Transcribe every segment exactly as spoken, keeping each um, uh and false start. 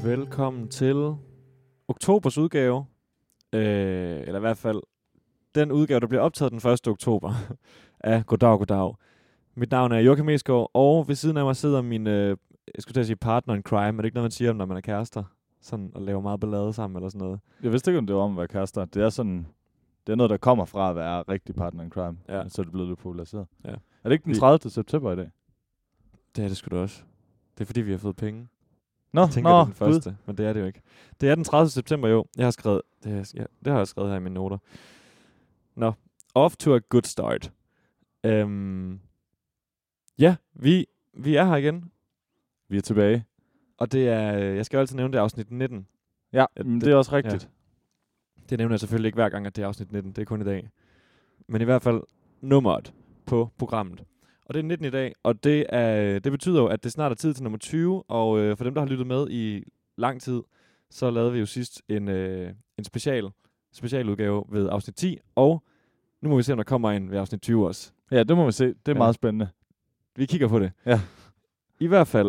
Velkommen til oktobers udgave, øh, eller i hvert fald den udgave, der bliver optaget den første oktober af Goddag, Goddag. Mit navn er Joachim Esgaard, og ved siden af mig sidder min, øh, jeg skulle til at sige partner in crime, er det ikke noget, man siger, når man er kærester? Sådan at lave meget ballade sammen eller sådan noget. Jeg vidste ikke, om det var om at være kærester. Det er sådan, det er noget, der kommer fra at være rigtig partner in crime. Ja. Så er det blevet lidt populariseret. Ja. Er det ikke den tredivte september i dag? Det er det sgu da også. Det er fordi, vi har fået penge. Nå, Jeg tænker, nå, det er den første, Gud. Men det er det jo ikke. Det er den tredivte september, jo. Jeg har skrevet, det, er, ja, det har jeg skrevet her i mine noter. Nå, off to a good start. Øhm, ja, vi, vi er her igen. Vi er tilbage. Og det er, jeg skal jo altid nævne det afsnit nitten. Ja, Ja, men det- det er også rigtigt. Ja. Det nævner jeg selvfølgelig ikke hver gang, at det er afsnit nitten. Det er kun i dag. Men i hvert fald nummeret på programmet. Og det er nitten i dag, og det, er, det betyder jo, at det snart er tid til nummer tyve. Og øh, for dem, der har lyttet med i lang tid, så lavede vi jo sidst en, øh, en special, specialudgave ved afsnit ti. Og nu må vi se, om der kommer en ved afsnit tyve også. Ja, det må vi se. Det er Ja. meget spændende. Vi kigger på det. Ja. I hvert fald,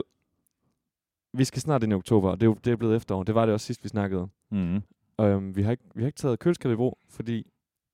vi skal snart ind i oktober, og det er, jo, det er blevet efterår. Det var det også sidst, vi snakkede. Mm-hmm. Og øhm, vi, har ikke, vi har ikke taget køleskabet i brug, fordi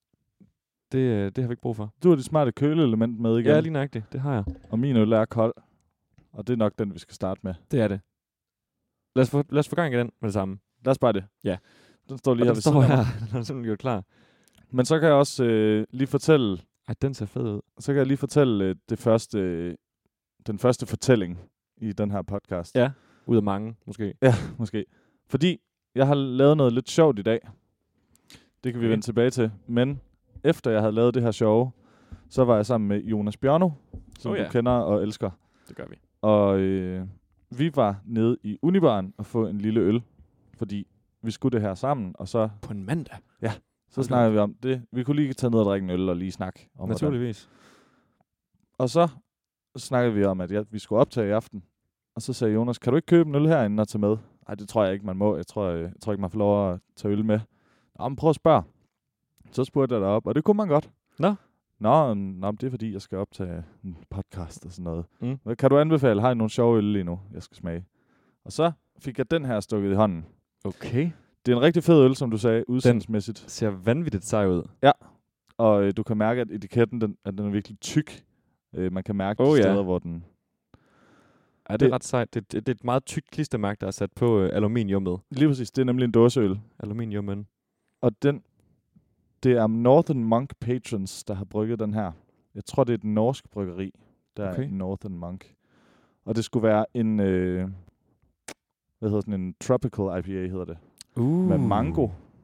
det, øh, det har vi ikke brug for. Du har det smarte køleelement med igen. Ja, lige nøjagtigt. Det har jeg. Og min øl er kold. Og det er nok den, vi skal starte med. Det er det. Lad os få, lad os få gang i den med det samme. Lad os bare det. Ja. Den står lige Og her den ved står siden af her. mig. Den er simpelthen gjort klar. Men så kan jeg også øh, lige fortælle, Ej, den ser fed ud. så kan jeg lige fortælle øh, det første, øh, den første fortælling i den her podcast. Ja. Ud af mange, måske. Ja, måske. Fordi jeg har lavet noget lidt sjovt i dag. Det kan vi Okay. vende tilbage til. Men efter jeg havde lavet det her show, så var jeg sammen med Jonas Bjørno, som Oh, du ja. kender og elsker. Det gør vi. Og øh, vi var nede i Unibaren og få en lille øl, fordi vi skulle det her sammen. Og så, På en mandag. så Okay. snakkede vi om det. Vi kunne lige tage ned og drikke en øl og lige snakke om hvordan. Naturligvis. Og så snakkede vi om, at ja, vi skulle optage i aften. Og så sagde Jonas, kan du ikke købe en øl herinde og tage med? Nej, det tror jeg ikke, man må. Jeg tror, jeg, jeg tror ikke, man får lov at tage øl med. Nå, men prøv at spørge. Så spurgte jeg derop, og det kunne man godt. Nå. Nå, nå, det er fordi, jeg skal optage en podcast og sådan noget. Mm. Hvad kan du anbefale? Har I nogle sjove øl lige nu, jeg skal smage? Og så fik jeg den her stukket i hånden. Okay. Det er en rigtig fed øl, som du sagde, udsendsmæssigt. Ser vanvittigt sej ud. Og øh, du kan mærke, at etiketten den, at den er virkelig tyk. Øh, man kan mærke Oh, de ja. steder, hvor den... Ja, det er Det- ret sejt. Det, det, det er et meget tykt klistermærke, der er sat på øh, aluminiummet. Lige præcis, det er nemlig en dåseøl. Aluminiummen. Og den, det er Northern Monk Patrons, der har brygget den her. Jeg tror, det er et norsk bryggeri, der Okay. er Northern Monk. Og det skulle være en, øh, hvad hedder sådan en tropical I P A, hedder det. Uh. Med mango.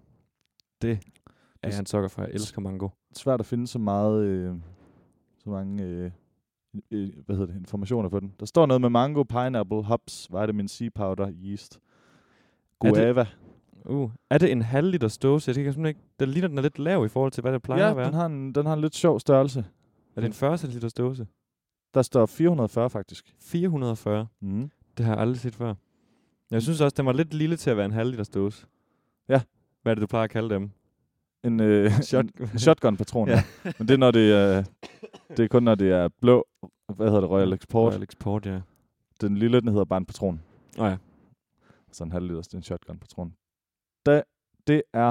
Det er jeg en sokker for. Jeg elsker mango. Svært at finde så meget, øh, så mange, øh, øh, hvad hedder det, informationer på den. Der står noget med mango, pineapple, hops, vitamin C powder, yeast, Er det- guava. Uh. Er det en halv liters dåse? Jeg kan simpelthen ikke... Den ligner, den er lidt lav i forhold til, hvad det plejer Ja, at være. den har, en, den har en lidt sjov størrelse. Er det en fyrre liters dåse? Der står fire hundrede og fyrre faktisk. fire hundrede og fyrre. Mm. Det har jeg aldrig set før. Jeg synes også, den var lidt lille til at være en halv liters dåse. Ja. Hvad er det, du plejer at kalde dem? En, øh, Shot- en shotgun-patron, Ja. ja. Men det er, når det er, det er kun, når det er blå, hvad hedder det, Royal Export. Royal Export, ja. Den lille, den hedder bare en patron. Åh oh, ja. Så en halv liters, det er en shotgun-patron. Da, det er,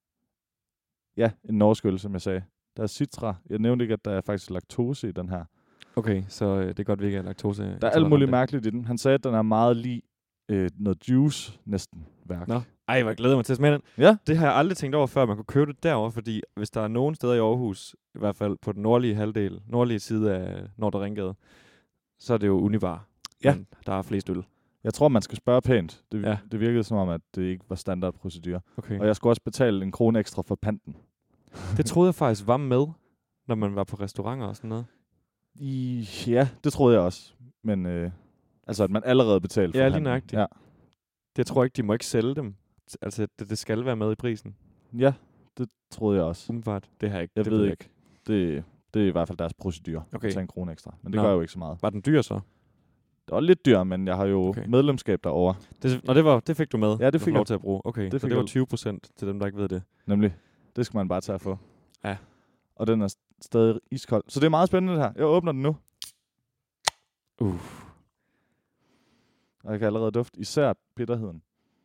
ja, en norsk øl, som jeg sagde. Der er citra. Jeg nævnte ikke, at der er faktisk laktose i den her. Okay, så øh, det er godt, vi ikke er laktose. Der er alt muligt mærkeligt i den. Han sagde, at den er meget lige øh, noget juice, næsten, værk. Nå. Ej, hvor glæder jeg mig til at smage den. Ja, Det har jeg aldrig tænkt over før, man kunne købe det derovre, fordi hvis der er nogen steder i Aarhus, i hvert fald på den nordlige halvdel, nordlige side af Nordre Ringgade, så er det jo Unibar. Ja. Men der er flest øl. jeg tror, man skal spørge pænt. Det, Ja. det virkede som om, at det ikke var standardprocedur. Okay. Og jeg skulle også betale en krone ekstra for panten. Det troede jeg faktisk var med, når man var på restauranter og sådan noget. I, ja, det troede jeg også. Men øh, altså, at man allerede betalte for Ja, lige panten. nøjagtigt. Ja. Det tror jeg ikke, de må ikke sælge dem. Altså, det, det skal være med i prisen. ja, det troede jeg også. Umiddelbart. Det har jeg ikke. Jeg det ved ikke. Det, det er i hvert fald deres procedure. Okay. At tage en krone ekstra. Men det Nå. gør jo ikke så meget. Var den dyr så? Det var lidt dyr, men jeg har jo Okay. okay. medlemskab derovre. Det, når det var, det fik du med. Ja, det Du fik lov jeg. til at bruge. Okay, det, Det så fik det var jeg. tyve procent til dem, der ikke ved det. Nemlig. Det skal man bare tage at få. Ja. Og den er stadig iskold. Så det er meget spændende det her. Jeg åbner den nu. Uh. Og jeg kan allerede dufte især bitterheden.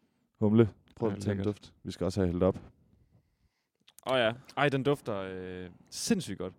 Humle. Prøv Ja, at tage en lækkert. duft. Vi skal også have hældt op. Åh oh, ja. Ej, den dufter øh, sindssygt godt.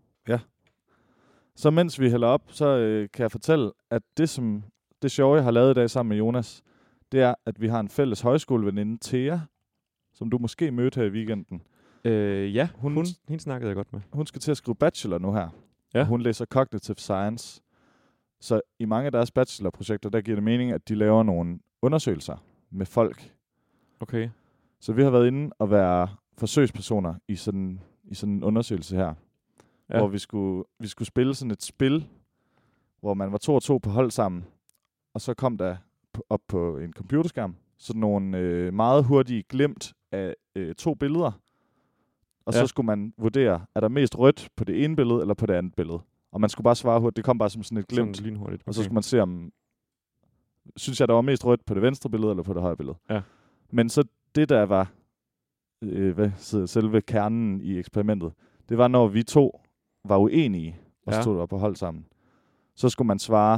Så mens vi hælder op, så øh, kan jeg fortælle, at det, som, det sjove, jeg har lavet i dag sammen med Jonas, det er, at vi har en fælles højskoleveninde, Thea, som du måske mødte her i weekenden. Øh, ja, Hun- hun, hun, hende snakkede jeg godt med. Hun skal til at skrive bachelor nu her. Ja. Og hun læser Cognitive Science. Så i mange af deres bachelorprojekter, der giver det mening, at de laver nogle undersøgelser med folk. Okay. Så vi har været inde og være forsøgspersoner i sådan, i sådan en undersøgelse her. Ja. Ja. Hvor vi skulle, vi skulle spille sådan et spil, hvor man var to og to på hold sammen. Og så kom der p- op på en computerskærm sådan nogle øh, meget hurtige glimt af øh, to billeder. Og ja. Ja. så skulle man vurdere, er der mest rødt på det ene billede eller på det andet billede. Og man skulle bare svare hurtigt. Det kom bare som sådan et glimt. Sådan lynhurtigt. Okay. Og så skulle man se, om synes jeg, der var mest rødt på det venstre billede eller på det højre billede. Ja. Men så det, der var øh, hvad, så selve kernen i eksperimentet, det var, når vi to var uenige og Ja. stod der på hold sammen. Så skulle man svare,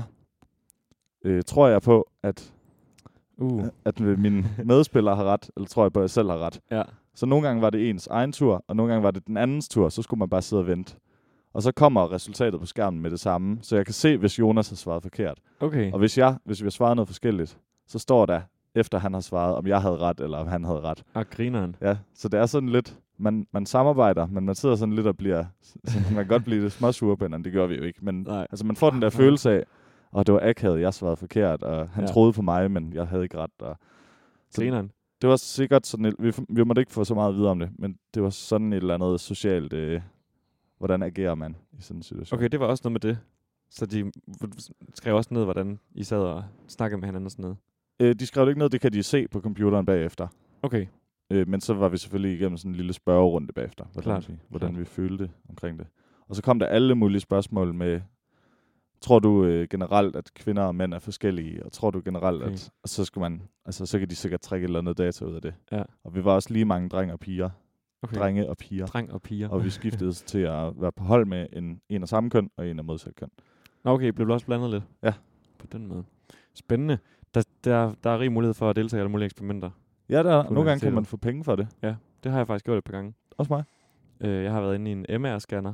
øh, tror jeg på, at, Uh. at min medspiller har ret, eller tror jeg på, at jeg selv har ret. Ja. Så nogle gange var det ens egen tur, og nogle gange var det den andens tur, så skulle man bare sidde og vente. Og så kommer resultatet på skærmen med det samme, så jeg kan se, hvis Jonas har svaret forkert. Okay. Og hvis jeg, hvis vi har svaret noget forskelligt, så står der, efter han har svaret, om jeg havde ret, eller om han havde ret. Og grineren. Ja, så det er sådan lidt, man, man samarbejder, men man sidder sådan lidt og bliver, så man kan godt blive lidt småsure på hinanden, det gør vi jo ikke. Men Nej. altså, man får den der Nej. følelse af, og det var akavet, jeg svarede forkert, og han Ja. troede på mig, men jeg havde ikke ret. Og så Grineren. det var sikkert sådan et, vi, vi måtte ikke få så meget at vide om det, men det var sådan et eller andet socialt, øh, hvordan agerer man i sådan en situation. Okay, det var også noget med det. Så de v- skrev også ned, hvordan I sad og snakkede med hinanden og sådan noget. Øh, de skrev det ikke ned, det kan de se på computeren bagefter. Okay. Øh, men så var vi selvfølgelig igennem sådan en lille spørgerunde bagefter, hvordan, Klart. vi, hvordan Klart. vi følte omkring det. Og så kom der alle mulige spørgsmål med, tror du øh, generelt, at kvinder og mænd er forskellige? Og tror du generelt, Okay. at... Og så, skulle man, altså, så kan de sikkert trække et eller andet data ud af det. Ja. Og vi var også lige mange drenge og piger. Okay. Drenge og piger. Dreng og piger. Og vi skiftede til at være på hold med en, en af samme køn og en af modsat køn. Nå, okay, blev du også blandet lidt? Ja. På den måde. Spændende. Der, der, der er rig mulighed for at deltage i alle mulige eksperimenter. Ja, der, nogle gange kan universitetet. man få penge for det. Ja, det har jeg faktisk gjort et par gange. Også mig. Øh, jeg har været inde i en M R-scanner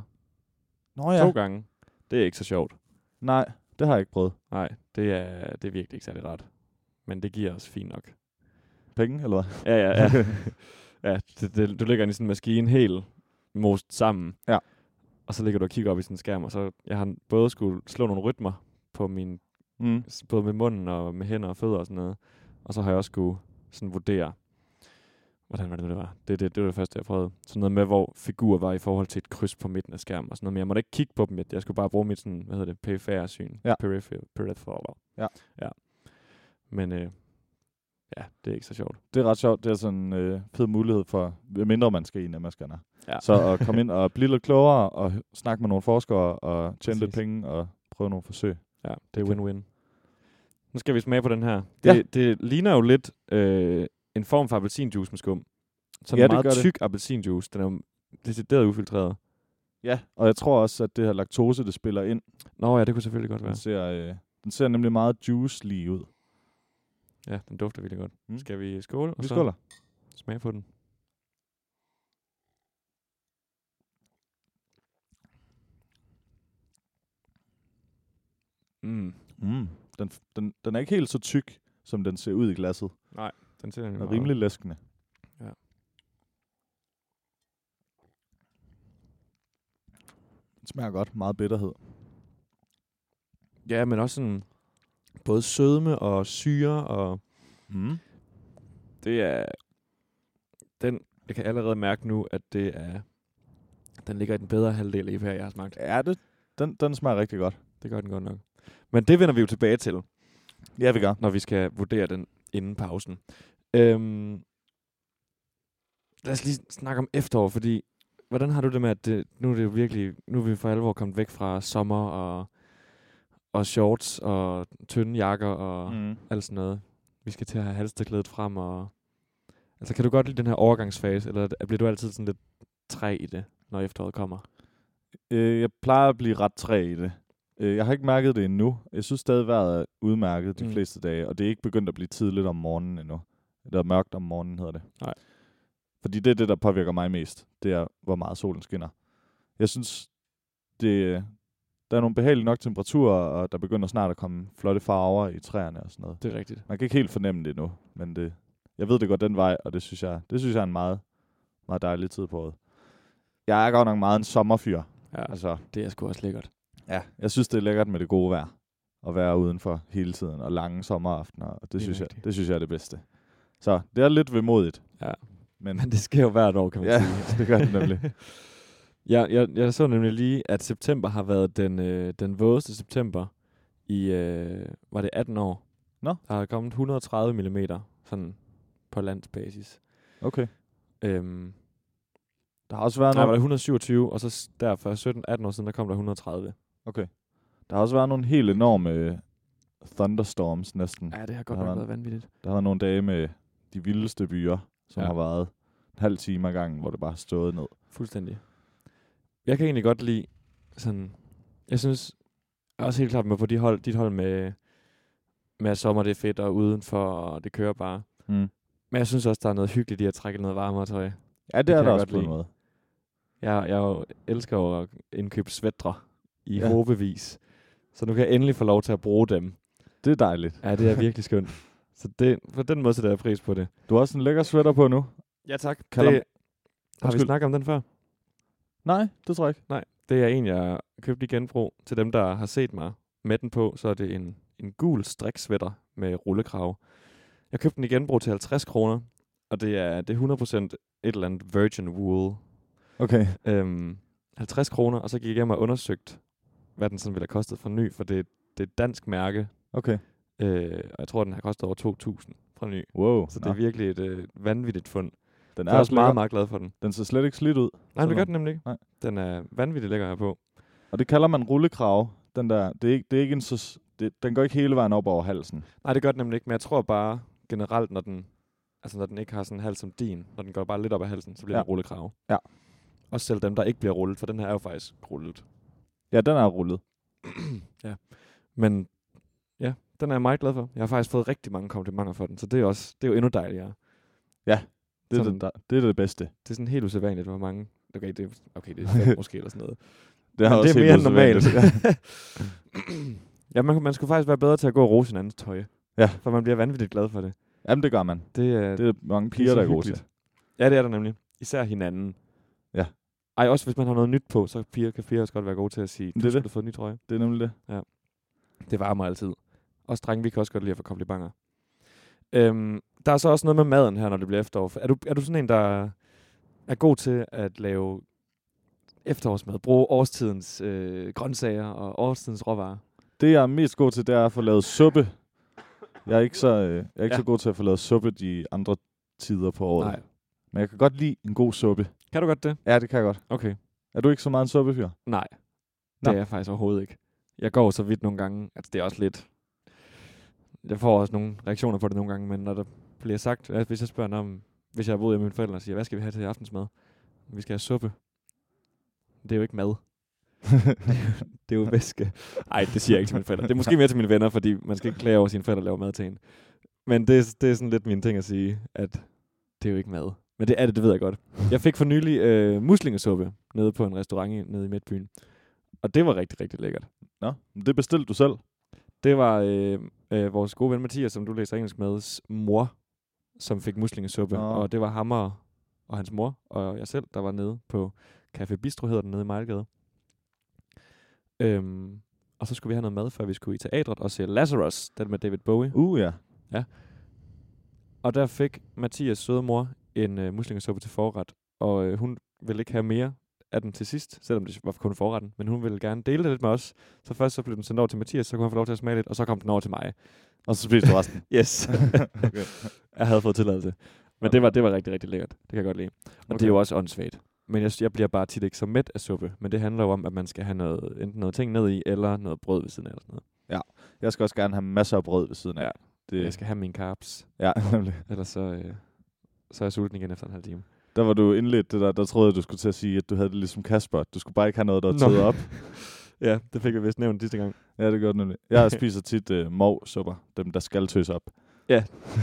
Nå ja. to gange. Det er ikke så sjovt. Nej, det har jeg ikke prøvet. Nej, det er, det er virkelig ikke særlig rart. Men det giver os fint nok. Penge, eller hvad? Ja, ja, ja. ja det, det, du ligger inde i sådan en maskine helt most sammen. Ja. Og så ligger du og kigger op i sådan en skærm, og så jeg har både skulle slå nogle rytmer på min, Mm. både med munden og med hænder og fødder og sådan noget. Og så har jeg også skulle sådan vurdere, hvordan var det nu, det var? Det, det, det var det første, jeg prøvede. Sådan noget med, hvor figurer var i forhold til et kryds på midten af skærmen og sådan noget. Men jeg måtte ikke kigge på dem. Jeg skulle bare bruge mit sådan, hvad hedder det, perifære syn. Ja. Peripheral. Peripheral. Ja. Ja. Men øh, ja, det er ikke så sjovt. Det er ret sjovt. Det er sådan en øh, fed mulighed for, mindre man skal i en M R-scanner. Ja. Så at komme ind og blive lidt klogere og snakke med nogle forskere og tjene lidt Præcis. penge og prøve nogle forsøg. Ja, det er win-win. Nu skal vi smage på den her. Ja. Det, det ligner jo lidt øh, en form for appelsinjuice med skum. Sådan Ja, en det meget gør det. tyk appelsinjuice. Den er jo decideret ufiltreret. Ja, og jeg tror også, at det her laktose, det spiller ind. Nå ja, det kunne selvfølgelig godt Den være. ser, øh, den ser nemlig meget juice-lig ud. Ja, den dufter virkelig godt. Mm. Skal vi skåle? Og Vi så skåler. smage på den. Mm. Mm. Den, den, den er ikke helt så tyk, som den ser ud i glasset. Nej, den ser Den nemlig er rimelig læskende. Ja. Den smager godt. Meget bitterhed. Ja, men også sådan både sødme og syre, og Mm. det er... Den, jeg kan allerede mærke nu, at det er... Den ligger i den bedre halvdel af I P A, jeg har smagt. Ja, det, den, den smager rigtig godt. Det gør den godt nok. Men det vender vi jo tilbage til, Ja, vi gør. når vi skal vurdere den inden pausen. Øhm, lad os lige snakke om efterår, fordi hvordan har du det med, at det, nu er det jo virkelig, nu er vi for alvor kommet væk fra sommer og, og shorts og tynde jakker og Mm. alt sådan noget. Vi skal til at have halsterklædet frem og... Altså, kan du godt lide den her overgangsfase, eller bliver du altid sådan lidt træ i det, når efteråret kommer? Øh, jeg plejer at blive ret træ i det. Øh, jeg har ikke mærket det endnu. Jeg synes stadig, vejret er udmærket de Mm. mm. fleste dage, og det er ikke begyndt at blive tidligt om morgenen endnu. Eller mørkt om morgenen hedder det. Nej. Fordi det er det, der påvirker mig mest. Det er, hvor meget solen skinner. Jeg synes, det, der er nogle behagelige nok temperaturer, og der begynder snart at komme flotte farver i træerne og sådan noget. Det er rigtigt. Man kan ikke helt fornemme det endnu, men det, jeg ved, det går den vej, og det synes jeg, det synes jeg er en meget, meget dejlig tid på året. Jeg er godt nok meget en sommerfyr. Ja, Altså, det er sgu også lækkert. ja, jeg synes, det er lækkert med det gode vejr. At være udenfor hele tiden, og lange sommeraftener, og det, Det er synes jeg, rigtigt. det synes jeg er det bedste. Så det er lidt vemodigt. Ja. Men, Men det sker jo hvert år, kan man ja, sige. det gør det nemlig. Ja, jeg, jeg så nemlig lige, at september har været den, øh, den vådeste september i, øh, var det atten år. Nå. Der er kommet et hundrede og tredive millimeter, sådan på landsbasis. Okay. Øhm, Der har også været nej, var nogle, der et hundrede og syvogtyve, og så s- der for sytten atten år siden, der kom der et hundrede og tredive. okay. Der har også været nogle helt enorme øh, thunderstorms næsten. Ja, det har godt Der har nok været- været vanvittigt. Der har været nogle dage med de vildeste byer, som Ja. har været en halv time ad gangen, hvor det bare har stået ned. Fuldstændig. Jeg kan egentlig godt lide sådan, jeg synes jeg er også helt klart med på de hold, dit hold med, med at sommer det er fedt, og udenfor, og det kører bare. Mm. Men jeg synes også, der er noget hyggeligt i at trække noget varmere tøj. Ja, det, Det er kan der jeg også godt på en lide. måde. Jeg, jeg jo elsker jo at indkøbe svætre i Ja. ja. håbevis. Så nu kan jeg endelig få lov til at bruge dem. Det er dejligt. Ja, det er virkelig skønt. Så det, på den måde sætter jeg pris på det. Du har også en lækker sweater på nu. Ja, tak. Kalder- Det, har vi Undskyld. snakket om den før? Nej, det tror jeg ikke. Nej, det er en, jeg købte i genbrug. Til dem, der har set mig med den på, så er det en, en gul striksvætter med rullekrav. Jeg købte den i genbrug til halvtreds kroner, og det er, det er hundrede procent et eller andet virgin wool. Okay. Øhm, halvtreds kroner, og så gik jeg hjem og undersøgt, hvad den sådan ville have kostet fra ny, for det, det er et dansk mærke, Okay. øh, og jeg tror, den har kostet over to tusind fra ny. Wow. Så det er virkelig et øh, vanvittigt fund. Den Jeg er også meget, lækker. meget glad for den. Den ser slet ikke slidt ud. Nej, det gør noget. den nemlig ikke. Nej. Den er vanvittigt lækker her på. Og det kalder man rullekrav. Den der, det er ikke, det er ikke en så, det, den går ikke hele vejen op over halsen. Nej, det gør den nemlig ikke, men jeg tror bare generelt, når den, altså når den ikke har sådan en hals som din, når den går bare lidt op ad halsen, så bliver Ja. den rullekrav. Ja. Også selv dem, der ikke bliver rullet, for den her er jo faktisk rullet. Ja, den er rullet. Ja. Men ja, den er jeg meget glad for. Jeg har faktisk fået rigtig mange komplimenter for den, så det er, også, det er jo endnu dejligere. Det er Sådan- det, der, det er det bedste. Det er sådan helt usædvanligt, hvor mange... Okay, det er, okay, det er fem måske eller sådan noget. Det er, Men også det er helt mere end normalt. usædvanligt. Ja, man, man skulle faktisk være bedre til at gå og rose hinandens tøj. Ja. For man bliver vanvittigt glad for det. Jamen, det gør man. Det er, Det er mange det piger, så der er gode hyggeligt. til. Ja, det er der nemlig. Især hinanden. Ja. Ej, også hvis man har noget nyt på, så piger, kan piger også godt være gode til at sige, Det er du det. skulle have fået en ny trøje. Det er nemlig det. Det varmer altid. Også drenge, vi kan også godt lide at få komplimenter. Øhm, der er så også noget med maden her, når det bliver efterår. Er du, er du sådan en, der er god til at lave efterårsmad? Bruge årstidens øh, grøntsager og årstidens råvarer? Det, jeg er mest god til, det er at få lavet suppe. Jeg er ikke så, øh, jeg er ikke Ja. så god til at få lavet suppe de andre tider på året. Nej. Men jeg kan godt lide en god suppe. Kan du godt det? Ja, det kan jeg godt. Okay. Er du ikke så meget en suppefyr? Nej, det Nå. er jeg faktisk overhovedet ikke. Jeg går så vidt nogle gange, altså det er også lidt... Jeg får også nogle reaktioner på det nogle gange, men når der bliver sagt, at hvis jeg spørger om, hvis jeg har boet hjemme med mine forældre og siger, hvad skal vi have til aftensmad? Vi skal have suppe. Det er jo ikke mad. Det er jo væske. Nej, det siger jeg ikke til mine forældre. Det er måske mere til mine venner, fordi man skal ikke klage over, at sine forældre laver mad til en. Men det, er- det er sådan lidt min ting at sige, at det er jo ikke mad. Men det er det, det ved jeg godt. Jeg fik for nylig øh, muslingesuppe nede på en restaurant i, nede i Midtbyen. Og det var rigtig, rigtig lækkert. Nå, men det bestilte du selv. Det var øh, øh, vores gode ven Mathias, som du læser engelsk med, mor, som fik muslingesuppe. Nå. Og det var ham og, og hans mor og jeg selv, der var nede på Café Bistro, hedder den, nede i Mejlgade. Øhm, og så skulle vi have noget mad, før vi skulle i teatret og se Lazarus, den med David Bowie. Uh, ja. Og der fik Mathias søde mor en øh, muslingesuppe til forret, og øh, hun ville ikke have mere af den til sidst, selvom det var kun forretten, men hun ville gerne dele det lidt med os. Så først så blev den sendt over til Mathias, så kunne han få lov til at smage lidt, og så kom den over til mig. Og så spiste du resten. Yes. Okay. Jeg havde fået tilladelse. Men det var, det var rigtig, rigtig lækkert. Det kan jeg godt lide. Og okay. det er jo også åndssvagt. Men jeg, jeg bliver bare tit ikke så mæt af suppe. Men det handler jo om, at man skal have noget, enten noget ting ned i, eller noget brød ved siden af. Eller sådan noget. Jeg skal også gerne have masser af brød ved siden af. Ja. Det, Jeg skal have mine carbs. ja, nemlig. Ellers så, øh, så er jeg sulten igen efter en halv time. Der var du indledt det der, der troede jeg, du skulle til at sige, at du havde det ligesom Kasper. Du skulle bare ikke have noget, der var Nå. taget op. Ja, det fik jeg vist nævnt sidste gang. Ja, det gør det nemlig. Jeg spiser tit uh, mov-supper, dem der skal tøs op. Ja.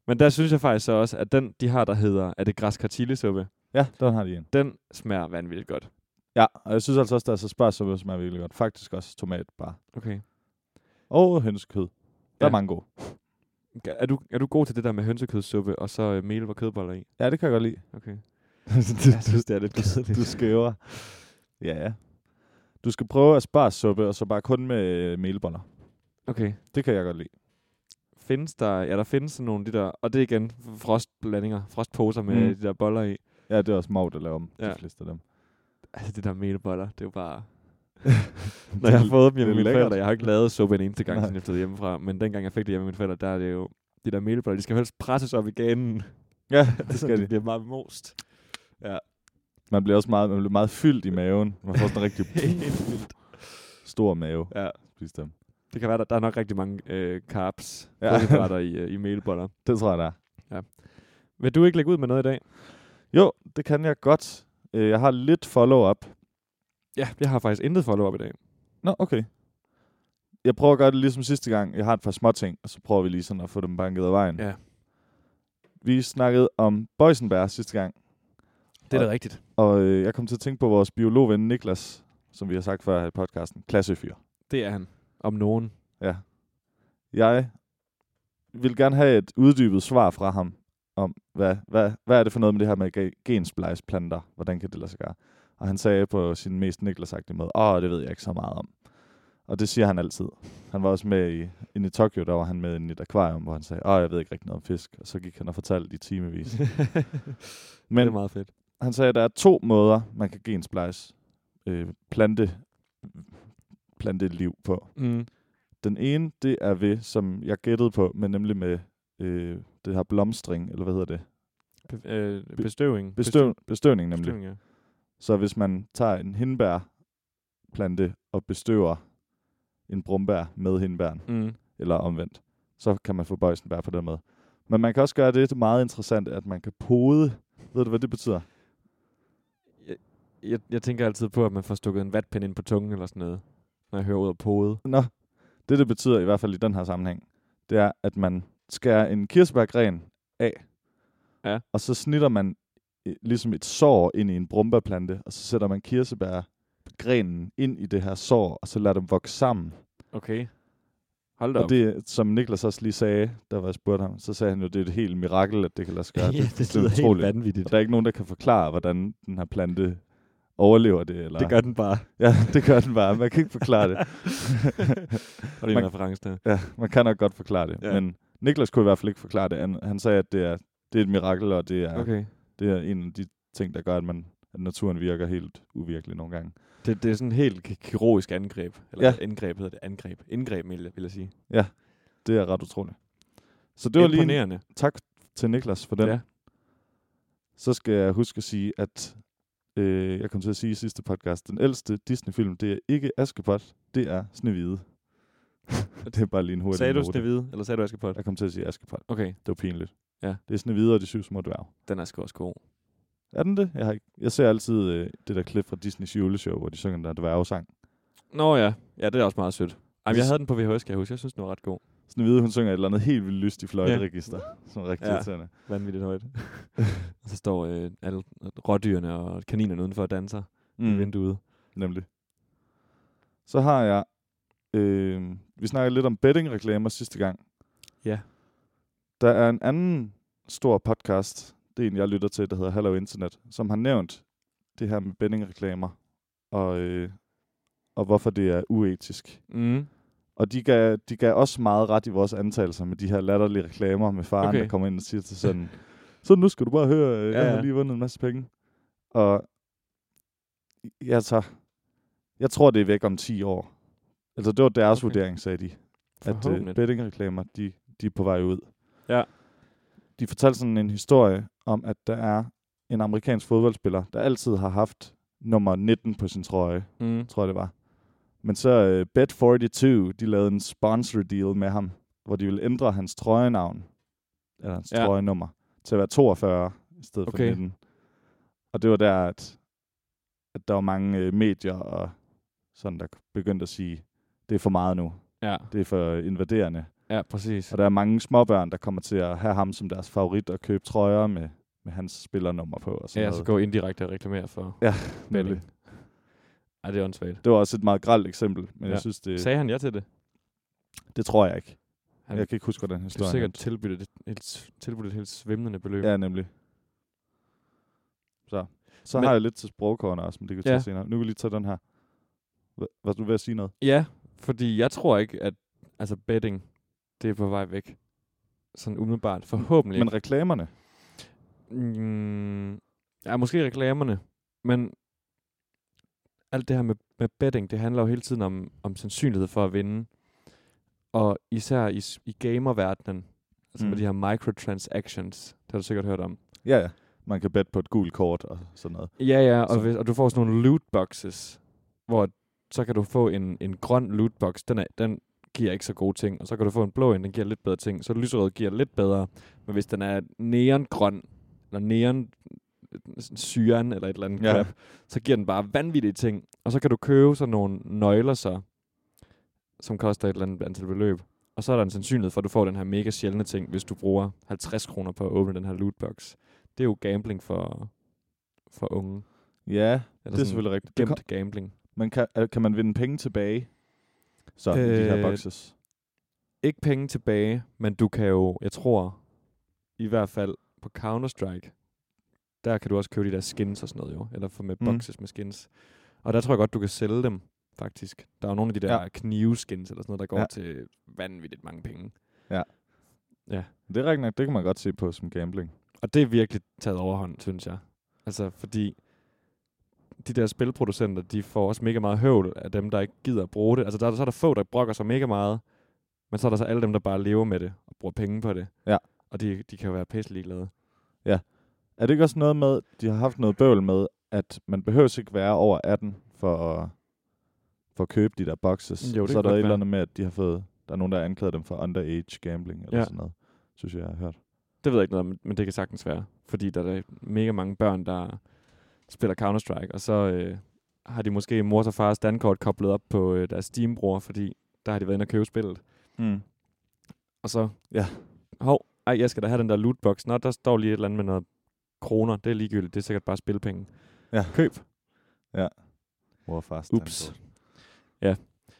Men der synes jeg faktisk så også, at den, de har, der hedder, er det græskar chili-suppe? Ja, den har de en. Den smager vanvittigt godt. Ja, og jeg synes altså også, der er så spørgsmål, som er virkelig godt. Faktisk også tomat bare. Okay. Og hønsekød. Der Ja. er mange gode. Er du, er du god til det der med hønsekødssuppe, og så øh, mel og kødboller i? Ja, det kan jeg godt lide. Okay. du, Jeg synes, det er lidt kedeligt. du skæver. Ja, ja. Du skal prøve aspargessuppe, og så bare kun med øh, melboller. Okay. Det kan jeg godt lide. Findes der, ja, der findes sådan nogle af de der, og det er igen frostblandinger, frostposer med Mm. de der boller i. Ja, det er også Maud, der laver dem, Ja. de fleste af dem. Altså, det der melboller, det er jo bare... Når jeg har fået dem hjemme med mine lækkert. forældre, jeg har ikke lavet suppe en eneste gang, Nej. siden jeg flyttede hjemmefra, men dengang jeg fik det hjemme med mine forældre, der er det jo, de der melboller, de skal jo helst presses op i ganen. Ja, Det det så skal de de. bliver meget most. Ja. Man bliver også meget, man bliver meget fyldt i maven. Man får sådan en rigtig Helt vildt. stor mave. Ja. Spis dem. Det kan være, der, der er nok rigtig mange øh, carbs, Ja. kulhydrater i, øh, i melboller. Det tror jeg, der er. Vil du ikke lægge ud med noget i dag? Jo, det kan jeg godt. Øh, Jeg har lidt follow-up. Ja, jeg har faktisk intet follow-up i dag. Nå, okay. Jeg prøver at gøre det ligesom sidste gang. Jeg har et par små ting, og så prøver vi lige sådan at få dem banket af vejen. Ja, Vi snakkede om boysenbær sidste gang, det er da rigtigt. og øh, jeg kom til at tænke på vores biologven Niklas, som vi har sagt før her i podcasten. Klassefyr. Det er han. Om nogen. Ja. Jeg vil gerne have et uddybet svar fra ham om, hvad, hvad, hvad er det for noget med det her med ge- gensplejsplanter? Hvordan kan det lade sig gøre? Og han sagde på sin mest Niklas-agtige måde, åh, det ved jeg ikke så meget om. Og det siger han altid. Han var også med i, inde i Tokyo, der var han med i et akvarium, hvor han sagde, åh, jeg ved ikke rigtig noget om fisk. Og så gik han og fortalte i timevis. Men, Men det er meget fedt. han sagde, at der er to måder, man kan gensplice øh, plante, planteliv på. Mm. Den ene, det er ved, som jeg gættede på, men nemlig med øh, det her blomstring, eller hvad hedder det? Be- øh, bestøvning. Bestøv, bestøvning nemlig. Bestøvning, ja. Så hvis man tager en hindbærplante og bestøver en brumbær med hindbæren, Mm. eller omvendt, så kan man få boysenbær på den måde. Men man kan også gøre det meget interessant, at man kan pode. Ved du, hvad det betyder? Jeg, jeg, jeg tænker altid på, at man får stukket en vatpind ind på tungen eller sådan noget, når jeg hører ordet pode. Nå, det det betyder i hvert fald i den her sammenhæng, det er, at man skærer en kirsebærgren af, Ja. og så snitter man øh, ligesom et sår ind i en brumbærplante, og så sætter man kirsebærgrenen ind i det her sår, og så lader dem vokse sammen. Okay. Hold da Og op. det, som Niklas også lige sagde, der var jeg spurgt ham, så sagde han jo, det er et helt mirakel, at det kan lade sig gøre. ja, det, det lyder helt utroligt. vanvittigt. Og der er ikke nogen, der kan forklare, hvordan den her plante overlever det. Eller... Det gør den bare. Ja, det gør den bare. Man kan ikke forklare det. Og det er Man- en reference der. Ja, man kan nok godt forklare det. Ja. Ja. Men Niklas kunne i hvert fald ikke forklare det. Han, han sagde, at det er, det er et mirakel, og det er, okay. Okay. det er en af de ting, der gør, at, man, at naturen virker helt uvirkelig nogle gange. Det, det er sådan et helt ki- kirurgisk angreb. Eller Ja. indgreb hedder det. Angreb. Indgreb, vil jeg, vil jeg sige. Det er ret utroligt. Så det var lige en Imponerende. tak til Niklas for den. Ja. Så skal jeg huske at sige, at øh, jeg kom til at sige i sidste podcast, den ældste Disney-film, det er ikke Askepot, det er Snehvide. Det er bare lige en hurtig Sagde du note. Snehvide, eller sagde du Askepot? Jeg kom til at sige Askepot. Okay, Det var pinligt. Ja. Det er Snehvide og de syv små dværge. den er sgu også god. Er den det? Jeg, har ikke. Jeg ser altid øh, det der klip fra Disneys juleshow, hvor de synger den der dværgesang. Nå ja, ja, det er også meget sødt. Ej, men jeg Det- havde den på V H S, kan jeg huske. Jeg synes, den var ret god. Snehvide, hun synger et eller andet helt vildt lyst i fløjteregister, ja. som er rigtig Ja. irriterende. Vanvittigt højt. Og så står øh, alle rådyrene og kaninerne udenfor og danser mm. i Mm, vinduet. nemlig. Så har jeg... Øh, vi snakkede lidt om betting-reklamer sidste gang. Ja. Der er en anden stor podcast, det er en, jeg lytter til, der hedder Hello Internet, som har nævnt det her med betting-reklamer, og, øh, og hvorfor det er uetisk. Mm. Og de gav, de gav også meget ret i vores antagelser med de her latterlige reklamer med faren, Okay. der kommer ind og siger til sådan, så nu skal du bare høre, øh, Ja, jeg ja. har lige vundet en masse penge. Og jeg, tager, jeg tror, det er væk om ti år. Altså, det var deres Okay. okay. vurdering, sagde de. At uh, Forhåbentlig. betting-reklamer, de, de er på vej ud. Ja. De fortalte sådan en historie om, at der er en amerikansk fodboldspiller, der altid har haft nummer nitten på sin trøje, Mm. tror jeg det var. Men så uh, Bet fireogtyve, de lavede en sponsor deal med ham, hvor de ville ændre hans trøjenavn, eller hans Ja. ja. trøjenummer, til at være toogfyrre i stedet Okay. for nitten. Og det var der, at, at der var mange uh, medier og sådan, der begyndte at sige, det er for meget nu. Ja. Det er for invaderende. Ja, præcis. Og der er mange småbørn, der kommer til at have ham som deres favorit og købe trøjer med, med hans spillernummer på. Og sådan Ja, noget. så gå indirekte og reklamere for Ja, betting. nemlig. Ej, det er åndssvagt. Det var også et meget grelt eksempel, men ja. jeg synes, det... Sagde han ja til det? Det tror jeg ikke. Han, jeg kan ikke huske, hvordan han historien har sikkert tilbudt et, et, tilbudt et helt svimlende beløb. Ja, nemlig. Så, så men, har jeg lidt til sprogkorner også, men det kan vi ja. tage senere. Nu kan vi lige tage den her. Var du ved at sige noget? Ja, fordi jeg tror ikke, at altså betting, det er på vej væk. Sådan umiddelbart. Forhåbentlig Men ikke. reklamerne? Mm, ja, måske reklamerne. Men alt det her med, med betting, det handler jo hele tiden om, om sandsynlighed for at vinde. Og især i, i gamerverdenen, altså mm. med de her microtransactions, det har du sikkert hørt om. Ja, ja. Man kan bet på et gult kort og sådan noget. Ja, ja, og, så. hvis, og du får sådan nogle lootboxes, hvor så kan du få en, en grøn lootbox, den, er, den giver ikke så gode ting, og så kan du få en blå en, den giver lidt bedre ting, så lyserød giver lidt bedre, men hvis den er neongrøn, eller neon syren, eller et eller andet ja. crap, så giver den bare vanvittige ting, og så kan du købe sådan nogle nøgler så, som koster et eller andet antal beløb, og så er der en sandsynlighed for, at du får den her mega sjældne ting, hvis du bruger halvtreds kroner på at åbne den her lootbox. Det er jo gambling for, for unge. Ja, eller det er selvfølgelig rigtigt. Gemt gambling. Men kan, kan man vinde penge tilbage? Så øh, i de her boxes? Ikke penge tilbage, men du kan jo, jeg tror, i hvert fald på Counter-Strike, der kan du også købe de der skins og sådan noget jo, eller få med mm. boxes med skins. Og der tror jeg godt, du kan sælge dem, faktisk. Der er jo nogle af de der ja. knivskins eller sådan noget, der går ja. til vanvittigt mange penge. Ja. Ja. Det er rigtigt nok, det kan man godt se på som gambling. Og det er virkelig taget overhånd, synes jeg. Altså, fordi de der spilproducenter, de får også mega meget høvl af dem, der ikke gider at bruge det. Altså, der, så er der få, der brokker sig mega meget, men så er der så alle dem, der bare lever med det og bruger penge på det. Ja. Og de, de kan jo være pisselig glade. Ja. Er det ikke også noget med, de har haft noget bøvl med, at man behøver ikke være over atten for at, for at købe de der boxes? Jo, det så er der et være. eller andet med, at de har fået, der er nogen, der har anklaget dem for underage gambling eller ja. sådan noget, synes jeg, jeg har hørt. Det ved jeg ikke noget om, men det kan sagtens være. Fordi der er mega mange børn, der spiller Counter-Strike, og så øh, har de måske mors og fars dankort koblet op på øh, deres Steam-bror, fordi der har de været inde og købe spillet. Mm. Og så, ja. hov, ej, jeg skal da have den der lootbox. Nå, der står lige et eller andet med noget kroner. Det er ligegyldigt. Det er sikkert bare spilpenge. Ja. Køb. Ja. Mor og fars Ups. Ja.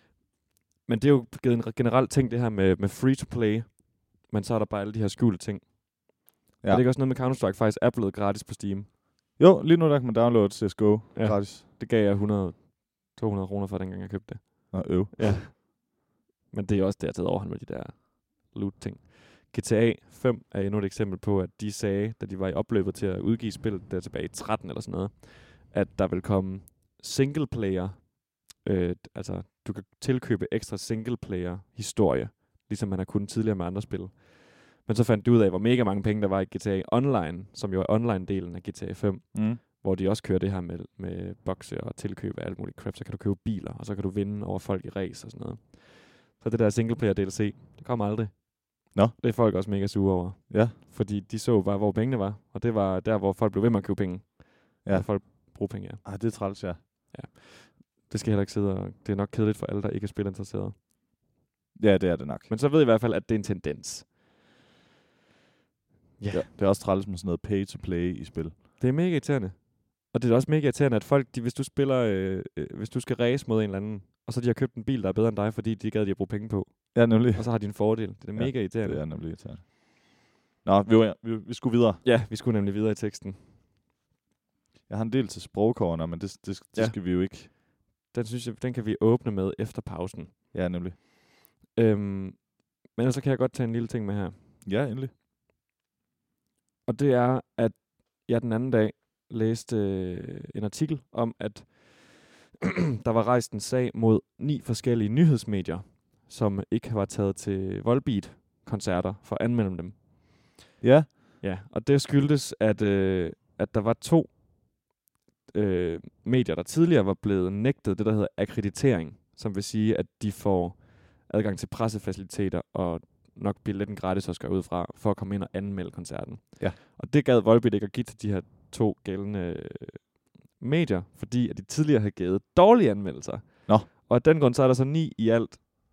Men det er jo en generelt ting, det her med, med free-to-play. Men så er der bare alle de her skjulte ting. Ja. Er det ikke også noget med Counter-Strike faktisk er blevet gratis på Steam? Jo, lige nu der kan man downloade C S G O ja. gratis. Det gav jeg hundrede til to hundrede kroner for, dengang jeg købte det. Nå, øv. Ja. Men det er også det, jeg har taget overhånd med de der loot-ting. G T A fem er endnu et eksempel på, at de sagde, da de var i opløbet til at udgive spillet, der tilbage i tretten eller sådan noget, at der vil komme singleplayer, øh, altså du kan tilkøbe ekstra singleplayer-historie, ligesom man har kunnet tidligere med andre spil. Men så fandt de ud af, hvor mega mange penge der var i G T A Online, som jo er online-delen af G T A fem, mm. hvor de også kører det her med, med bokse og tilkøb af alt muligt crap. Så kan du købe biler, og så kan du vinde over folk i race og sådan noget. Så det der singleplayer-D L C, det kommer aldrig. Nå. Det er folk også mega sure over. Ja. Fordi de så bare, hvor pengene var. Og det var der, hvor folk blev ved med at købe penge. Ja. Og folk bruger penge, ja. Ej, det er træls, ja. Ja. Det skal heller ikke sidde og... Det er nok kedeligt for alle, der ikke er spilinteresserede. Ja, det er det nok. Men så ved jeg i hvert fald, at det er en tendens. Ja. ja. Det er også træls med sådan noget pay-to-play i spil. Det er mega irriterende. Og det er også mega irriterende, at folk, de, hvis du spiller... Øh, øh, hvis du skal race mod en eller anden, og så de har købt en bil, der er bedre end dig, fordi de gad de at bruge penge på. Ja, nemlig. Og så har de en fordel. Det er ja, mega irriterende. Det er nemlig irriterende. Nå, vi, vi, vi skulle videre. Ja, vi skulle nemlig videre i teksten. Jeg har en del til sprogkorner, men det, det, det ja. skal vi jo ikke. Den synes jeg, den kan vi åbne med efter pausen. Ja, nemlig. Øhm, men ellers så kan jeg godt tage en lille ting med her. Ja, endelig. Og det er, at jeg den anden dag læste øh, en artikel om, at der var rejst en sag mod ni forskellige nyhedsmedier, som ikke var taget til Volbeat-koncerter for at anmelde dem. Ja. Ja, og det skyldtes, at, øh, at der var to øh, medier, der tidligere var blevet nægtet det, der hedder akkreditering, som vil sige, at de får adgang til pressefaciliteter og nok billetten gratis også går ud fra, for at komme ind og anmelde koncerten. Ja. Og det gad Volbeat ikke at give til de her to gældende øh, medier, fordi at de tidligere havde givet dårlige anmeldelser. Nå. Og af den grund, så er der så ni i alt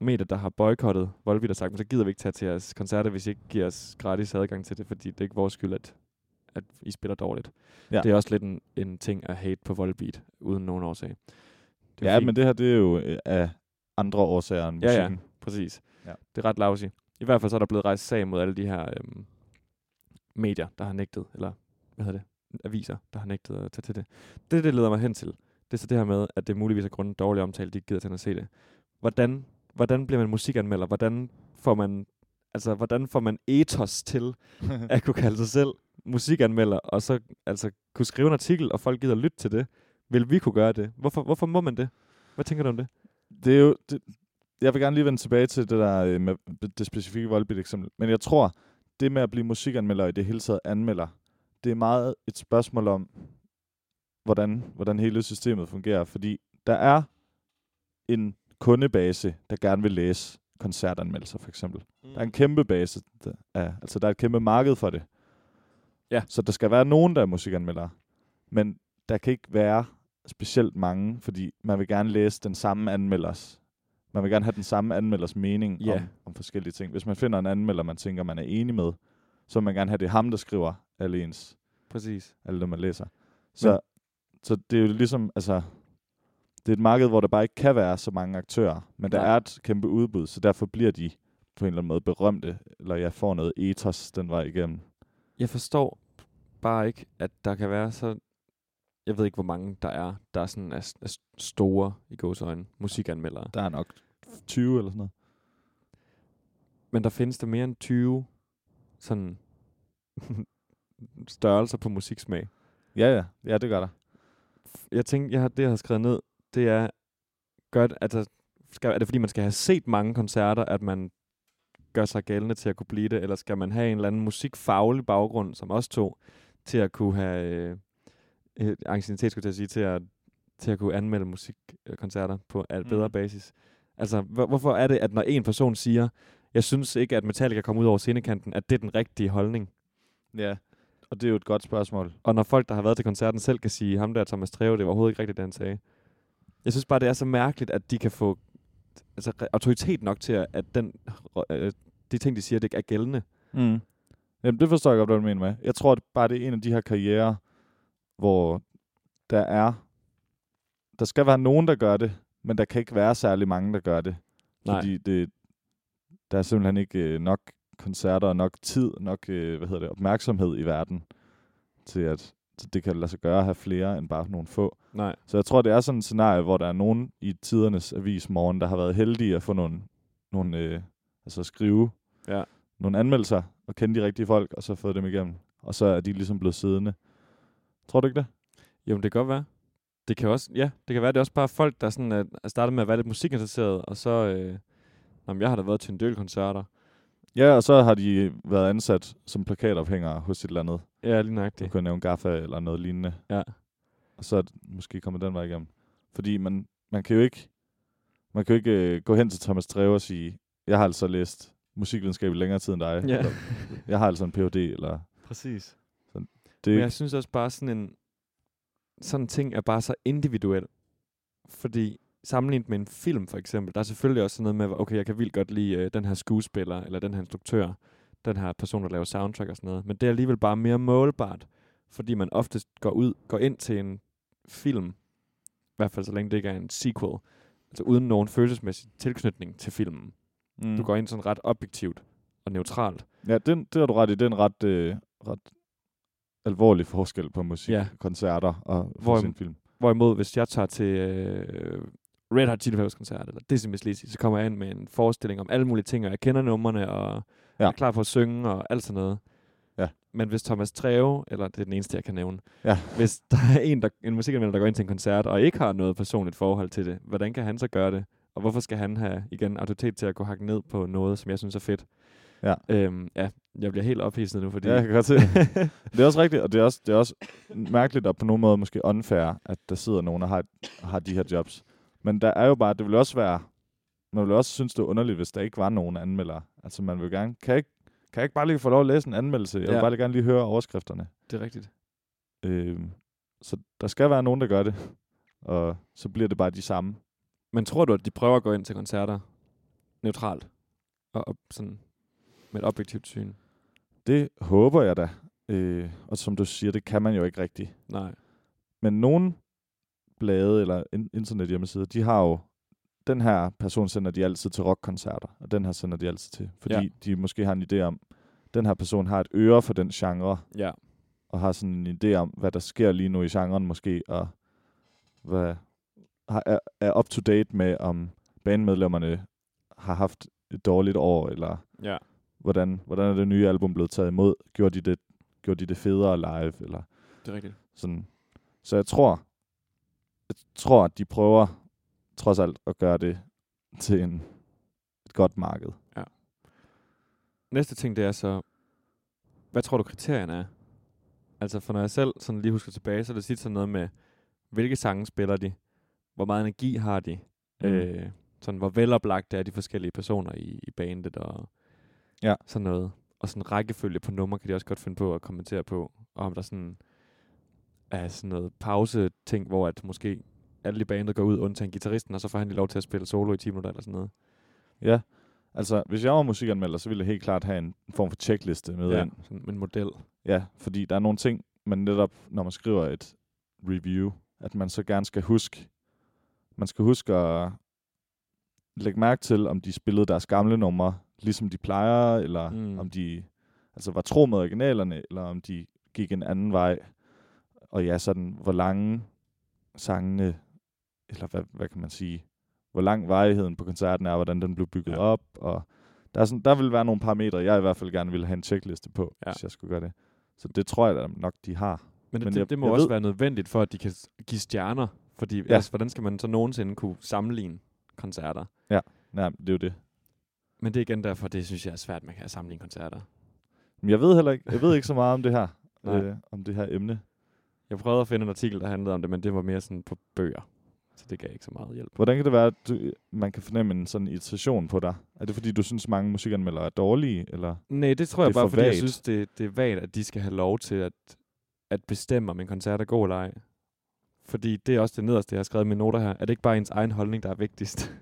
medier, der har boykottet Volbeat og sagt, men så gider vi ikke tage til jeres koncerter, hvis I ikke giver os gratis adgang til det, fordi det er ikke vores skyld, at, at I spiller dårligt. Ja. Det er også lidt en, en ting at hate på Volbeat, uden nogen årsag. Ja, fint. Men det her, det er jo øh, af andre årsager end musikken. Ja, ja, præcis. Ja. Det er ret lousy. I hvert fald så er der blevet rejst sag mod alle de her øhm, medier, der har nægtet, eller hvad hedder det, aviser, der har nægtet at tage til det. Det, det leder mig hen til, det er så det her med, at det muligvis er grunden dårlig omtale, de ikke gider til at se det. Hvordan, hvordan bliver man musikanmelder? Hvordan får man, altså, hvordan får man ethos til at kunne kalde sig selv musikanmelder, og så altså, kunne skrive en artikel, og folk gider lytte til det? Vil vi kunne gøre det? Hvorfor, hvorfor må man det? Hvad tænker du om det? Det er jo... Det Jeg vil gerne lige vende tilbage til det der med det specifikke Volbeat eksempel. Men jeg tror, det med at blive musikanmelder i det hele taget anmelder, det er meget et spørgsmål om, hvordan, hvordan hele systemet fungerer. Fordi der er en kundebase, der gerne vil læse koncertanmeldelser, for eksempel. Mm. Der er en kæmpe base, der er, altså der er et kæmpe marked for det. Ja. Så der skal være nogen, der er musikanmeldere. Men der kan ikke være specielt mange, fordi man vil gerne læse den samme anmelders. Man vil gerne have den samme anmelders mening yeah. om, om forskellige ting. Hvis man finder en anmelder, man tænker, man er enig med, så vil man gerne have det ham, der skriver alle ens. Præcis. Alle det, man læser. Så, ja. så det er jo ligesom, altså, det er et marked, hvor der bare ikke kan være så mange aktører, men der ja. er et kæmpe udbud, så derfor bliver de på en eller anden måde berømte, eller jeg får noget ethos den vej igennem. Jeg forstår bare ikke, at der kan være så... Jeg ved ikke, hvor mange der er, der er sådan er, er store i gåseøjne musikanmeldere. Der er nok tyve eller sådan noget. Men der findes der mere end tyve sådan størrelser på musiksmag. Ja, ja. Ja, det gør der. Jeg tænkte, jeg har, det jeg har skrevet ned, det er, gør det, altså, skal, er det fordi, man skal have set mange koncerter, at man gør sig gældende til at kunne blive det, eller skal man have en eller anden musikfaglig baggrund, som os to, til at kunne have... Øh, anciennitet, skulle jeg sige, til at, til at kunne anmelde musikkoncerter på en bedre mm. basis. Altså, hvor, hvorfor er det, at når en person siger, jeg synes ikke, at Metallica kommer ud over scenekanten, at det er den rigtige holdning? Ja, og det er jo et godt spørgsmål. Og når folk, der har været til koncerten selv, kan sige, ham der Thomas Treve, det var overhovedet ikke rigtigt, det han sagde. Jeg synes bare, det er så mærkeligt, at de kan få altså, autoritet nok til, at den, øh, de ting, de siger, det er gældende. Mm. Jamen, det forstår jeg godt, hvad du mener med. Jeg tror at bare, det er en af de her karrierer, hvor der er, der skal være nogen, der gør det, men der kan ikke være særlig mange, der gør det. Nej. Fordi det, der er simpelthen ikke øh, nok koncerter, nok tid, nok øh, hvad hedder det, opmærksomhed i verden, til at til det kan lade sig gøre at have flere end bare nogle få. Nej. Så jeg tror, det er sådan et scenarie, hvor der er nogen i tidernes avis morgen, der har været heldige at få nogle, nogle øh, altså skrive ja. nogle anmeldelser, og kende de rigtige folk, og så fået dem igennem. Og så er de ligesom blevet siddende. Tror du ikke det? Jo, men det kan godt være. Det kan også, ja, det kan være, det er også bare folk, der sådan er, er startet med at være lidt musikinteresseret, og så, øh, jamen, jeg har da været til en del koncerter. Ja, og så har de været ansat som plakatophængere hos et eller andet. Ja, lige nøjagtigt. Du kan nævne Gaffa eller noget lignende. Ja. Og så er det måske kommet den vej igennem. Fordi man, man kan jo ikke, man kan jo ikke øh, gå hen til Thomas Treve og sige, jeg har altså læst musikvidenskab i længere tid end dig. Ja. Eller, jeg har altså en P H D, eller... Præcis. Sådan. Det Men jeg synes også bare sådan en, sådan en ting er bare så individuel. Fordi sammenlignet med en film for eksempel, der er selvfølgelig også sådan noget med, okay, jeg kan vildt godt lide øh, den her skuespiller, eller den her instruktør, den her person, der laver soundtrack og sådan noget. Men det er alligevel bare mere målbart, fordi man oftest går ud, går ind til en film, i hvert fald så længe det ikke er en sequel, altså uden nogen følelsesmæssig tilknytning til filmen. Mm. Du går ind sådan ret objektivt og neutralt. Ja, den, det har du ret i. Det er en ret, øh, ret alvorlig forskel på musik, ja. Koncerter og Hvor, sin film. Hvorimod, hvis jeg tager til øh, Red Hot Chili Peppers koncert, eller Dizzy Miss Lizzy, så kommer jeg ind med en forestilling om alle mulige ting, og jeg kender numrene, og ja. er klar på at synge, og alt sådan noget. Ja. Men hvis Thomas Treve, eller det er den eneste, jeg kan nævne, ja. hvis der er en, der, en musikanmelder, der går ind til en koncert, og ikke har noget personligt forhold til det, hvordan kan han så gøre det? Og hvorfor skal han have, igen, autoritet til at gå hakke ned på noget, som jeg synes er fedt? Ja. Øhm, ja, jeg bliver helt ophidset nu, fordi... Ja, jeg kan godt se det. Det er også rigtigt, og det er også, det er også mærkeligt og på nogen måde måske unfair, at der sidder nogen og har, har de her jobs. Men der er jo bare, det vil også være, man vil også synes, det er underligt, hvis der ikke var nogen anmeldere. Altså man vil gerne, kan jeg ikke, kan jeg ikke bare lige få lov at læse en anmeldelse? Jeg vil ja. bare lige gerne lige høre overskrifterne. Det er rigtigt. Øhm, så der skal være nogen, der gør det, og så bliver det bare de samme. Men tror du, at de prøver at gå ind til koncerter neutralt. Og, og sådan med et objektivt syn. Det håber jeg da. Øh, og som du siger, det kan man jo ikke rigtigt. Nej. Men nogle blade eller in- internethjemmesider, de har jo, den her person sender de altid til rockkoncerter, og den her sender de altid til. Fordi ja. de måske har en idé om, den her person har et øre for den genre, Ja. og har sådan en idé om, hvad der sker lige nu i genren måske, og hvad er, er up to date med, om bandmedlemmerne har haft et dårligt år, eller Ja. hvordan, hvordan er det nye album blevet taget imod? Gjorde de det, gjorde de det federe live? Eller Det er rigtigt. sådan. Så jeg tror, jeg tror, at de prøver trods alt at gøre det til en, et godt marked. Ja. Næste ting, det er så, hvad tror du kriterierne er? Altså for når jeg selv sådan lige husker tilbage, så er det tit sådan noget med, hvilke sange spiller de? Hvor meget energi har de? Mm. Øh, sådan hvor veloplagt er de forskellige personer i, i bandet og ja. sådan noget. Og sådan rækkefølge på nummer kan de også godt finde på at kommentere på. Og om der sådan er sådan noget pause-ting, hvor at måske alle i bandet går ud, undtagen guitaristen, og så får han lige lov til at spille solo i ti minutter eller sådan noget. Ja, altså hvis jeg var musikanmelder, så ville jeg helt klart have en form for checkliste med ja, ind. Sådan en model. Ja, fordi der er nogle ting, man netop, når man skriver et review, at man så gerne skal huske, man skal huske at lægge mærke til, om de spillede deres gamle numre, ligesom de plejer, eller mm. om de altså var tro med originalerne, eller om de gik en anden vej. Og ja, sådan, hvor lange sangene, eller hvad, hvad kan man sige, hvor lang varigheden på koncerten er, hvordan den blev bygget ja. op, og der, er sådan, der vil være nogle parametre, jeg i hvert fald gerne ville have en checkliste på, ja. hvis jeg skulle gøre det. Så det tror jeg da nok, de har. Men det, Men det, jeg, det må jeg også ved, være nødvendigt for, at de kan give stjerner, fordi ja. ellers, hvordan skal man så nogensinde kunne sammenligne koncerter? Ja, nej, det er jo det. Men det er igen derfor, det synes jeg er svært, man kan sammenligne koncerter. Men jeg ved heller ikke, jeg ved ikke så meget om det her, øh, om det her emne. Jeg prøvede at finde en artikel, der handlede om det, men det var mere sådan på bøger. Så det gav ikke så meget hjælp. Hvordan kan det være, at du, man kan fornemme en sådan irritation på dig? Er det fordi, du synes, mange musikanmeldere er dårlige? Eller? Nej, det tror jeg det bare, for fordi vagt. jeg synes, det, det er vagt, at de skal have lov til at, at bestemme, om en koncert er god eller ej. Fordi det er også det nederste, jeg har skrevet i mine noter her. Er det ikke bare ens egen holdning, der er vigtigst?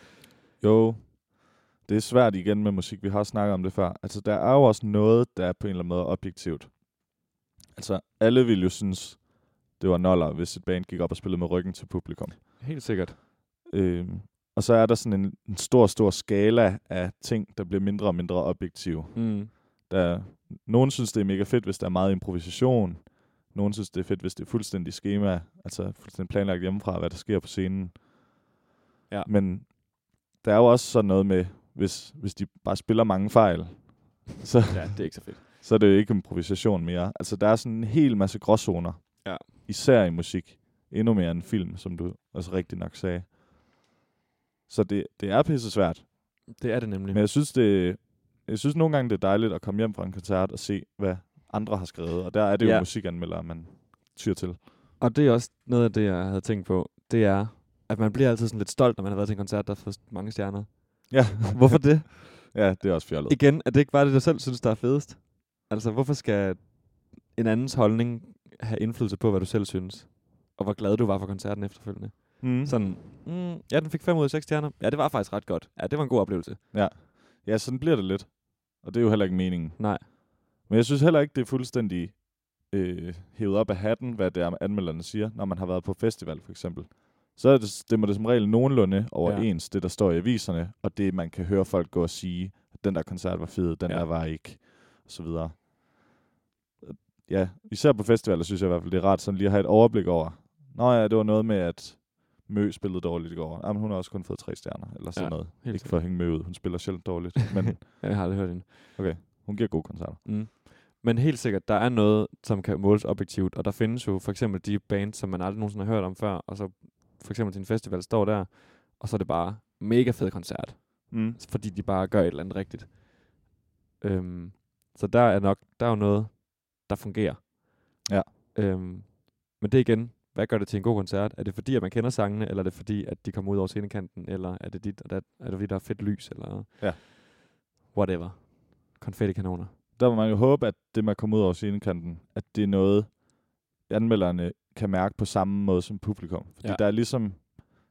Jo, det er svært igen med musik. Vi har snakket om det før. Altså, der er jo også noget, der er på en eller anden måde objektivt. Altså, alle vil jo synes, det var noller, hvis et band gik op og spillede med ryggen til publikum. Helt sikkert. Øhm, og så er der sådan en, en stor, stor skala af ting, der bliver mindre og mindre objektive. Mm. Der, nogen synes, det er mega fedt, hvis der er meget improvisation. Nogen synes, det er fedt, hvis det er fuldstændig schema, altså fuldstændig planlagt hjemmefra, hvad der sker på scenen. Ja. Men der er jo også sådan noget med, hvis, hvis de bare spiller mange fejl, så, ja, det er ikke så fedt. Så er det jo ikke improvisation mere. Altså, der er sådan en hel masse gråzoner. Ja. Især i musik. Endnu mere end film, som du også rigtig nok sagde. Så det, det er pisse svært. Det er det nemlig. Men jeg synes, det, jeg synes nogle gange, det er dejligt at komme hjem fra en koncert og se, hvad andre har skrevet. Og der er det jo ja. musikanmeldere, man tyr til. Og det er også noget af det, jeg havde tænkt på. Det er, at man bliver altid sådan lidt stolt, når man har været til en koncert, der har fået mange stjerner. Ja. Hvorfor det? Ja, det er også fjollet. Igen, er det ikke bare det, du selv synes, der er fedest? Altså, hvorfor skal en andens holdning have indflydelse på, hvad du selv synes? Og hvor glad du var for koncerten efterfølgende? Mm. Sådan, mm, ja, den fik fem ud af seks stjerner. Ja, det var faktisk ret godt. Ja, det var en god oplevelse. Ja, ja, sådan bliver det lidt. Og det er jo heller ikke meningen. Nej. Men jeg synes heller ikke, det er fuldstændig øh, hævet op af hatten, hvad det er, anmelderne siger, når man har været på festival, for eksempel. Så er det, stemmer det som regel nogenlunde overens, ja. det der står i aviserne, og det, man kan høre folk gå og sige, at den der koncert var fed, den ja. der var ikke, og så videre. Ja, især på festivaler synes jeg i hvert fald, det er rart sådan lige at have et overblik over. Nå ja, det var noget med, at Mø spillede dårligt i går. Jamen, hun har også kun fået tre stjerner, eller sådan ja, noget. Ikke for at hænge Mø ud, hun spiller sjældent dårligt. Men ja, jeg har aldrig hørt hende. Okay, hun giver gode koncerter. Mm. Men helt sikkert, der er noget, som kan måles objektivt, og der findes jo for eksempel de bands, som man aldrig nogensinde har hørt om før, og så for eksempel til en festival står der, og så er det bare mega fed koncert. Mm. Fordi de bare gør et eller andet rigtigt. Øhm, så der er nok, der er jo noget, der fungerer. Ja. Øhm, men det igen, hvad gør det til en god koncert? Er det fordi, at man kender sangene, eller er det fordi, at de kommer ud over scenekanten, eller er det dit, og dat, er det fordi, der er fedt lys, eller ja. whatever. Konfettikanoner. Der må man jo håbe, at det med at komme ud over scenekanten, at det er noget, anmelderne kan mærke på samme måde som publikum. Fordi ja. der er ligesom,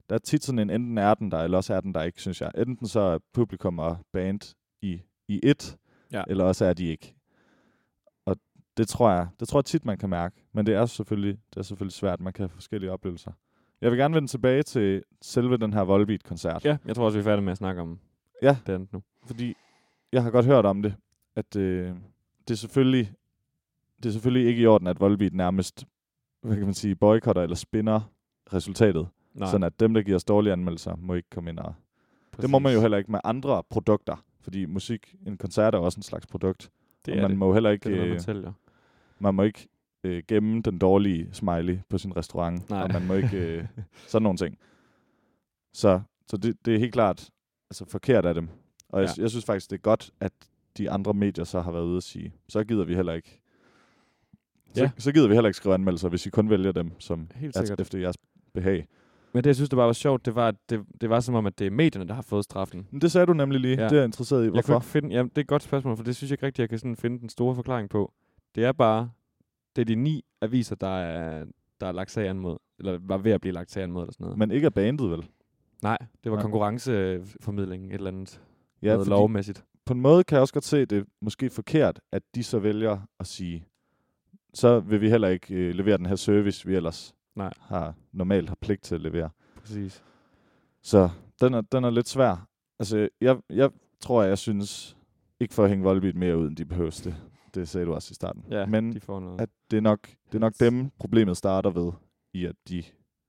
der er tit sådan en, enten er den der, eller også er den der ikke, synes jeg. Enten så er publikum og band i, i et, Ja. eller også er de ikke. Og det tror jeg, det tror jeg tit, man kan mærke. Men det er selvfølgelig, det er selvfølgelig svært, man kan have forskellige oplevelser. Jeg vil gerne vende tilbage til selve den her Volbeat-koncert. Ja, jeg tror også, vi er færdige med at snakke om Ja. det andet nu. Fordi jeg har godt hørt om det, at øh, det, er selvfølgelig, det er selvfølgelig ikke i orden, at Volbeat nærmest, hvad kan man sige, boykotter eller spinner resultatet. Nej. Sådan at dem, der giver os dårlige anmeldelser, må ikke komme ind og... Præcis. Det må man jo heller ikke med andre produkter, fordi musik, en koncert er også en slags produkt. Det og er man det. må heller ikke, Det er noget, man øh, sælger. man må ikke øh, gemme den dårlige smiley på sin restaurant, Nej. og man må ikke øh, sådan nogle ting. Så, så det, det er helt klart altså forkert af dem. Og jeg, Ja. jeg synes faktisk, det er godt, at de andre medier så har været ude at sige, så gider vi heller ikke. Så, Ja. så gider vi heller ikke skrive anmeldelser, hvis I kun vælger dem, som Helt er sikkert. efter jeres behag. Men det, jeg synes, det bare var sjovt, det var, at det, det var som om, at det er medierne, der har fået straffen. Men det sagde du nemlig lige. Ja. Det er jeg interesseret i. Jeg kunne Hvorfor? ikke finde, jamen, det er et godt spørgsmål, for det synes jeg ikke rigtig, jeg kan sådan finde den store forklaring på. Det er bare, det er de ni aviser, der er, der er lagt sag an mod, eller var ved at blive lagt sag an mod, eller sådan noget. Men ikke er bandet, vel? Nej, det var Nej. konkurrenceformidling, et eller andet. Ja, noget fordi lovmæssigt. på en måde kan jeg også godt se, at det er måske forkert, at de så vælger at sige, så vil vi heller ikke øh, levere den her service, vi ellers Nej. har normalt har pligt til at levere. Præcis. Så den er, den er lidt svær. Altså, jeg, jeg tror, jeg synes, ikke for at hænge Volbeat mere ud, end de behøves det. Det sagde du også i starten. Ja, Men de får noget. at det er nok, det er nok dem, problemet starter ved, i at de,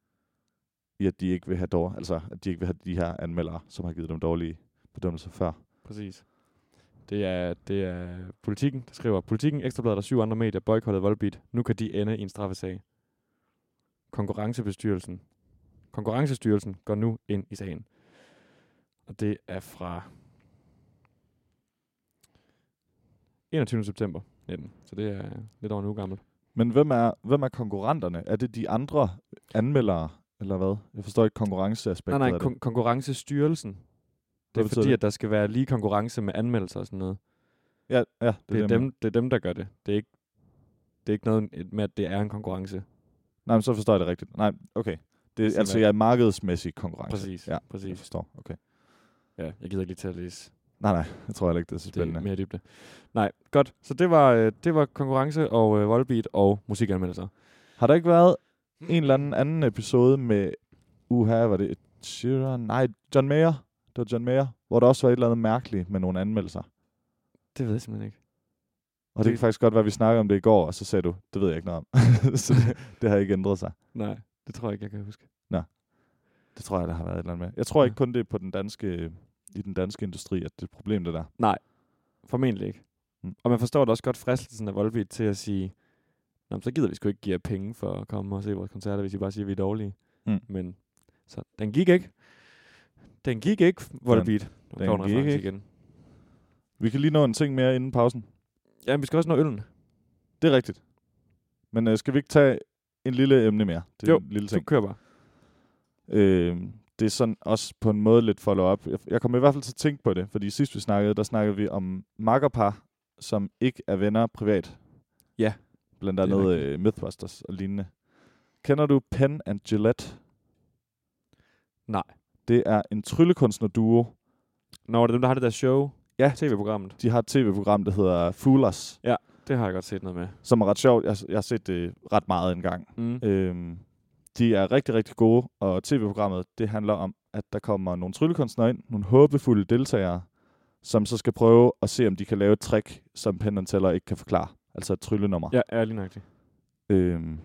i at de ikke vil have dår, altså at de ikke vil have de her anmeldere, som har givet dem dårlige bedømmelser før. Præcis. Det er, det er Politikken, der skriver, Politikken, Ekstrabladet og syv andre medier boykottede Volbeat. Nu kan de ende i en straffesag. Konkurrencebestyrelsen. Konkurrencestyrelsen går nu ind i sagen. Og det er fra enogtyvende september nitten. Så det er lidt over en uge gammelt. Men hvem er, hvem er konkurrenterne? Er det de andre anmeldere, eller hvad? Jeg forstår ikke konkurrenceaspektet Nej, nej, af det. kon- Konkurrencestyrelsen. Det Hvad er betyder fordi, det? at der skal være lige konkurrence med anmeldelser og sådan noget. Ja, ja, det, Det er, det, dem, det er dem, der gør det. Det er ikke, det er ikke noget med, at det er en konkurrence. Nej, men så forstår jeg det rigtigt. Nej, okay. Det er Sådan altså er- jeg er markedsmæssig konkurrence. Præcis, Ja, jeg præcis. forstår. Okay. Ja, jeg gider ikke lige til at læse Nej, nej, jeg tror heller ikke, det er så det spændende. mere dybde. Nej, godt. Så det var, øh, det var konkurrence og øh, Volbeat og musikanmeldelser. Har der ikke været en eller anden anden episode med, uha, var det Sheeran? Nej, John Mayer. Det var John Mayer, hvor der også var et eller andet mærkeligt med nogle anmeldelser. Det ved jeg simpelthen ikke. Og det, det kan faktisk godt være, at vi snakkede om det i går, og så sagde du, det ved jeg ikke noget om. Så det, det har ikke ændret sig. Nej, det tror jeg ikke, jeg kan huske. Det tror jeg, der har været et eller andet med. Jeg tror ikke Ja. kun det er på den danske, i den danske industri, at det er et problem, det der. Nej, formentlig ikke. Mm. Og man forstår da også godt fristelsen af Volbeat til at sige, Nå, men så gider vi sgu ikke give jer penge for at komme og se vores koncerter, hvis I bare siger, at vi er dårlige. Mm. Men så den gik ikke. Den gik ikke, Volbeat. Nu den kommer en gik reference ikke. igen. Vi kan lige nå en ting mere inden pausen. Ja, men vi skal også nå øllen. Det er rigtigt. Men øh, skal vi ikke tage en lille emne mere? Det er Jo, en lille Du ting. kører bare. Øh, det er sådan også på en måde lidt follow-up. Jeg, jeg kommer i hvert fald til at tænke på det, fordi sidst vi snakkede, der snakkede vi om makkerpar, som ikke er venner privat. Ja, Blandt det er andet rigtigt. øh, Mythbusters og lignende. Kender du Penn and Gillette? Nej. Det er en tryllekunstner-duo. Nå, det er dem, der har det der show. Ja. T V-programmet. De har et tv-program, der hedder Fool Us, Det har jeg godt set noget med. som er ret sjovt. Jeg, jeg har set det ret meget engang. Mm. Øhm, de er rigtig, rigtig gode, og tv-programmet, det handler om, at der kommer nogle tryllekunstnere ind, nogle håbefulde deltagere, som så skal prøve at se, om de kan lave et trick, som Penn and Teller ikke kan forklare. Altså et tryllenummer. Ja, ærlig nok det. Øhm,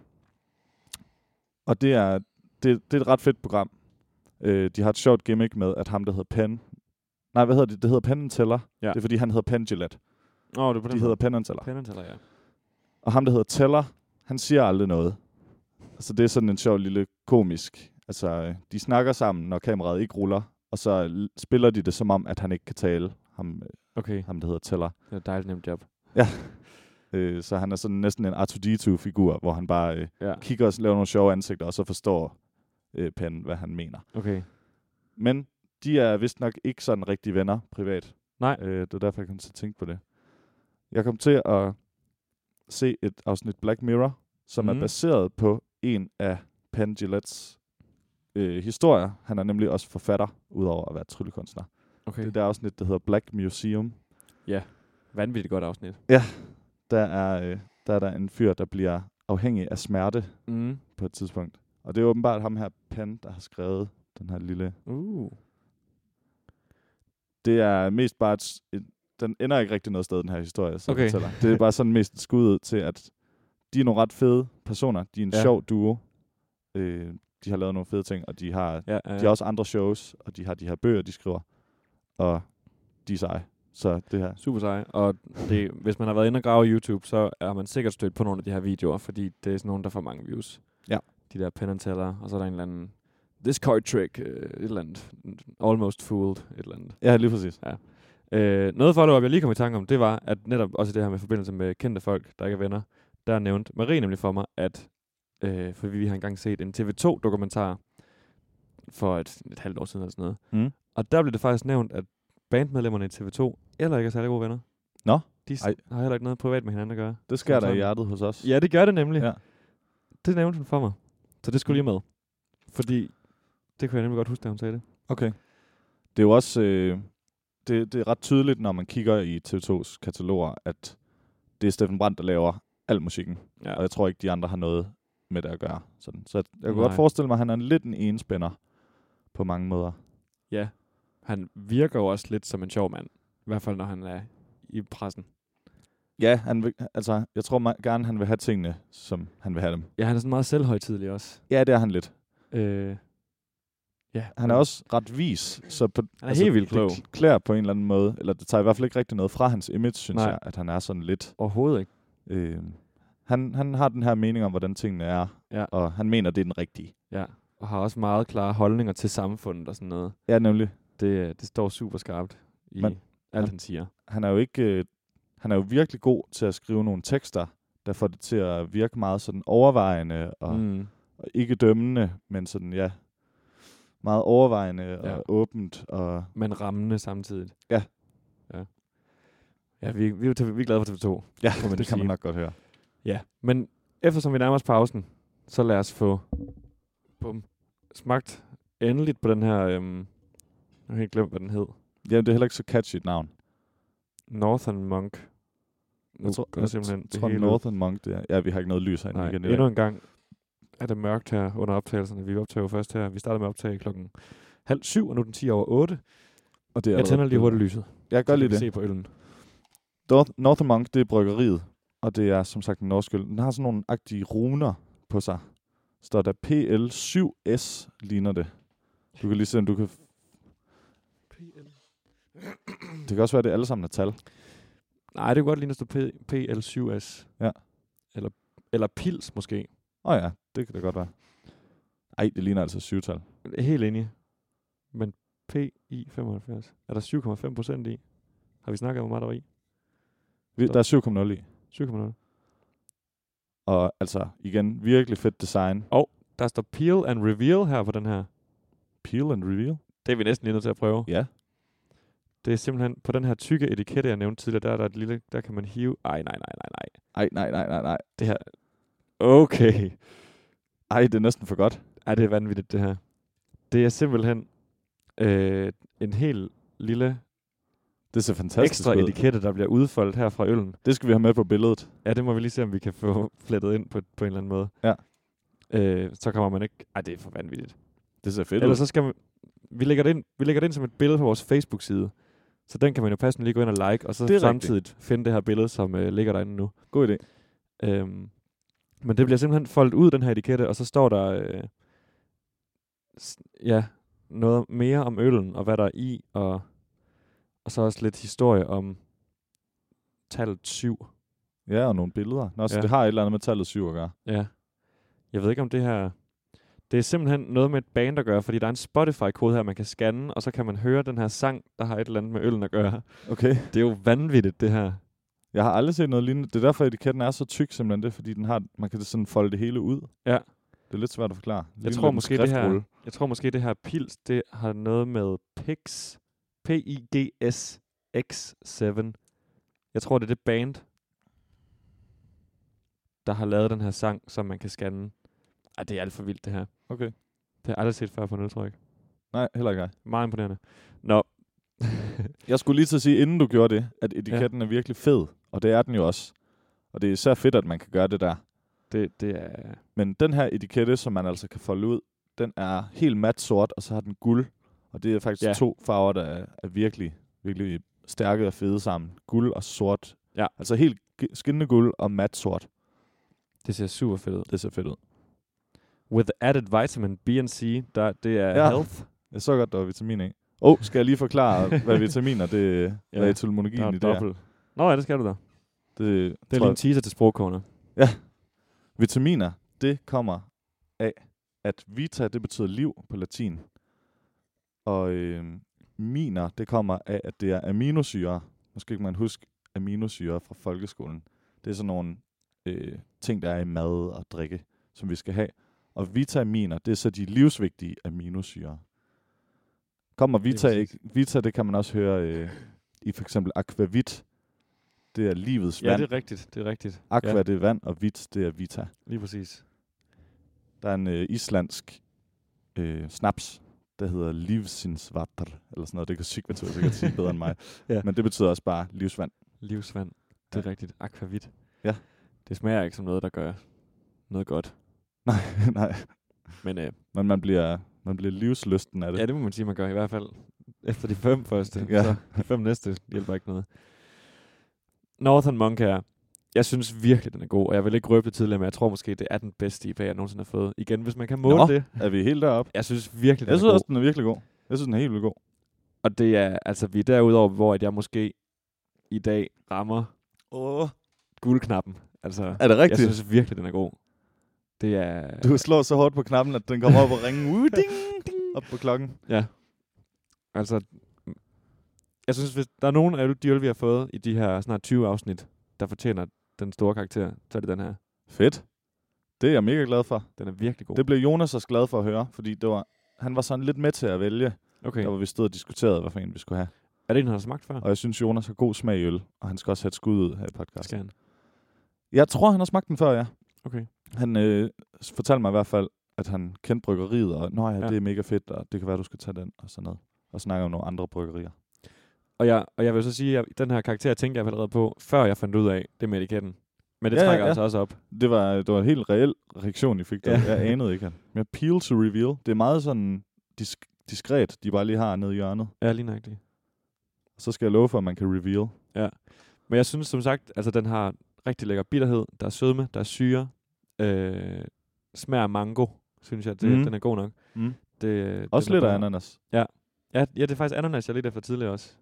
og det er, det, det er et ret fedt program. Øh, de har et sjovt gimmick med, at ham, der hedder Penn... Nej, hvad hedder det? Det hedder Penn and Teller. Ja. Det er, fordi han hedder Penn Gillette. Åh, det er på den De hedder Penn and Teller. Penn ja. Og ham, der hedder Teller, han siger aldrig noget. Altså, det er sådan en sjov lille komisk. Altså, øh, de snakker sammen, når kameraet ikke ruller, og så l- spiller de det som om, at han ikke kan tale, ham, øh, Okay, ham der hedder Teller. det er et dejligt nemt job. Øh, så han er sådan næsten en R to D to-figur, hvor han bare øh, Ja, kigger og laver nogle sjove ansigter, og så forstår øh, Penn, hvad han mener. okay. Men de er vist nok ikke sådan rigtig venner privat. Nej. Øh, det er derfor, jeg kom til at tænke på det. Jeg kom til at se et afsnit Black Mirror, som mm. Mhm. er baseret på en af Penn Gillettes øh, historier. Han er nemlig også forfatter, udover at være tryllekunstner. Okay. Det der afsnit, der hedder Black Museum. Ja, vanvittigt godt afsnit. Der er, øh, der er der en fyr, der bliver afhængig af smerte Mm. på et tidspunkt. Og det er åbenbart ham her, Penn, der har skrevet den her lille... Uh. Det er mest bare et, et, den ender ikke rigtig noget sted, den her historie, så Okay. fortæller. Det er bare sådan mest et skud ud til, at de er nogle ret fede personer. De er en Ja. sjov duo. Øh, de har lavet nogle fede ting, og de har, Ja, ja. de har også andre shows, og de har de her bøger, de skriver. Og de er seje. Så det her... Super sej. Og det, hvis man har været inde og grave i YouTube, så er man sikkert stødt på nogle af de her videoer, fordi det er sådan nogle, der får mange views. Ja. De der pen and teller, og så er der en eller anden this card trick, øh, et eller andet. Almost fooled, et eller andet. Ja, lige præcis. Øh, noget follow-up, jeg lige kom i tanke om, det var, at netop også det her med forbindelse med kendte folk, der ikke er venner, der nævnte Marie nemlig for mig, at øh, for vi har engang set en T V to dokumentar for et, et halvt år siden eller sådan noget. Mm. Og der blev det faktisk nævnt, at bandmedlemmerne i T V to eller ikke er særlig gode venner. Nå, De s- ej. har heller ikke noget privat med hinanden at gøre. det sker der Sådan. i hjertet hos os. Ja, det gør det nemlig. Ja. Det nævnte hun for mig. Så det skulle lige med. Fordi det kunne jeg nemlig godt huske, da hun sagde det. Okay. Det er jo også øh, det, det er ret tydeligt, når man kigger i T V to's kataloger, at det er Steffen Brandt, der laver al musikken. Ja. Og jeg tror ikke, de andre har noget med det at gøre. Sådan. Så jeg, jeg kunne Nej. godt forestille mig, at han er lidt en enspænder på mange måder. Ja. Han virker jo også lidt som en sjov mand. I hvert fald, når han er i pressen. Ja, han vil, altså, jeg tror ma- gerne, han vil have tingene, som han vil have dem. Ja, han er sådan meget selvhøjtidlig også. Ja, det er han lidt. Øh, ja. Han er også ret vis, så på, Han er helt vildt klog. det klæder på en eller anden måde, eller det tager i hvert fald ikke rigtig noget fra hans image, synes Nej. jeg, at han er sådan lidt... Overhovedet ikke. Øh, han, han har den her mening om, hvordan tingene er, Ja. og han mener, det er den rigtige. Ja. Og har også meget klare holdninger til samfundet og sådan noget. Ja, nemlig. Det, det står super skarpt i Men- alt, han- han siger. Han er jo ikke... Øh, han er jo virkelig god til at skrive nogle tekster, der får det til at virke meget sådan overvejende og, mm. Mm. og ikke dømmende, men sådan, ja, meget overvejende Ja. og åbent. Og Men rammende samtidig. Ja. Ja, ja vi, vi, er jo- vi er glade for T V to. ja, Må man det kan man sige. nok godt høre. Ja, men eftersom vi nærmer os pausen, så lad os få bum, smagt endeligt på den her... Øhm, jeg har helt glemt, hvad den hed. Jamen, det er heller ikke så catchy et navn. Northern Monk. Nu Jeg tror, går jeg simpelthen tror det hele ud. Northern Monk, det er. Ja, vi har ikke noget lys herinde Nej, igen i endnu dag. en gang er det mørkt her under optagelserne. Vi optager jo først her. Vi startede med at optage klokken halv syv, og nu er den ti over otte. Og det er Jeg tænder lige hurtigt lyset. Jeg gør så lige kan vi det. se på øllen. North- Northern Monk, det er bryggeriet, og det er som sagt en norsk øl. Den har sådan nogle agtige runer på sig. Står der P L syv S, ligner det. Du kan lige se, om du kan... Det kan også være, at det alle sammen er tal. Nej, det kunne godt ligne at stå P- P L syv S. Ja. Eller, eller Pils måske. Åh oh ja, det kan det godt være. Ej, det ligner altså syvtal. Helt enig. Men P I femoghalvfjerds. Er der syv komma fem procent i? Har vi snakket om, hvor meget der var i? Vi, der er syv komma nul i. syv komma nul. Og altså, igen, virkelig fedt design. Der står Peel and Reveal her på den her. Peel and reveal. Det er vi næsten lige nødt til at prøve. Ja. Det er simpelthen på den her tykke etikette, jeg nævnte tidligere, der er der et lille, der kan man hive... Ej, nej, nej, nej, nej. Ej, nej, nej, nej, nej. Det her... Okay. Ej, det er næsten for godt. Ej, det er vanvittigt, det her. Det er simpelthen øh, en helt lille Det ser fantastisk ekstra ud. etikette, der bliver udfoldet her fra øllen. Det skal vi have med på billedet. Ja, det må vi lige se, om vi kan få flettet ind på, på en eller anden måde. Ja. Øh, så kommer man ikke... Ej, det er for vanvittigt. Det ser fedt Ellers ud. så skal man... Vi lægger, det ind, vi lægger det ind som et billede på vores Facebook-side. Så den kan man jo passende lige gå ind og like, og så Det er samtidig rigtigt. finde det her billede, som øh, ligger derinde nu. God idé. Øhm, men det bliver simpelthen foldet ud, den her etikette, og så står der... Øh, s- ja, noget mere om øllen, og hvad der er i, og, og så også lidt historie om tallet syv. Ja, og nogle billeder. Nå, så Ja. det har et eller andet med tallet syv at gøre. Ja. Jeg ved ikke, om det her... Det er simpelthen noget med et band at gøre, fordi der er en Spotify-kode her, man kan scanne, og så kan man høre den her sang, der har et eller andet med øllen at gøre. Okay. Det er jo vanvittigt, det her. Jeg har aldrig set noget lignende. Det er derfor, etiketten er så tyk, simpelthen det, fordi den har, man kan sådan folde det hele ud. Ja. Det er lidt svært at forklare. Jeg Ligner tror, lidt en måske det her, skriftrulle. jeg tror måske, det her pils, det har noget med Pix, P I G S X syv. Jeg tror, det er det band, der har lavet den her sang, som man kan scanne. Ej, det er alt for vildt, det her. Okay. Det har jeg aldrig set før på en øltryk. Nej, heller ikke jeg. Meget imponerende. Nå. Jeg skulle lige til at sige, inden du gjorde det, at etiketten ja. er virkelig fed. Og det er den jo også. Og det er især fedt, at man kan gøre det der. Det, det er... Men den her etikette, som man altså kan folde ud, den er helt mat sort, og så har den guld. Og det er faktisk ja. to farver, der er, er virkelig, virkelig stærke og fede sammen. Guld og sort. Ja. Altså helt skinnende guld og mat sort. Det ser super fedt ud. Det ser fedt ud. With added vitamin B and C, der, det er ja. health. Jeg så godt, der var vitamin i. Åh, oh, skal jeg lige forklare, hvad vitaminer, det er, ja. hvad etymologien i det er? Nå ja, det skal du da. Det, det er lige en teaser til sprogkornet. Ja. Vitaminer, det kommer af, at vita, det betyder liv på latin. Og øh, miner, det kommer af, at det er aminosyre. Måske kan man huske aminosyre fra folkeskolen. Det er sådan nogle øh, ting, der er i mad og drikke, som vi skal have. Og vitaminer, det er så de livsvigtige aminosyre. Kommer vita det ikke? Vita, det kan man også høre øh, i for eksempel aquavit. Det er livets vand. Ja, det er rigtigt. Det er rigtigt. Aqua, ja. det er vand, og vit, det er vita. Lige præcis. Der er en øh, islandsk øh, snaps, der hedder livsinsvatr, eller sådan noget. Det kan sikkert sikkert sige bedre end mig. ja. Men det betyder også bare livsvand. Livsvand. Det er ja. rigtigt. Aquavit. Ja. Det smager ikke som noget, der gør noget godt. Nej, nej. Men, øh, Men man bliver, man bliver livslysten af det. Ja, det må man sige, man gør i hvert fald. Efter de fem første. ja. Så de fem næste hjælper ikke noget. Northern Monk her. Jeg synes virkelig, den er god. Og jeg vil ikke røbe det tidligere, men jeg tror måske, det er den bedste I P A, jeg nogensinde har fået. Igen, hvis man kan måle Nå, det. Er vi helt deroppe? Jeg synes virkelig, den jeg er synes god. også, den er virkelig god. Jeg synes, den er helt vildt god. Og det er, altså, vi er derudover, hvor at jeg måske i dag rammer oh. guldknappen. Altså, er det rigtigt? Jeg synes virkelig, den er god. Det er... Du slår så hårdt på knappen, at den kommer op og ringer uh, ding, ding, op på klokken. Ja. Altså, jeg synes, hvis der er nogen af de øl, vi har fået i de her snart tyve afsnit, der fortjener den store karakter, så er det den her. Fedt. Det er jeg mega glad for. Den er virkelig god. Det blev Jonas også glad for at høre, fordi det var, han var sådan lidt med til at vælge, okay. der hvor vi stod og diskuterede, hvad for en vi skulle have. Er det en, han har smagt før? Og jeg synes, Jonas har god smag i øl, og han skal også have et skud ud her i podcasten. Skal han? Jeg tror, han har smagt den før, ja. Okay. Han øh, fortalte mig i hvert fald, at han kendte bryggeriet, og nå ja, ja, det er mega fedt, og det kan være, du skal tage den, og sådan noget. Og snakke om nogle andre bryggerier. Og jeg, og jeg vil så sige, at den her karakter tænkte jeg allerede på, før jeg fandt ud af det med etiketten. Men det ja, trækker ja. altså også op. Det var, det var en helt reel reaktion, I fik der. Ja. Jeg anede ikke. Men peel to reveal, det er meget sådan disk- diskret, de bare lige har nede i hjørnet. Ja, lige nøjagtigt. Så skal jeg love for, at man kan reveal. Ja. Men jeg synes som sagt, altså den har rigtig lækker bitterhed. Der er sødme, der er syre. Øh, smager mango, synes jeg. Det, mm. Den er god nok. Mm. Det, også lidt af ananas. Ja. ja. Ja, det er faktisk ananas, jeg er lidt efter tidligere også.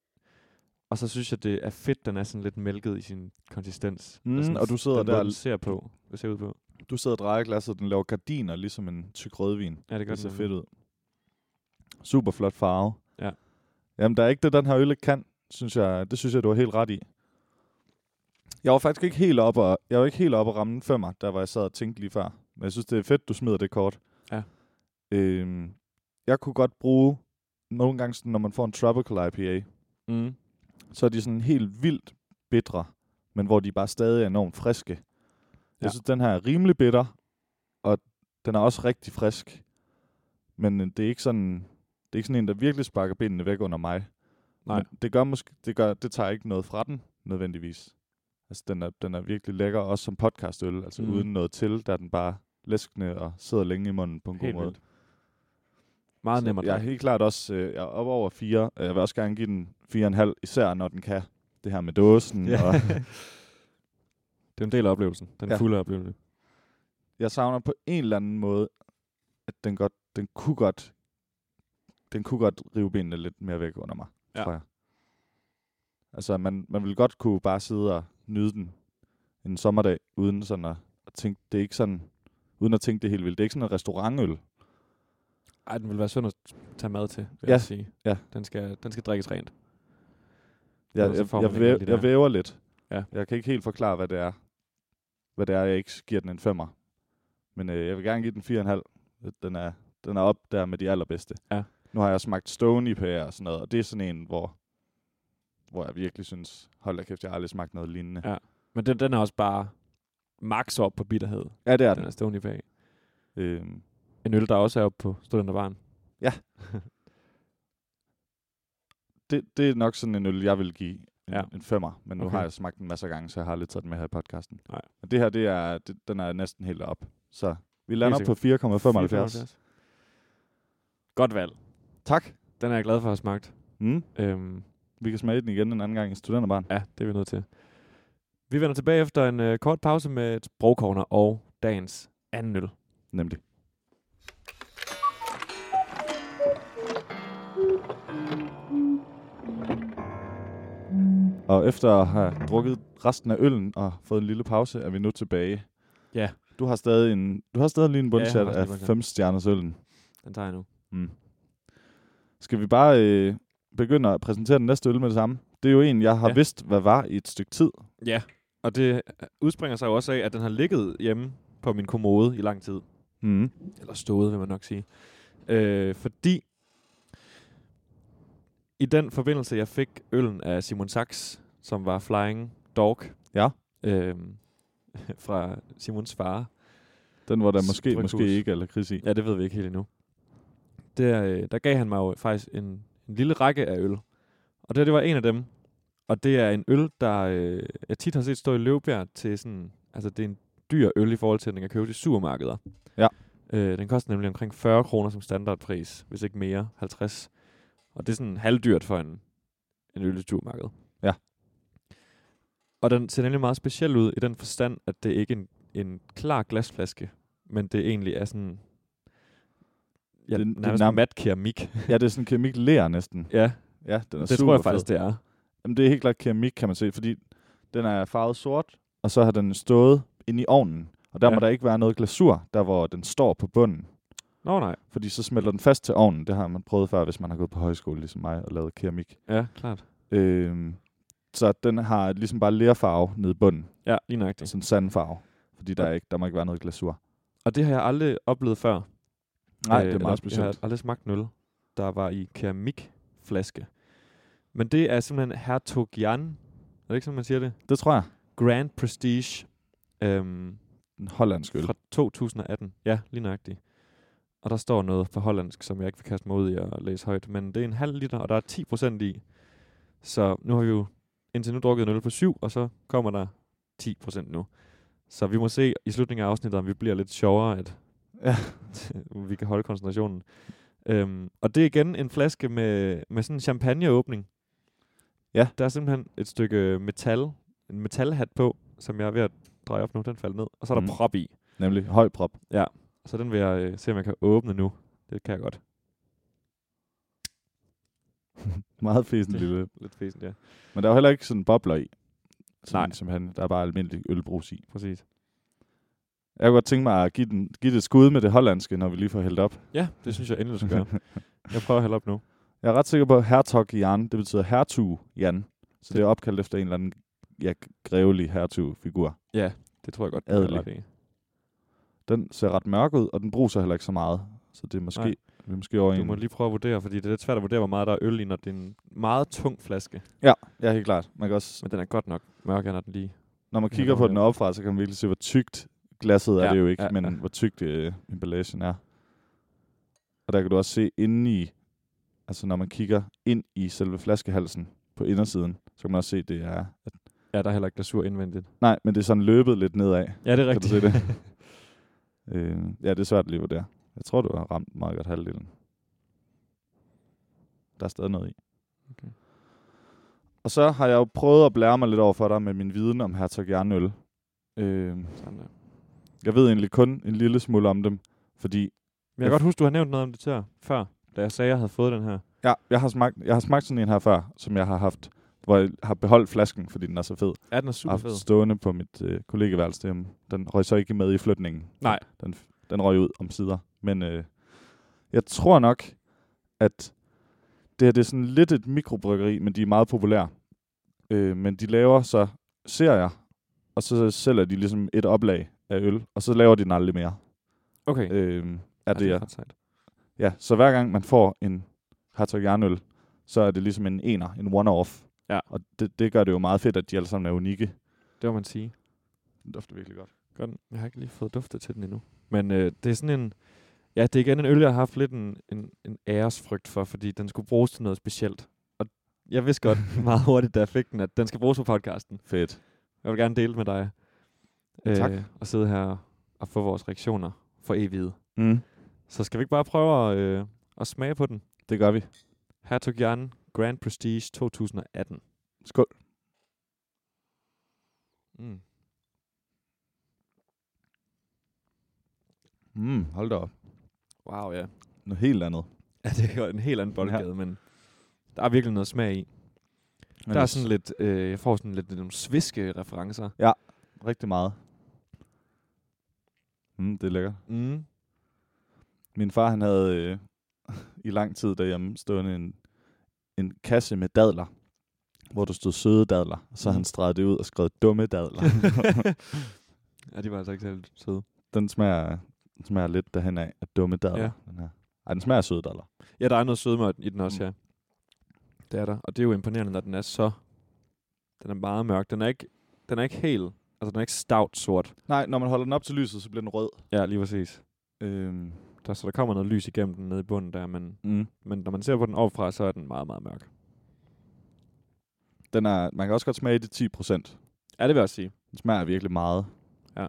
Og så synes jeg, det er fedt, den er sådan lidt mælket i sin konsistens. Mm, sådan, og du sidder den der... Den ser på, det ser ud på. Du sidder og drejer glasset, den laver gardiner, ligesom en tyk rødvin. Ja, det gør det. ser den fedt ud. Super flot farve. Ja. Jamen, der er ikke det, den her øl ikke kan, synes jeg. Det synes jeg, du har helt ret i. Jeg var faktisk ikke helt oppe og, jeg var ikke helt oppe at ramme en femmer, der var jeg sad og tænkte lige før. Men jeg synes, det er fedt, du smider det kort. Ja. Øhm, jeg kunne godt bruge, nogle gange, sådan, når man får en tropical I P A, mm. så er de sådan helt vildt bitre, men hvor de bare stadig er enormt friske. Ja. Jeg synes, den her er rimelig bitter, og den er også rigtig frisk. Men det er ikke sådan, det er ikke sådan en, der virkelig sparker benene væk under mig. Nej. Men det gør måske, det gør, det tager ikke noget fra den nødvendigvis. Altså den er, den er virkelig lækker, også som podcastøl, altså mm. uden noget til, der er den bare læskende og sidder længe i munden på en helt god måde. Vildt. Meget nemmere. Jeg er helt klart også, øh, jeg er oppe over fire. Jeg vil også gerne give den fire og en halv, især når den kan det her med dåsen. Ja. Og det er en del af oplevelsen. Den ja. fulde oplevelse. Jeg savner på en eller anden måde, at den godt, den kunne godt, den kunne godt rive benene lidt mere væk under mig, ja. tror jeg. Altså, man, man ville godt kunne bare sidde og nyde den en sommerdag, uden sådan at, at tænke, det er ikke sådan, uden at tænke det helt vildt. Det er ikke sådan en restaurantøl. Ej, den vil være synd at tage mad til, vil ja. jeg sige. Ja. Den skal, den skal drikkes rent. Ja, jeg, jeg, jeg, væv, jeg væver lidt. Ja. Jeg kan ikke helt forklare, hvad det er. Hvad det er, jeg ikke giver den en femmer. Men øh, jeg vil gerne give den fire og en halv. Den er, den er op der med de allerbedste. Ja. Nu har jeg smagt Stone I P A og sådan noget, og det er sådan en, hvor, hvor jeg virkelig synes, hold da kæft, jeg har aldrig smagt noget lignende. Ja. Men den, den er også bare max op på bitterhed. Ja, det er den. Den er Stone I P A. Øhm, En øl, der også er oppe på Studenterbaren. Det, det er nok sådan en øl, jeg vil give en, Ja. en femmer. Men nu Okay. har jeg smagt den masser af gange, så jeg har lidt taget den med her i podcasten. Nej. Men det her, det er, det, den er næsten helt op. Så vi lander Helt på fire komma femoghalvfjerds. fireoghalvfjerds. Godt valg. Tak. Den er jeg glad for at have smagt. Mm. Øhm, Vi kan smage den igen en anden gang i Studenterbaren. ja, det er vi nødt til. Vi vender tilbage efter en øh, kort pause med et sprogcorner og dagens anden øl. Nemlig. Og efter at have drukket resten af øllen og fået en lille pause, er vi nu tilbage. Ja. Du har stadig en, du har stadig lige en Ja, bundshat jeg har også af lige bundshat. fem stjerners øllen. Den tager jeg nu. Mm. Skal vi bare øh, begynde at præsentere den næste øl med det samme? Det er jo en, jeg har Ja. vidst, hvad var i et stykke tid. Ja, og det udspringer sig jo også af, at den har ligget hjemme på min kommode i lang tid. Mm. Eller stået, vil man nok sige. Øh, fordi i den forbindelse, jeg fik øllen af Simon Sachs, som var Flying Dog. Ja. Øh, fra Simons far. Den var der måske, Strykhus. måske ikke eller kris i. Ja, det ved vi ikke helt endnu. Der, øh, der gav han mig jo faktisk en, en lille række af øl. Og det, det var en af dem. Og det er en øl, der øh, jeg tit har set stå i Løvbjerg til sådan... Altså, det er en dyr øl i forhold til, at den kan købes i supermarkeder. Ja. Øh, den koster nemlig omkring fyrre kroner som standardpris, hvis ikke mere, halvtreds. Og det er sådan halvdyrt for en, en øl i supermarkedet. Ja. Og den ser nemlig meget speciel ud i den forstand, at det ikke er en, en klar glasflaske, men det egentlig er sådan... Ja, Det- det, det nærmest nærm- mat keramik. Ja, det er sådan keramik ler næsten. Ja, Ja, den er det super tror jeg fed. faktisk, det er. Jamen, det er helt klart keramik, kan man se, fordi den er farvet sort, og så har den stået inde i ovnen. Og der Ja. må der ikke være noget glasur, der hvor den står på bunden. Nå nej. Fordi så smelter den fast til ovnen. Det har man prøvet før, hvis man har gået på højskole, ligesom mig, og lavet keramik. Ja, klart. Øhm, så den har ligesom bare lerfarve nede i bunden. Ja, lige nøjagtigt. Sådan en sandfarve. Fordi der, er ikke, der må ikke være noget glasur. Og det har jeg aldrig oplevet før. Nej, Øh, det er eller meget specielt. Jeg har aldrig smagt en øl, der var i keramikflaske. Men det er simpelthen Hertog Jan. Er det ikke sådan, man siger det? Det tror jeg. Grand Prestige. Øhm, En hollandsk øl. fra to tusind atten. Ja, lige nøjagtigt. Og der står noget på hollandsk, som jeg ikke vil kaste mig ud i at læse højt. Men det er en halv liter, og der er ti procent i. Så nu har vi jo indtil nu drukket en øl på syv, og så kommer der ti procent nu. Så vi må se i slutningen af afsnittet, om vi bliver lidt sjovere, at Ja. vi kan holde koncentrationen. Øhm, og det er igen en flaske med, med sådan en champagneåbning. Ja. Der er simpelthen et stykke metal, en metalhat på, som jeg er ved at dreje op nu. Den faldt ned. Og så er der Mm. prop i. Nemlig høj prop. Så den vil jeg øh, se, om jeg kan åbne nu. Det kan jeg godt. Meget fesen lille. Lidt fæsent, ja. Men der er jo heller ikke sådan bobler i. Sådan, Nej. Som han, der er bare almindelig ølbrus i. Præcis. Jeg kunne godt tænke mig at give, den, give det et skud med det hollandske, når vi lige får hældt op. Ja, det synes jeg endelig, du skal gøre. Jeg prøver at hælde op nu. Jeg er ret sikker på, at Hertog Jan, det betyder hertug Jan. Så det er opkaldt efter en eller anden ja, grevelig hertug-figur. Ja, det tror jeg godt. Adelig. du har ret i. Den ser ret mørk ud, og den bruser heller ikke så meget. Så det er måske, Nej. vi er måske over i Du en... må lige prøve at vurdere, fordi det er lidt svært at vurdere, hvor meget der er øl i, når det er en meget tung flaske. Ja, ja, helt klart. Man kan også, Men den er godt nok mørkere, når den lige... når man Ja, kigger der på var den det. opfra, så kan man virkelig se, hvor tykt glasset er Ja, det jo ikke, ja, men ja. hvor tykt øh, emballagen er. Og der kan du også se inde i, altså når man kigger ind i selve flaskehalsen på indersiden, så kan man også se, det er... At, Ja, der er heller ikke glasur indvendigt. nej, men det er sådan løbet lidt nedad. Ja, det er Kan du rigtigt. se det? øh, ja, det er svært lige at vurdere. Jeg tror, du har ramt meget godt halvdelen. Der er stadig noget i. Okay. Og så har jeg jo prøvet at blære mig lidt over for dig med min viden om Hertog Jan øl. Øh, Sådan der. jeg ved egentlig kun en lille smule om dem, fordi Men jeg kan godt huske, du har nævnt noget om det til før, da jeg sagde, at jeg havde fået den her. ja, jeg, har smagt, jeg har smagt sådan en her før, som jeg har haft, hvor jeg har beholdt flasken, fordi den er så fed. Ja, den er Jeg super har fed. haft stående på mit øh, kollegeværelse derhjemme. Den røg så ikke med i flytningen. Nej. Den, den røg ud om sider. Men øh, jeg tror nok, at det her det er sådan lidt et mikrobryggeri, men de er meget populære. Øh, men de laver så serier, og så sælger de ligesom et oplag af øl, og så laver de den aldrig mere. Okay. Øh, er det, det ja. er ret sejt. Ja, så hver gang man får en Hertog Jan øl, så er det ligesom en ener, en one-off. Ja. Og det, det gør det jo meget fedt, at de alle sammen er unikke. Det må man sige. Den dufter virkelig godt. Godt. Jeg har ikke lige fået duftet til den endnu. Men øh, det er sådan en... Ja, det er igen en øl, jeg har haft lidt en, en, en æresfrygt for, fordi den skulle bruges til noget specielt. Og jeg vidste godt meget hurtigt, da jeg fik den, at den skal bruges på podcasten. Fedt. Jeg vil gerne dele med dig. Tak. Øh, og sidde her og få vores reaktioner for evigt. Mm. Så skal vi ikke bare prøve at, øh, at smage på den? Det gør vi. Hertug Jan Grand Prestige to tusind atten. Skål. Mm. Mm, hold da op. Wow, ja. Noget helt andet. Ja, det er en helt anden boldgade, ja. Men der er virkelig noget smag i. Men der er sådan lidt, øh, jeg får sådan lidt nogle sviske referencer. Ja, rigtig meget. Mm, det er lækkert. Mm. Min far, han havde øh, i lang tid derhjemme stående en, en kasse med dadler, hvor der stod søde dadler. Så mm. han stregede det ud og skrev dumme dadler. Ja, de var altså ikke særlig søde. Den smager, den smager lidt derhen af, af dumme dadler. Ja. Den her. Ej, den smager af søde dadler. Ja, der er noget sødme i den også, mm. ja. Det er der. Og det er jo imponerende, når den er så... Den er meget mørk. Den er ikke, den er ikke helt... Altså, den er ikke stout sort. Nej, når man holder den op til lyset, så bliver den rød. Ja, lige præcis. Øhm. Der, så der kommer noget lys igennem den nede i bunden der, men, Mm. men når man ser på den overfra, så er den meget, meget mørk. Den er, man kan også godt smage de ti procent. Ja, det vil jeg sige. Den smager virkelig meget. Ja.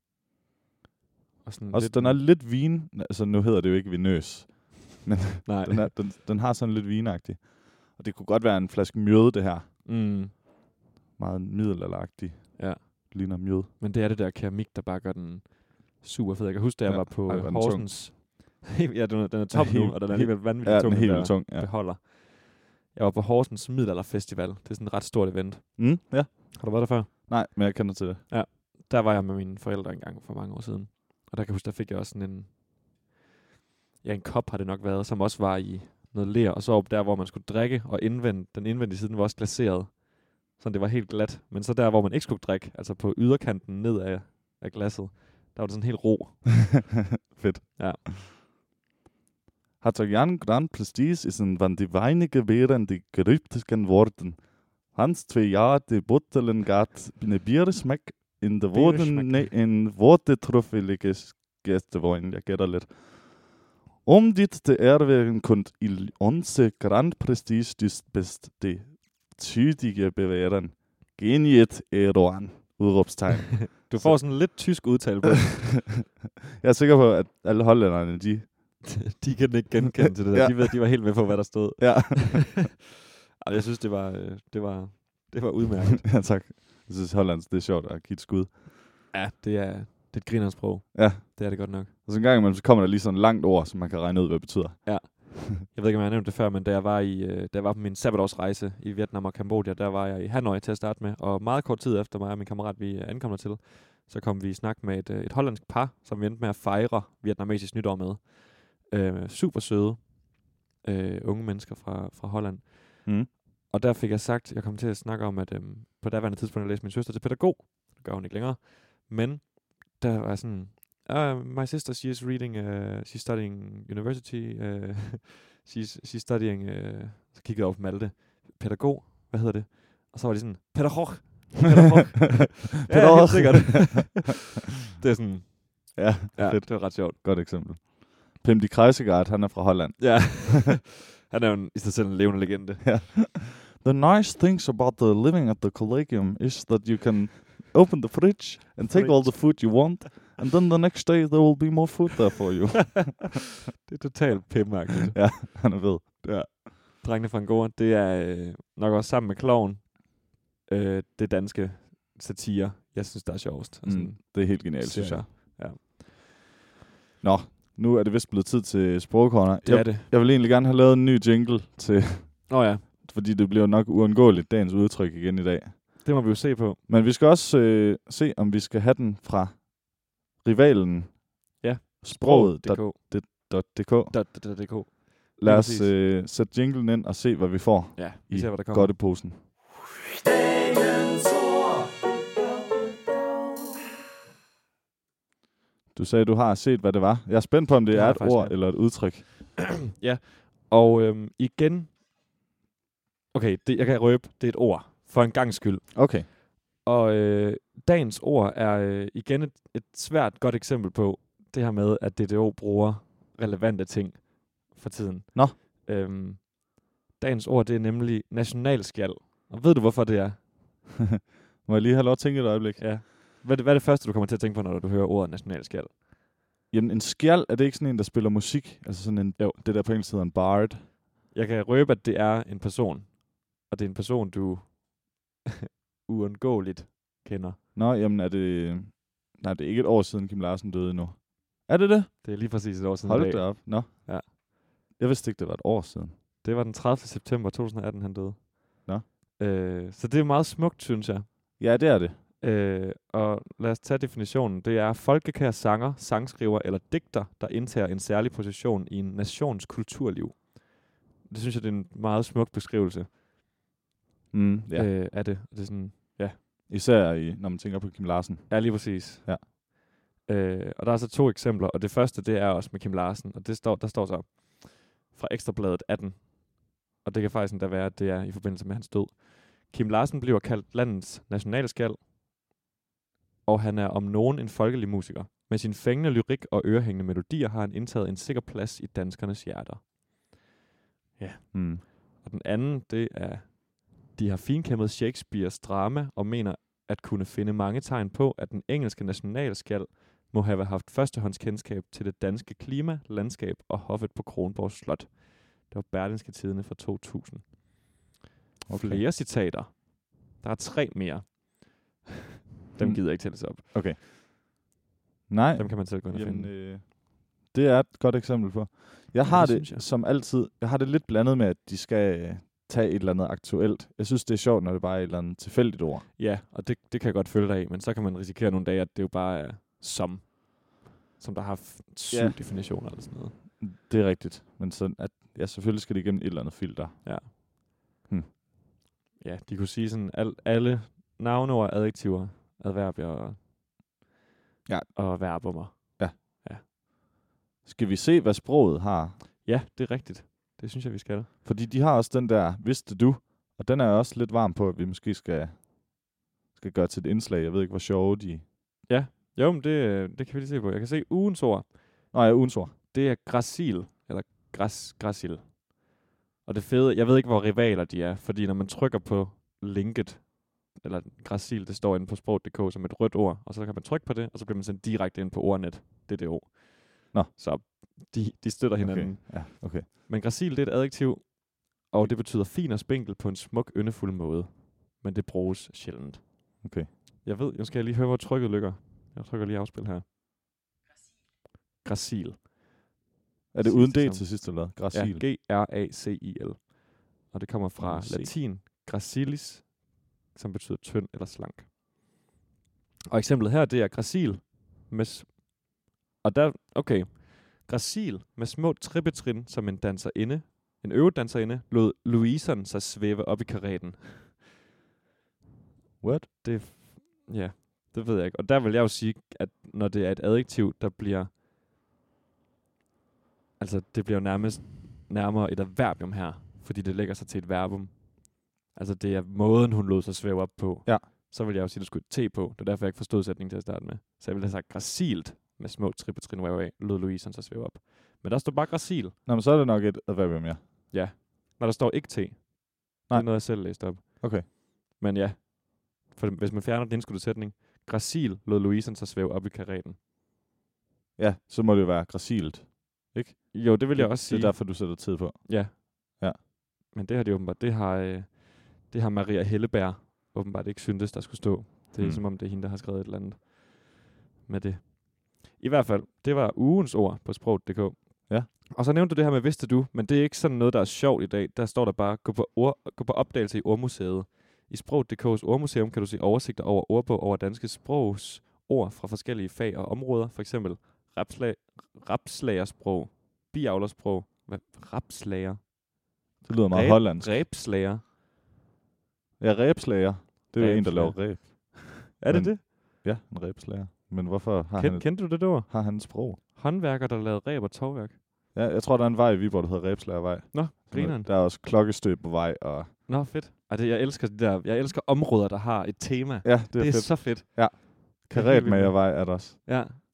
Og sådan også lidt den er lidt vin... Altså, nu hedder det jo ikke vinøs. Men Nej. den, er, den, den har sådan lidt vinagtig. Og det kunne godt være en flaske mjøde, det her. Mm. Meget middelalderagtig. Ja. Ligner mjøde. Men det er det der keramik, der bare gør den super fed. Jeg kan huske, da jeg ja. var på Ej, Horsens... ja, den er, den er top nu, og den er alligevel vanvittigt ja, tung. Den er helt vildt tung, ja. Beholder. Jeg var på Horsens Middelalderfestival. Det er sådan et ret stort event. Mm, ja. Har du været der før? Nej, men jeg kender til det. Ja. Der var jeg med mine forældre engang for mange år siden. Og der kan jeg huske, der fik jeg også sådan en... Ja, en kop har det nok været, som også var i noget ler. Og så op der, hvor man skulle drikke, og indvend, den indvendige side var også glaseret. Så det var helt glat. Men så der, hvor man ikke skulle drikke, altså på yderkanten ned af, af glasset, der var det sådan helt ro. Fedt. Ja. Hertug Jan Grand Prestige ist ein van die weinige wären die gerüptischen Worten. Hans twee jaar de bottelen gaat in biersmack in de woorden ne, in worte truffeliges gästewein. Jeg gætter lidt. Om dit te erwägen kunt il onze Grand Prestige des best de tydige beværen. Geniet eroan. Udråbstegn. Du får sådan lidt tysk udtale på det. Jeg er sikker på, at alle hollænderne, de... de kan ikke genkende til det der. Ja. De ved, de var helt med på, hvad der stod. Ja. Jeg synes, det var, det var, det var udmærket. Ja, tak. Jeg synes, Hollands, det er sjovt at give et skud. Ja, det er, det er et grinersprog. Ja. Det er det godt nok. Og så en gang imellem, så kommer der lige sådan et langt ord, som man kan regne ud, hvad det betyder. Ja. Jeg ved ikke, om jeg har nævnt det før, men da jeg var, i, da jeg var på min sabbatårsrejse i Vietnam og Kambodja, der var jeg i Hanoi til at starte med. Og meget kort tid efter mig og min kammerat, vi ankom til, så kom vi i snak med et, et hollandsk par, som vi endte med at fejre vietnamesisk nytår med. Øh, super søde øh, unge mennesker fra, fra Holland. Mm. Og der fik jeg sagt, jeg kom til at snakke om, at øhm, på daværende tidspunkt, jeg læste min søster til pædagog. Det gør hun ikke længere. Men der var sådan, uh, my sister, she is reading, uh, she's studying university, uh, she's, she's studying, uh, så kiggede jeg over på Malte, pædagog, hvad hedder det? Og så var de sådan, pædagog. Pædagog. Ja, helt sikkert. Det er sådan, ja, ja, fedt. Det var ret sjovt. Godt eksempel. Pim de Kruisegaard, han er fra Holland. Ja, han er jo en, i sig selv en levende legende. Ja. The nice things about the living at the Collegium is that you can open the fridge and take all the food you want, and then the next day there will be more food there for you. Det er totalt pimagtigt. Ja, han er ved. Ja. Drengene fra Angora, det er øh, nok også sammen med Kloven, øh, det danske satire, jeg synes, der er sjovest. Mm, det er helt genialt, synes jeg. Ja. Nå, nu er det vist blevet tid til sprogcorner. Det jeg, er det. Jeg vil egentlig gerne have lavet en ny jingle til... Åh oh, ja. Fordi det bliver nok uundgåeligt dagens udtryk igen i dag. Det må vi jo se på. Men vi skal også øh, se, om vi skal have den fra rivalen. Ja. Sproget punktum d k. Lad os øh, sætte jinglen ind og se, hvad vi får. Ja, vi ser, hvad der kommer. Godteposen. Du sagde, du har set, hvad det var. Jeg er spændt på, om det, det er et ord ja. eller et udtryk. Ja, og øhm, igen... Okay, det, jeg kan røbe, det er et ord. For en gangs skyld. Okay. Og øh, dagens ord er øh, igen et, et svært godt eksempel på det her med, at D D O bruger relevante ting for tiden. Nå. Øhm, dagens ord, det er nemlig nationalskjald. Og ved du, hvorfor det er? Må jeg lige have lov at tænke et øjeblik? Ja. Hvad er, det, hvad er det første, du kommer til at tænke på, når du hører ordet nationalskjald? Jamen, en skjald, er det ikke sådan en, der spiller musik? Altså sådan en, Jo. det der på engelsk hedder en bard. Jeg kan røbe, at det er en person. Og det er en person, du uundgåeligt kender. Nå, jamen er det... Nej, det er ikke et år siden, Kim Larsen døde nu. Er det det? Det er lige præcis et år siden i Hold dag. da op. Nå. Ja. Jeg vidste ikke, det var et år siden. Det var den tredivte september to tusind atten, han døde. Nå. Øh, så det er meget smukt, synes jeg. Ja, det er det. Øh, og lad os tage definitionen. Det er folkekær sanger, sangskriver eller digter, der indtager en særlig position i en nations kulturliv. Det synes jeg, det er en meget smuk beskrivelse Mm, ja. øh, af det. Det er sådan, ja. Især i, når man tænker på Kim Larsen. Ja, lige præcis. Ja. Øh, og der er så to eksempler, og det første, det er også med Kim Larsen, og det står, der står så fra Ekstrabladet atten, og det kan faktisk endda være, at det er i forbindelse med hans død. Kim Larsen bliver kaldt landets nationalskjald, og han er om nogen en folkelig musiker. Med sin fængende lyrik og ørehængende melodier har han indtaget en sikker plads i danskernes hjerter. Ja. Mm. Og den anden, det er, de har finkæmmet Shakespeares drama og mener at kunne finde mange tegn på, at den engelske nationalskjald må have haft førstehåndskendskab til det danske klima, landskab og hoffet på Kronborg Slot. Det var Berlingske Tidende fra to tusind. Okay. Flere citater. Der er tre mere. Dem gider jeg ikke tælles op. Okay. Nej. Dem kan man selv gå ind og Jamen, finde. øh, det er et godt eksempel på. Jeg har det det, synes jeg. som altid, jeg har det lidt blandet med, at de skal øh, tage et eller andet aktuelt. Jeg synes, det er sjovt, når det bare er et eller andet tilfældigt ord. Ja, og det, det kan jeg godt følge dig i, men så kan man risikere nogle dage, at det jo bare er som, som der har f- syv Ja. definitioner eller sådan noget. Det er rigtigt. Men sådan, at, ja, selvfølgelig skal det igennem et eller andet filter. Ja. Hmm. Ja, de kunne sige sådan, al, alle navneord, adjektiver, adverbier og, Ja. og verbummer. Skal vi se, hvad sproget har? Ja, det er rigtigt. Det synes jeg, vi skal. Fordi de har også den der, vidste du? Og den er jeg også lidt varm på, at vi måske skal, skal gøre til et indslag. Jeg ved ikke, hvor sjove de... Jo, men det, det kan vi lige se på. Jeg kan se ugens ord. Nå ja, ugens ord. Det er gracil, eller græs, gracil. Og det fede, jeg ved ikke, hvor rivaler de er, fordi når man trykker på linket, eller gracil, det står inde på sprog punktum d k som et rødt ord, og så kan man trykke på det, og så bliver man sendt direkte ind på ordnet. Det er det ord. Nå. Så de, de støtter hinanden. Okay. Ja, okay. Men gracil, det er et adjektiv, og det betyder fin og spinkel på en smuk, yndefuld måde. Men det bruges sjældent. Okay. Jeg ved, jeg skal lige høre, hvor trykket ligger. Jeg trykker lige afspil her. Gracil. Er det Sidste uden D sammen. til sidst, eller hvad? Gracil. Ja, G R A C I L. Og det kommer fra C. latin gracilis, som betyder tynd eller slank. Og eksemplet her, det er gracil med... S- og der, okay. Gracil med små trippetrin som en danserinde, en øvedanserinde, lod Louisen sig svæve op i karetten. What? Det, f- ja, det ved jeg ikke. Og der vil jeg jo sige, at når det er et adjektiv, der bliver... Altså, det bliver jo nærmest nærmere et adverbium her, fordi det lægger sig til et verbum. Altså, det er måden, hun lod sig svæve op på. Ja. Så vil jeg jo sige, at der skulle et T på. Det er derfor, jeg ikke forstod sætningen til at starte med. Så jeg ville have sagt gracilt med små trippetrin, hvor jeg lod Louisen sig svæve op. Men der står bare gracil. Nå, men så er det nok et adverbium, ja. Ja. Når der står ikke T. Det Nej. er noget, jeg selv læste op. Okay. Men ja, for hvis man fjerner den indskudte sætning, gracil lod Louisen sig svæve op i karetten. Ja, så må det jo være gracilt. Jo, det vil jeg også sige. Det er derfor, du sætter tid på. Ja. Ja. Men det har de åbenbart, det har, øh, det har Maria Helleberg åbenbart ikke syntes, der skulle stå. Det er Hmm. som om, det er hende, der har skrevet et eller andet med det. I hvert fald, det var ugens ord på sprog punktum d k. Ja. Og så nævnte du det her med, vidste du, men det er ikke sådan noget, der er sjovt i dag. Der står der bare, gå på, ord, gå på opdagelse i Ordmuseet. I sprog punktum d k's ordmuseum kan du se oversigter over ordbog over danske sprogs ord fra forskellige fag og områder. For eksempel rapslag, rapslagersprog, biavlersprog, hvad? Rapslager? Det lyder meget Ræb- hollandsk. Ræbslager. Ja, ræbslager. Det er jo en, der laver Ræbslager. ræb. Er det Men- det? Ja, en ræbslager. Men hvorfor har, Kend, han, et, kendte du det, der? har han et sprog? Håndværker, der lavede ræb og tovværk. Ja, jeg tror, der er en vej i Viborg, der hedder Ræbslagervej. Nå, grineren. Der er også klokkestøb på vej, og... Nå, fedt. Ej, det, jeg elsker de der, jeg elsker områder, der har et tema. Ja, det er, Det er fedt. så fedt. Ja. Det er helt vildt. Karetmagervej er der også. Ja,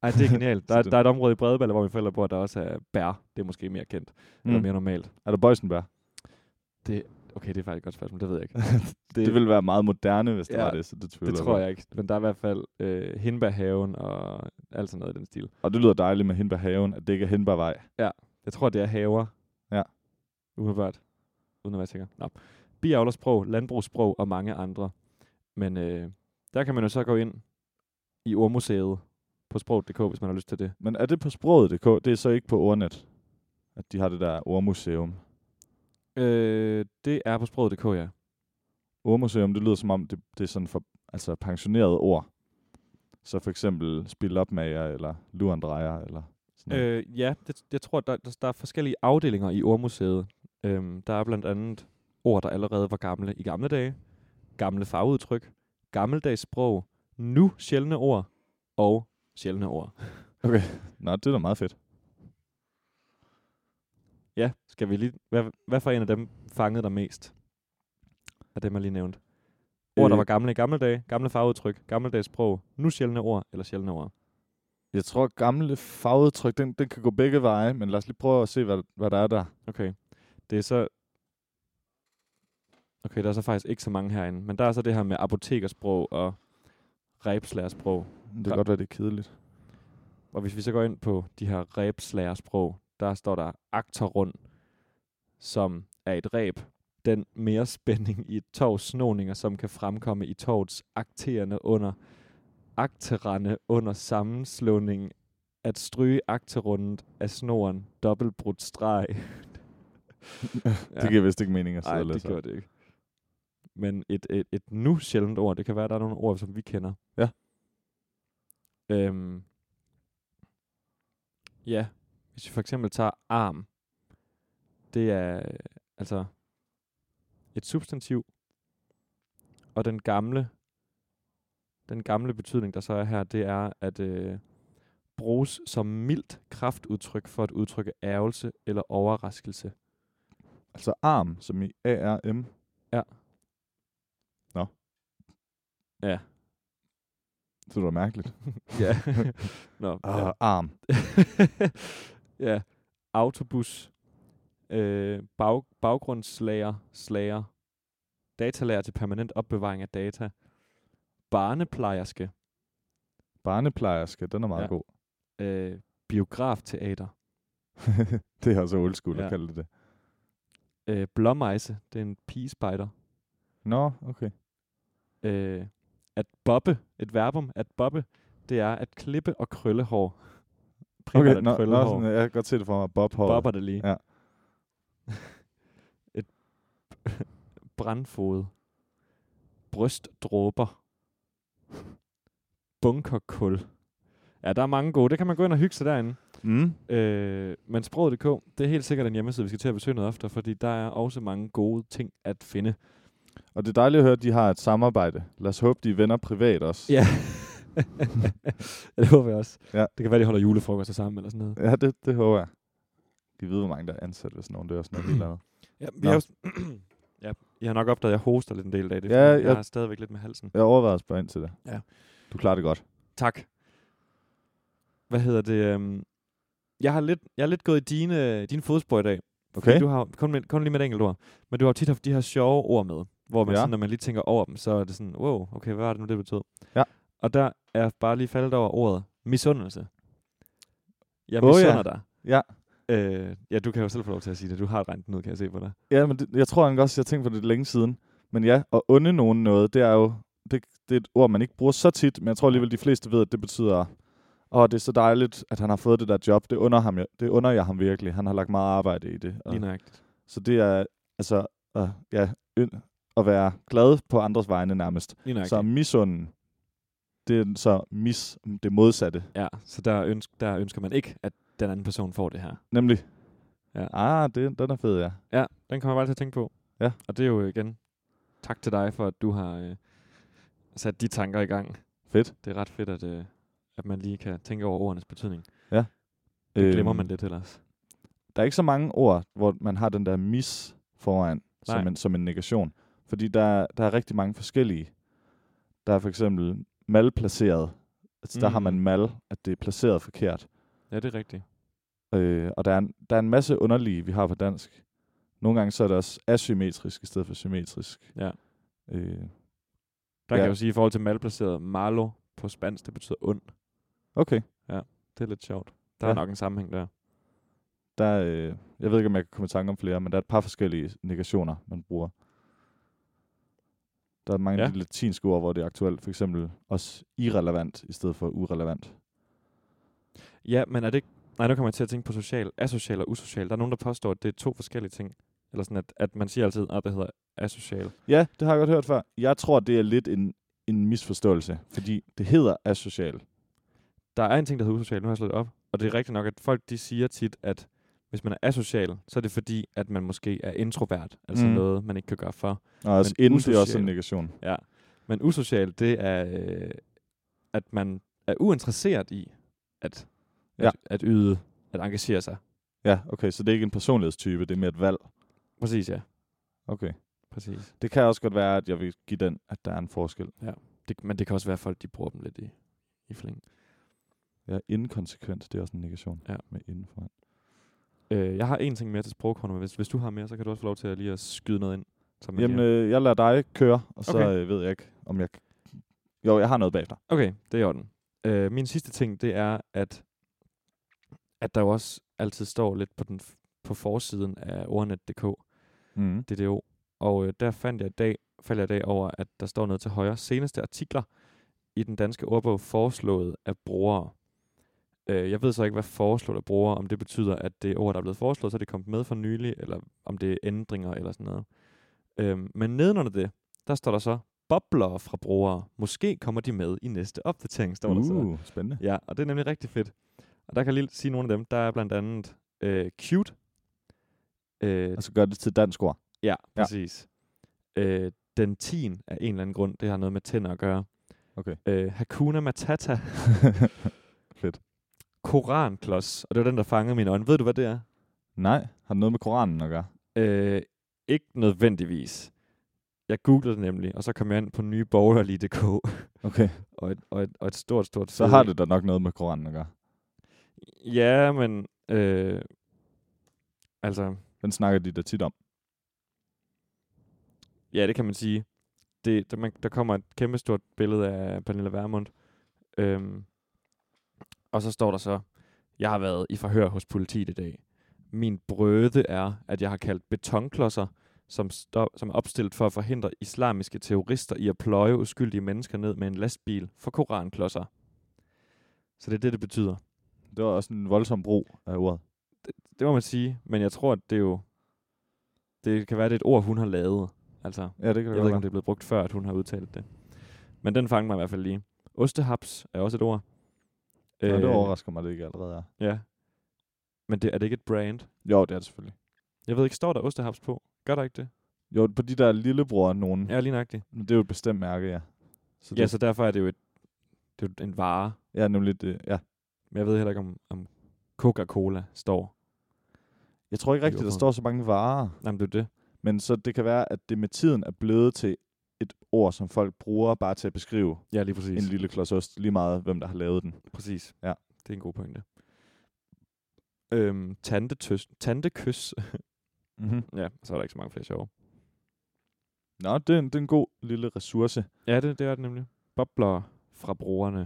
Ej, det er genialt. Der, Så er, det- der er et område i Bredballe, hvor mine forældre bor, der også er bær. Det er måske mere kendt. Mm. Eller mere normalt. Er der boysenbær? Det, okay, det er faktisk et godt spørgsmål. Det ved jeg ikke. Det, det ville være meget moderne, hvis det Ja, var det, så det tvivler Det tror jeg ikke. Men der er i hvert fald øh, hindbærhaven og alt sådan noget i den stil. Og det lyder dejligt med Hindbærhaven, at det ikke er Hindbærvej. Jeg tror, det er haver. Ja. Umiddelbart. Uden at være sikker. Nå. Biavlersprog, landbrugssprog og mange andre. Men øh, der kan man jo så gå ind i Ordmuseet på sproget punktum d k, hvis man har lyst til det. Men er det på sproget punktum d k? Det er så ikke på Ordnet, at de har det der ordmuseum. Øh, det er på sproget punktum d k, ja. Ordmuseum, det lyder som om, det, det er sådan for altså pensionerede ord. Så for eksempel spil-opmager, eller lurendrejer, eller sådan noget. Øh, ja, det, jeg tror, der, der, der er forskellige afdelinger i Ordmuseet. Øhm, der er blandt andet ord, der allerede var gamle i gamle dage, gamle fagudtryk, gammeldags sprog, nu sjældne ord og sjældne ord. Okay, nå, det er da meget fedt. Ja, skal vi lige... Hvad, hvad for en af dem fangede dig mest? Af dem, jeg lige nævnte. Ord, der Øh. var gamle i gamle dage, gamle fagudtryk, gammeldags sprog, nu sjældne ord eller sjældne ord. Jeg tror, gamle fagudtryk, den, den kan gå begge veje, men lad os lige prøve at se, hvad, hvad der er der. Okay. Det er så... Okay, der er så faktisk ikke så mange herinde, men der er så det her med apotekersprog og rebslærersprog. Det kan godt være, det er kedeligt. Og hvis vi så går ind på de her rebslærersprog, der står der akterrund, som er et reb. Den mere spænding i et tovs snoninger, som kan fremkomme i tovets aktererne under aktererne under sammenslåningen. At stryge akterrundet af snoren, dobbeltbrudt streg. Det giver vist ikke mening at sidde Nej, og det læse. gør det ikke. Men et, et, et nu sjældent ord, det kan være, at der er nogle ord, som vi kender. Ja. Øhm, ja, hvis vi for eksempel tager arm. Det er øh, altså et substantiv. Og den gamle, den gamle betydning, der så er her, det er, at øh, bruges som mildt kraftudtryk for at udtrykke ærgelse eller overraskelse. Altså arm, som i A R M. Ja. Nå. Ja. Det var mærkeligt. Ja. Nå, Ah, ja. arm. Ja. Autobus. Øh, bag, baggrundslager. Slager. Datalager til permanent opbevaring af data. Barneplejerske. Barneplejerske, den er meget Ja. god. Øh, biografteater. Det er også old school Ja. at kalde det det. Øh, blåmejse. Det er en pigespejder. Nå, okay. Øh, at bobbe. Et verbum. At bobbe. Det er at klippe og krølle hår. Primært Okay, at nå, krølle nå, hår. sådan, jeg kan godt se det for mig. Bob Hall. Bobber det lige. Ja. Et brandfod. Brystdråber. Bunkerkul. Ja, der er mange gode. Det kan man gå ind og hygge sig derinde. Mm. Øh, men sproget punktum d k, det er helt sikkert en hjemmeside, vi skal til at besøge noget oftere, fordi der er også mange gode ting at finde. Og det er dejligt at høre, at de har et samarbejde. Lad os håbe, de er venner privat også. Ja. Ja, det håber jeg også. Ja. Det kan være, de holder julefrokoster sammen eller sådan noget. Ja, det, det håber jeg. De ved, hvor mange der er ansat, hvis nogen dør sådan noget helt andet. Ja, vi Nå. har, også ja, jeg har nok opdaget, at jeg hoster lidt en del af det. Ja, fordi jeg jeg- har stadigvæk lidt med halsen. Jeg overvejer at spørge ind til det. Ja. Du klarer det godt. Tak. Hvad hedder det? Um, jeg, har lidt, jeg har lidt gået i dine, dine fodspor i dag. Okay. Fordi Du har kun, med, kun lige med et enkelt ord. Men du har jo tit haft de her sjove ord med, hvor man Ja. sådan, når man lige tænker over dem, så er det sådan, wow, okay, hvad var det nu, det betød? Ja. Og der er jeg bare lige faldet over ordet misundelse. Jeg Åh, ja. misunder dig. Ja. Øh, ja, du kan jo selv få lov til at sige det. Du har regnet den ud, kan jeg se på dig. Ja, men det, jeg tror egentlig også, jeg har tænkt på det længe siden. Men ja, at unde nogen noget, det er jo det, det er et ord, man ikke bruger så tit, men jeg tror alligevel, de fleste ved, at det betyder, åh, det er så dejligt, at han har fået det der job. Det under, ham, det under jeg ham virkelig. Han har lagt meget arbejde i det. Og, Lige nøjagtigt. så det er altså uh, ja, ynd, at være glad på andres vegne nærmest. Lige nøjagtigt. Så misunden, det er så mis, det modsatte. Ja, så der, ønsk, der ønsker man ikke, at den anden person får det her. Nemlig, Ja. ah, det, den er fed, ja. Ja, den kommer jeg bare til at tænke på. Ja. Og det er jo igen, tak til dig for, at du har øh, sat de tanker i gang. Fedt. Det er ret fedt, at, øh, at man lige kan tænke over ordenes betydning. Ja. Det glemmer Øhm, man lidt ellers. Der er ikke så mange ord, hvor man har den der mis foran som Nej. en, som en negation. Fordi der, der er rigtig mange forskellige. Der er for eksempel malplaceret. Altså, der Mm. har man mal, at det er placeret forkert. Ja, det er rigtigt. Øh, og der er, en, der er en masse underlige, vi har på dansk. Nogle gange så er det også asymmetrisk i stedet for symmetrisk. Ja. Øh, Der Ja. kan jeg jo sige, i forhold til malplaceret, malo på spansk, det betyder ond. okay. Det er lidt sjovt. Der Ja. er nok en sammenhæng der. Der er, øh, jeg ved ikke, om jeg kan komme i tanke om flere, men der er et par forskellige negationer, man bruger. Der er mange Ja. af de latinske ord, hvor det er aktuelt. For eksempel også irrelevant i stedet for urelevant. Ja, men er det ikke... Nej, nu kommer jeg til at tænke på social, asocial og usocial. Der er nogen, der påstår, at det er to forskellige ting. Eller sådan, at, at man siger altid, at det hedder asocial. Ja, det har jeg godt hørt før. Jeg tror, det er lidt en, en misforståelse, fordi det hedder asocial. Der er en ting, der hedder usocial. Nu har jeg slået det op. Og det er rigtigt nok, at folk de siger tit, at hvis man er asocial, så er det fordi, at man måske er introvert. Altså Mm. noget, man ikke kan gøre for. Og altså Men inden, det er også usocial. en negation. Ja. Men usocial, det er, øh, at man er uinteresseret i at, at, Ja. at yde, at engagere sig. Ja, okay, så det er ikke en personlighedstype, det er mere et valg. Præcis, ja. Okay. Præcis. Det kan også godt være, at jeg vil give den, at der er en forskel. Det, men det kan også være, at folk de bruger dem lidt i, i flæng. Ja, inkonsekvent, det er også en negation. Ja. Med inden foran. Øh, jeg har en ting mere til sprogkornet, men hvis, hvis du har mere, så kan du også få lov til at lige at skyde noget ind. Som man Jamen, siger. øh, jeg lader dig køre, og så Okay. øh, ved jeg ikke, om jeg... Jo, jeg har noget bagefter. Okay, det er i orden. Øh, min sidste ting, det er, at, at der jo også altid står lidt på, den, f- på forsiden af ordnet punktum d k, Mm. D D O. Og øh, der fandt jeg i dag, faldt jeg i dag over, at der står noget til højre. Seneste artikler i den danske ordbog foreslået af brugere. Øh, jeg ved så ikke, hvad foreslået af brugere, om det betyder, at det ord, der er blevet foreslået, så er det kommet med for nylig, eller om det er ændringer eller sådan noget. Øhm, men nedenunder det, der står der så, bobler fra brugere. Måske kommer de med i næste opdatering, står der så. Uh, spændende. Ja, og det er nemlig rigtig fedt. Og der kan jeg lige sige nogle af dem. Der er blandt andet øh, cute. Øh, Altså gør det til dansk ord. ja, ja. præcis. Øh, dentin af en eller anden grund. Det har noget med tænder at gøre. Okay. Øh, Hakuna Matata. Fedt. Koranklods. Og det var den, der fangede mine øjne. Ved du, hvad det er? Nej, har det noget med Koranen at gøre? Øh, ikke nødvendigvis. Jeg googlede det nemlig, og så kom jeg ind på nyborgerlige punktum d k. Okay. og, et, og, et, og et stort, stort Så har det da nok noget med Koranen at gøre. Ja, men... Øh, altså... Den snakker de da tit om. Ja, det kan man sige. Det, der, man, der kommer et kæmpestort billede af Pernille Vermund. Øhm, og så står der så, jeg har været i forhør hos politiet i dag. Min brøde er, at jeg har kaldt betonklodser, som, stå, som er opstillet for at forhindre islamiske terrorister i at pløje uskyldige mennesker ned med en lastbil for koranklodser. Så det er det, det betyder. Det var også en voldsom brug af ordet. Det må man sige, men jeg tror, at det er jo... Det kan være, det er et ord, hun har lavet. Altså, Ja, det kan jeg det ved godt ikke, om være. det er blevet brugt før, at hun har udtalt det. Men den fanger mig i hvert fald lige. Ostehaps er også et ord. Ja, det overrasker mig, det ikke allerede er. Ja. Men det, er det ikke et brand? Jo, det er det selvfølgelig. Jeg ved ikke, står der ostehaps på? Gør der ikke det? Jo, på de der lillebror nogen. Ja, lige nøjagtigt. Men det er jo et bestemt mærke, ja. Så Ja, det, så derfor er det jo, et, det er jo en vare. ja, nemlig det, ja. Men jeg ved heller ikke, om, om Coca-Cola står. Jeg tror ikke rigtigt, der hvorfor? står så mange varer. Jamen, det er det. Men så det kan være, at det med tiden er blevet til et ord, som folk bruger bare til at beskrive Ja, lige præcis. en lille klods ost. Lige meget, hvem der har lavet den. Præcis. Ja. Det er en god pointe. Øhm, tantetøs, tantekys. Mm-hmm. Ja, så er der ikke så mange flere sjove. Nå, det er, en, det er en god lille ressource. Ja, det, det er det nemlig. Bobler fra brugerne.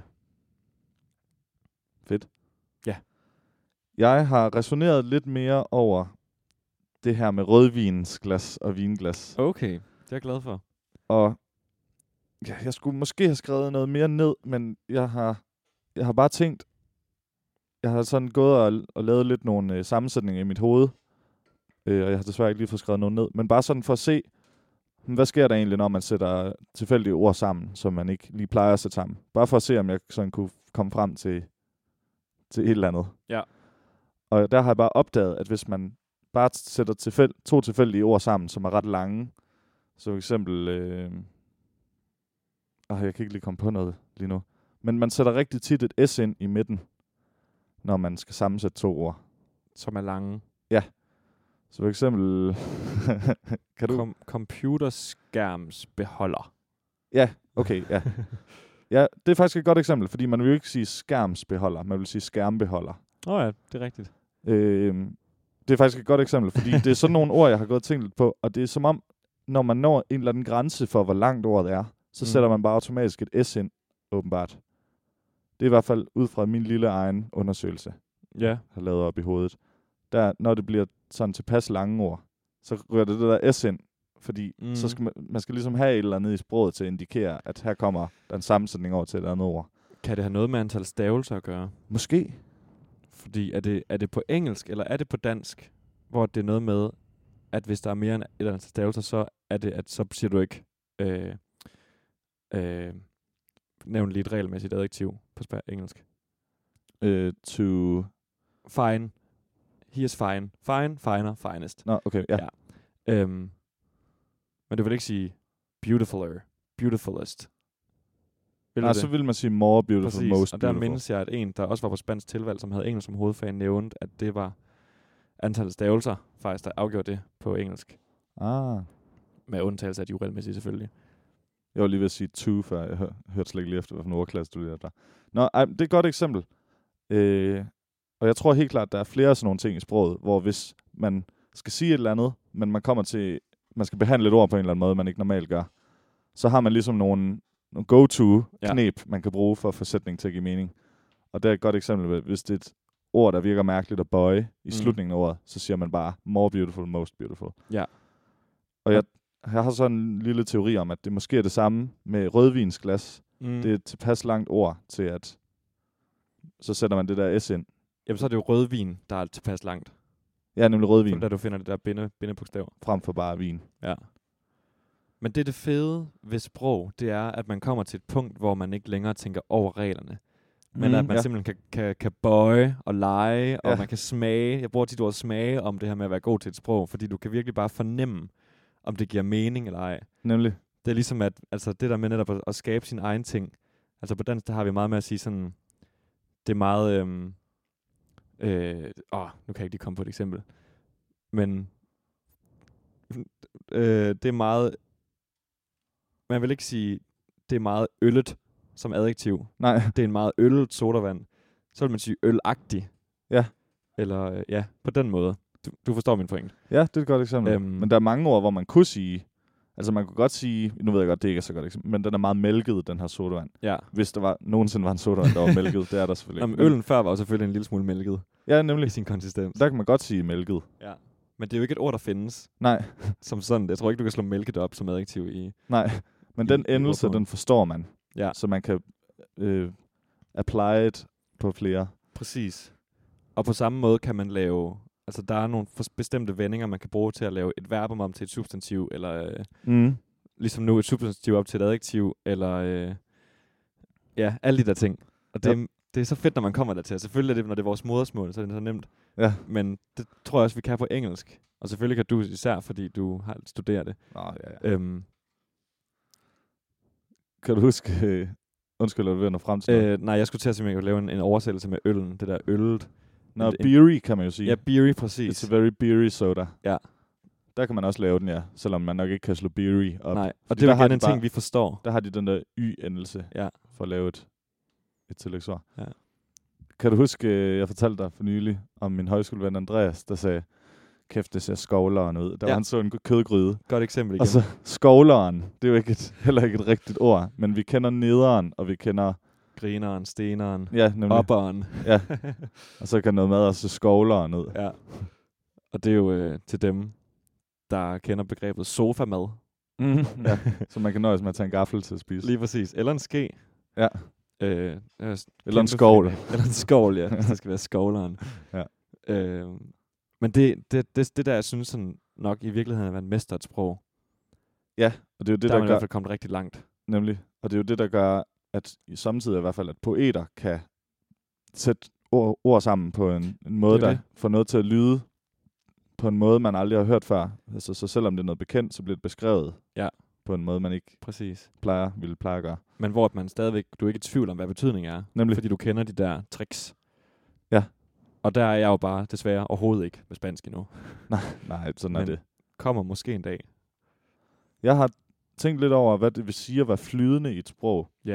Fedt. Ja. Jeg har resoneret lidt mere over det her med rødvinsglas og vinglas. Okay, det er jeg glad for. Og ja, jeg skulle måske have skrevet noget mere ned, men jeg har, jeg har bare tænkt, jeg har sådan gået og, og lavet lidt nogle øh, sammensætninger i mit hoved, øh, og jeg har desværre ikke lige fået skrevet noget ned, men bare sådan for at se, hvad sker der egentlig, når man sætter tilfældige ord sammen, som man ikke lige plejer at sætte sammen. Bare for at se, om jeg sådan kunne komme frem til, til et eller andet. Ja. Og der har jeg bare opdaget, at hvis man bare sætter tilfæld, to tilfældige ord sammen, som er ret lange, så for eksempel... Øh, åh, jeg kan ikke lige komme på noget lige nu. Men man sætter rigtig tit et S ind i midten, når man skal sammensætte to ord. Som er lange. Så for eksempel... kan du... Kom- computerskærmsbeholder. Ja, okay, ja. Ja, det er faktisk et godt eksempel, fordi man vil jo ikke sige skærmsbeholder, man vil sige skærmbeholder. Åh oh ja, det er rigtigt. Øh, det er faktisk et godt eksempel, fordi det er sådan nogle ord, jeg har gået og tænkt lidt på, og det er som om, når man når en eller anden grænse for, hvor langt ordet er, så mm. sætter man bare automatisk et S ind, åbenbart. Det er i hvert fald ud fra min lille egen undersøgelse, ja. jeg har lavet op i hovedet. Der, når det bliver sådan tilpas lange ord, så rører det det der S ind, fordi mm. så skal man, man skal ligesom have et eller andet i sproget til at indikere, at her kommer der en sammensætning over til et andet ord. Kan det have noget med antal stavelser at gøre? Måske. Fordi er det, er det på engelsk, eller er det på dansk, hvor det er noget med, at hvis der er mere end et eller andet stavelser, så er det, at så siger du ikke, øh, øh, nævn lige et regelmæssigt adjektiv på sp- engelsk. Uh, to... Fine. He is fine. Fine, finer, finest. Nå, okay, ja. ja. Øhm, men du vil ikke sige beautifuler, beautifulest. Vil Nej, så vil man sige more beautiful, Præcis. most og der beautiful. mindes jeg, at en, der også var på spansk tilvalg, som havde engelsk som hovedfag, nævnte, at det var antallet stavelser, faktisk, der afgjorde det på engelsk. Ah. Med undtagelse af de uregelmæssige, selvfølgelig. Jeg var lige ved at sige to, før jeg hør, hørte slet ikke lige efter, hvilken ordklasse du lige der. Nå, ej, det er et godt eksempel. Øh, og jeg tror helt klart, at der er flere af sådan nogle ting i sproget, hvor hvis man skal sige et eller andet, men man kommer til, man skal behandle et ord på en eller anden måde, man ikke normalt gør, så har man ligesom nogle, nogle go-to-knep, ja. man kan bruge for at få sætningen til at give mening. Og det er et godt eksempel, hvis det er et ord, der virker mærkeligt at bøje i mm. slutningen af ordet, så siger man bare more beautiful, most beautiful. Ja. Og jeg, jeg har sådan en lille teori om, at det måske er det samme med rødvinsglas. Mm. Det er et tilpas langt ord til, at så sætter man det der S ind. Jamen, så er det jo rødvin, der er tilpas langt. Ja, nemlig rødvin. For der du finder det der binde, bindebogstav. Frem for bare vin. Ja. Men det er det fede ved sprog, det er, at man kommer til et punkt, hvor man ikke længere tænker over reglerne. Men mm, at man ja. simpelthen kan, kan, kan bøje og lege, og ja. man kan smage. Jeg bruger tit ordet smage om det her med at være god til et sprog, fordi du kan virkelig bare fornemme, om det giver mening eller ej. Nemlig. Det er ligesom, at altså, det der med netop at, at skabe sin egen ting. Altså på dansk, der har vi meget med at sige sådan, det er meget, øhm, øh, åh, nu kan jeg ikke lige komme på et eksempel, men øh, det er meget, man vil ikke sige, det er meget øllet som adjektiv. Nej. Det er en meget øllet sodavand. Så vil man sige ølagtig. Ja. Eller, øh, ja, på den måde. Du, du forstår min point. Ja, det er et godt eksempel. Øhm, men der er mange ord, hvor man kunne sige, altså man kunne godt sige, nu ved jeg godt, det ikke er så godt eksempel, men den er meget mælket, den her sodavand. Ja. Hvis der var, nogensinde var en sodavand, der var mælket, det er der selvfølgelig ikke. Jamen, øllen før var jo selvfølgelig en lille smule mælket. Ja, nemlig. I sin konsistens. Der kan man godt sige mælket. Ja. Men det er jo ikke et ord, der findes. Nej. Som sådan. Jeg tror ikke, du kan slå mælket op som adjektiv i... Nej, men i, den endelse, den forstår man. Ja. Så man kan øh, apply it på flere. Præcis. Og på samme måde kan man lave... Altså, der er nogle bestemte vendinger, man kan bruge til at lave et verb om til et substantiv, eller øh, mm. ligesom nu et substantiv op til et adjektiv, eller øh, ja, alle de der ting. Og det, ja. det er så fedt, når man kommer dertil. Selvfølgelig er det, når det er vores modersmål, så er det så nemt. Ja. Men det tror jeg også, vi kan på engelsk. Og selvfølgelig kan du især, fordi du har studeret det. Nå, ja, ja. Øhm, kan du huske... Øh, undskyld, at du ved at nå frem til øh, Nej, jeg skulle til at simpelthen lave en, en oversættelse med øllen. Det der øllet. Nå, beery kan man jo sige. Ja, beery, præcis. It's a very beery soda. Ja. Der kan man også lave den, ja. Selvom man nok ikke kan slå beery op. Nej, og det er jo en ting, vi forstår. Der har de den der y-endelse ja. for at lave et, et tillægsord. Ja. Kan du huske, jeg fortalte dig for nylig om min højskoleven Andreas, der sagde, kæft, det ser skovleren ud. Der ja. var han så en kødgryde. Godt eksempel igen. Og så skovleren, det er jo ikke et, heller ikke et rigtigt ord, men vi kender nederen, og vi kender... Grineren, steneren, ja, nemlig. Opperen. Ja, og så kan noget mad også skovleren ud. Ja, og det er jo øh, til dem, der kender begrebet sofamad. Mm, ja, så man kan nøjes med at tage en gaffel til at spise. Lige præcis. Eller en ske. Ja. Øh, Eller en skovl. Eller en skovl, ja. Det skal være skovleren. Ja. Øh, men det, det, det, det der, jeg synes sådan, nok i virkeligheden er været en mester et sprog. Ja, og det er jo det, der, der, der gør... i hvert fald kommet rigtig langt. Nemlig. Og det er jo det, der gør, at i samtidig i hvert fald, at poeter kan sætte ord, ord sammen på en, en måde, der får noget til at lyde på en måde, man aldrig har hørt før. Altså, så selvom det er noget bekendt, så bliver det beskrevet ja. på en måde, man ikke Præcis. plejer, ville pleje at gøre. Men hvor man stadigvæk, du er ikke i tvivl om, hvad betydningen er. Nemlig. Fordi du kender de der tricks. Ja. Og der er jeg jo bare desværre overhovedet ikke med spansk endnu. nej, nej, sådan Men er det. Kommer måske en dag. Jeg har tænkt lidt over, hvad det vil sige at være flydende i et sprog. Ja.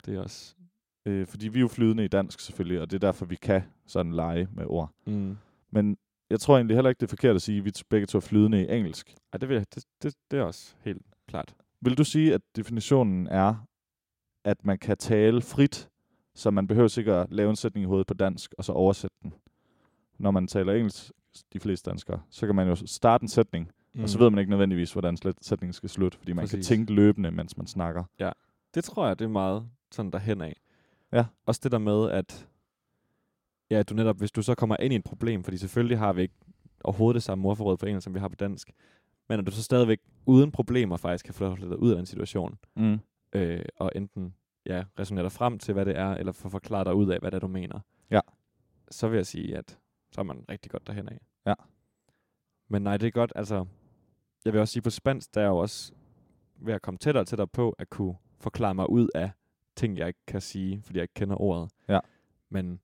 Det er også... Øh, fordi vi er jo flydende i dansk selvfølgelig, og det er derfor, vi kan sådan lege med ord. Mm. Men jeg tror egentlig heller ikke, det er forkert at sige, at vi begge to er flydende i engelsk. Ej, det, vil jeg, det, det, det er også helt klart. Vil du sige, at definitionen er, at man kan tale frit, så man behøver sikkert at lave en sætning i hovedet på dansk, og så oversætte den? Når man taler engelsk, de fleste danskere, så kan man jo starte en sætning, mm. og så ved man ikke nødvendigvis, hvordan sætningen skal slutte, fordi man Præcis. kan tænke løbende, mens man snakker. Ja, det tror jeg, det er meget sådan derhen af. Ja. Også det der med, at ja, du netop, hvis du så kommer ind i et problem, fordi selvfølgelig har vi ikke overhovedet det samme ordforråd på engelsk, som vi har på dansk, men at du så stadigvæk uden problemer faktisk kan få dig ud af en situation, mm. øh, og enten ja, resonere dig frem til, hvad det er, eller få forklaret dig ud af, hvad det er, du mener. Ja. Så vil jeg sige, at så er man rigtig godt derhen af. Ja. Men nej, det er godt, altså, jeg vil også sige, på spansk, der er jeg jo også ved at komme tættere og tættere på, at kunne forklare mig ud af ting, jeg ikke kan sige, fordi jeg ikke kender ordet. Ja. Men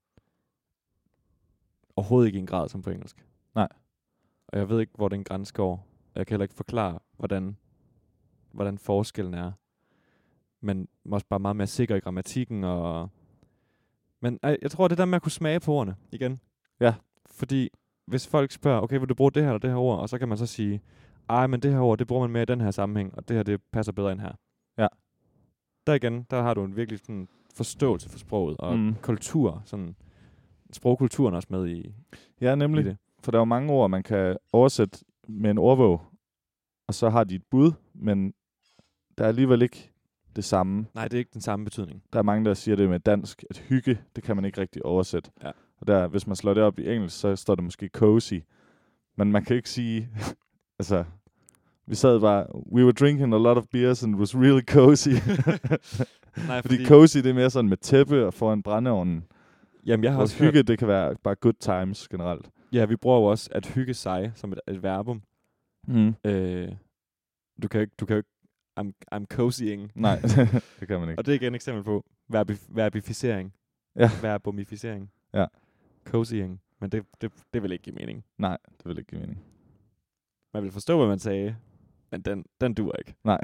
overhovedet ikke i en grad som på engelsk. Nej. Og jeg ved ikke, hvor den grænse går. Jeg kan heller ikke forklare, hvordan, hvordan forskellen er. Men også bare meget mere sikker i grammatikken. Og men jeg, jeg tror, det der med at kunne smage på ordene igen. Ja. Fordi hvis folk spørger, okay, vil du bruge det her eller det her ord? Og så kan man så sige, ej, men det her ord, det bruger man mere i den her sammenhæng, og det her, det passer bedre end her. Ja. Der igen, der har du en virkelig sådan forståelse for sproget, og mm. kultur, sådan sprogkulturen også med i, ja, nemlig. i det. For der er jo mange ord, man kan oversætte med en ordbog, og så har de et bud, men der er alligevel ikke det samme. Nej, det er ikke den samme betydning. Der er mange, der siger det med dansk, at hygge, det kan man ikke rigtig oversætte. Ja. Og der, hvis man slår det op i engelsk, så står det måske cozy. Men man kan ikke sige, altså, vi sad bare, we were drinking a lot of beers and it was really cozy. Nej, fordi, fordi cozy, det er mere sådan med tæppe og foran brændeovnen. Jamen, jeg har og også hygge, hørt, det kan være bare good times generelt. Ja, vi bruger jo også at hygge sig som et, et verbum. Mm. Øh, du kan jo ikke, du kan jo ikke, I'm, I'm cozying. Nej, det kan man ikke. Og det er igen et eksempel på verbi- verbificering. Ja. Verbumificering. Ja. Cozying. Men det, det, det vil ikke give mening. Nej, det vil ikke give mening. Man vil forstå, hvad man sagde, men den, den duer ikke. Nej.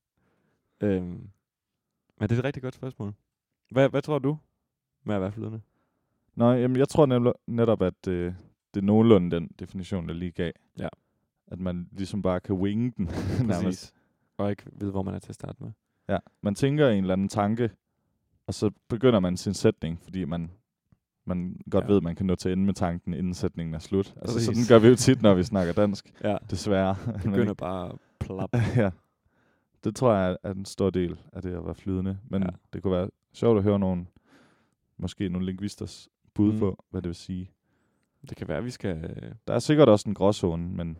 Øhm, men det er et rigtig godt spørgsmål. Hvad, hvad tror du med at være flydende? Nå, jamen, jeg tror nemlig, netop, at øh, det er nogenlunde den definition, der lige gav. Ja. At man ligesom bare kan winge den. Præcis. Og ikke vide, hvor man er til at starte med. Ja, man tænker en eller anden tanke, og så begynder man sin sætning, fordi man, man godt ja. ved, at man kan nå til ende med tanken, inden sætningen er slut. Altså, sådan gør vi jo tit, når vi snakker dansk. Ja. Desværre. Begynder bare at plappe. Ja. Det tror jeg er en stor del af det at være flydende. Men ja. det kunne være sjovt at høre nogle, måske nogle lingvisters bud mm. på, hvad det vil sige. Det kan være, at vi skal... Der er sikkert også en gråzone, men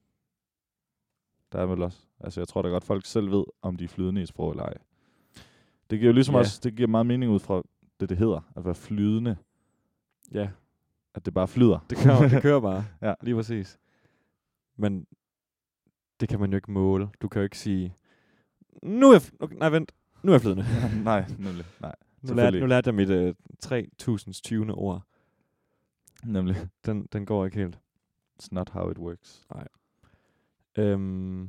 der er vel også... Altså, jeg tror da godt, folk selv ved, om de er flydende i sprog eller ej. Det giver jo ligesom yeah. også... Det giver meget mening ud fra det, det hedder. At være flydende. Ja. Yeah. At det bare flyder. Det kører, det kører bare. Ja. Lige præcis. Men det kan man jo ikke måle. Du kan jo ikke sige... Nu er jeg... Okay, nej, vent. Nu er jeg flydende. nej, nemlig. Nej. Nu lærte, nu lærte jeg mit uh, tre tusind tyvende ord. Nemlig. Den, den går ikke helt. It's not how it works. Nej. Øhm,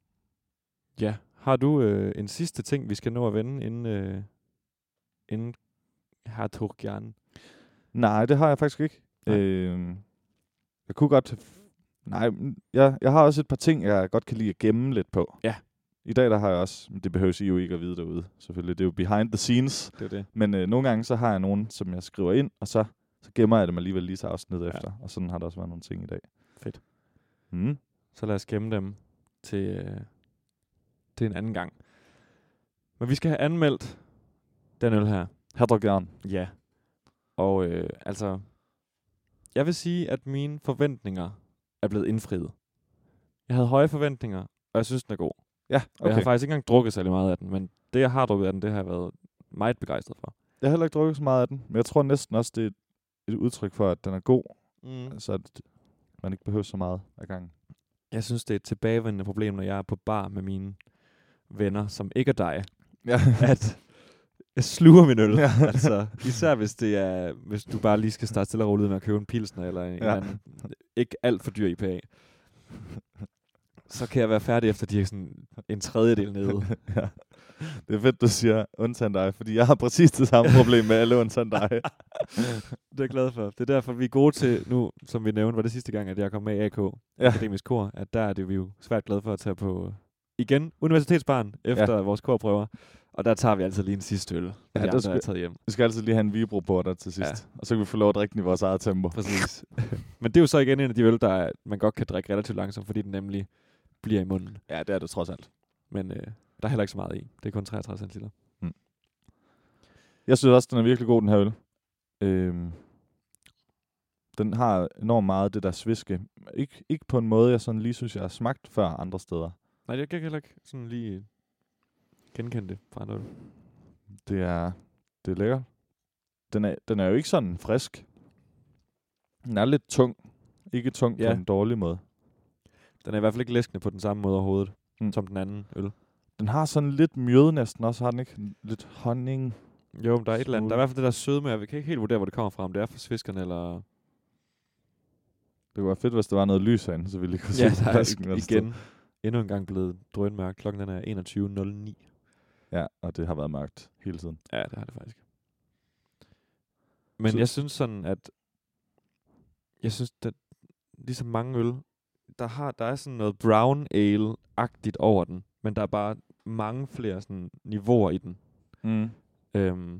ja. Har du øh, en sidste ting, vi skal nå at vende, inden, øh, inden Herr Turkjan? Nej, det har jeg faktisk ikke. Øh, jeg kunne godt... Nej, jeg, jeg har også et par ting, jeg godt kan lide at gemme lidt på. Ja. I dag der har jeg også... Det behøver I jo ikke at vide derude, selvfølgelig. Det er jo behind the scenes. Det er det. Men øh, nogle gange så har jeg nogen, som jeg skriver ind, og så, så gemmer jeg dem alligevel lige så afsnit ja. efter. Og sådan har der også været nogle ting i dag. Fedt. Mm. Så lad os gemme dem til, øh, til en anden gang. Men vi skal have anmeldt den øl her. Herr Ja. Og øh, altså, jeg vil sige, at mine forventninger er blevet indfriet. Jeg havde høje forventninger, og jeg synes, den er god. Ja, okay. Og jeg har faktisk ikke engang drukket særlig meget af den, men det, jeg har drukket af den, det har jeg været meget begejstret for. Jeg har heller ikke drukket så meget af den, men jeg tror næsten også, det er et udtryk for, at den er god. Mm. Så at man ikke behøver så meget af gangen. Jeg synes, det er et tilbagevendende problem, når jeg er på bar med mine venner, som ikke er dig. Ja. At jeg sluger min øl. Ja. Altså, især hvis det er, hvis du bare lige skal starte stille og roligt med at købe en pilsner, eller en, ja. en anden, ikke alt for dyr I P A. så kan jeg være færdig efter de er sådan en tredjedel nede. Ja. Det er fedt, du siger undtagen dig, fordi jeg har præcis det samme problem med alle undtagen dig. Det er jeg glad for. Det er derfor, vi er gode til nu, som vi nævnte, var det sidste gang, at jeg kom med i A K, Ja. Akademisk Kor, at der er det vi jo svært glade for at tage på, igen, universitetsbarn efter ja. vores korprøver. Og der tager vi altid lige en sidste øl, når Ja, de der andre skal- er taget hjem. Vi skal altid lige have en vibro på der til sidst. Ja. Og så kan vi få lov at drikke den i vores eget tempo. Præcis. Men det er jo så igen en af de øl, der er, man godt kan drikke relativt langsomt, fordi den nemlig bliver i munden. Ja, det er det trods alt. Men øh, der er heller ikke så meget i. Det er kun treogtredive centiliter. Jeg synes også, den er virkelig god, den her øl. Øhm, den har enormt meget det der sviske. Ik- ikke på en måde, jeg sådan lige synes, jeg har smagt før andre steder. Nej, jeg kan heller ikke sådan lige genkende det fra andre øl. Det er, det er lækkert. Den er, den er jo ikke sådan frisk. Den er lidt tung. Ikke tung Ja. på en dårlig måde. Den er i hvert fald ikke læskende på den samme måde overhovedet, Mm. mm. som den anden øl. Den har sådan lidt mjød næsten også, har den ikke? Lidt honning. Jo, men der er et eller andet. Der er i Smule. hvert fald det der søde med, jeg kan ikke helt vurdere, hvor det kommer fra, om det er fra sviskerne, eller... Det kunne være fedt, hvis der var noget lys herinde, så vi lige kunne Ja, se der flasken er et i- sted. igen endnu en gang blevet drønmørk. Klokken den er enogtyve nul ni. Ja, og det har været mørkt hele tiden. Ja, det har det faktisk. Men Så- jeg synes sådan, at... Jeg synes, at ligesom mange øl, der, har, der er sådan noget brown ale-agtigt over den, men der er bare mange flere sådan niveauer i den. Mm. Øhm,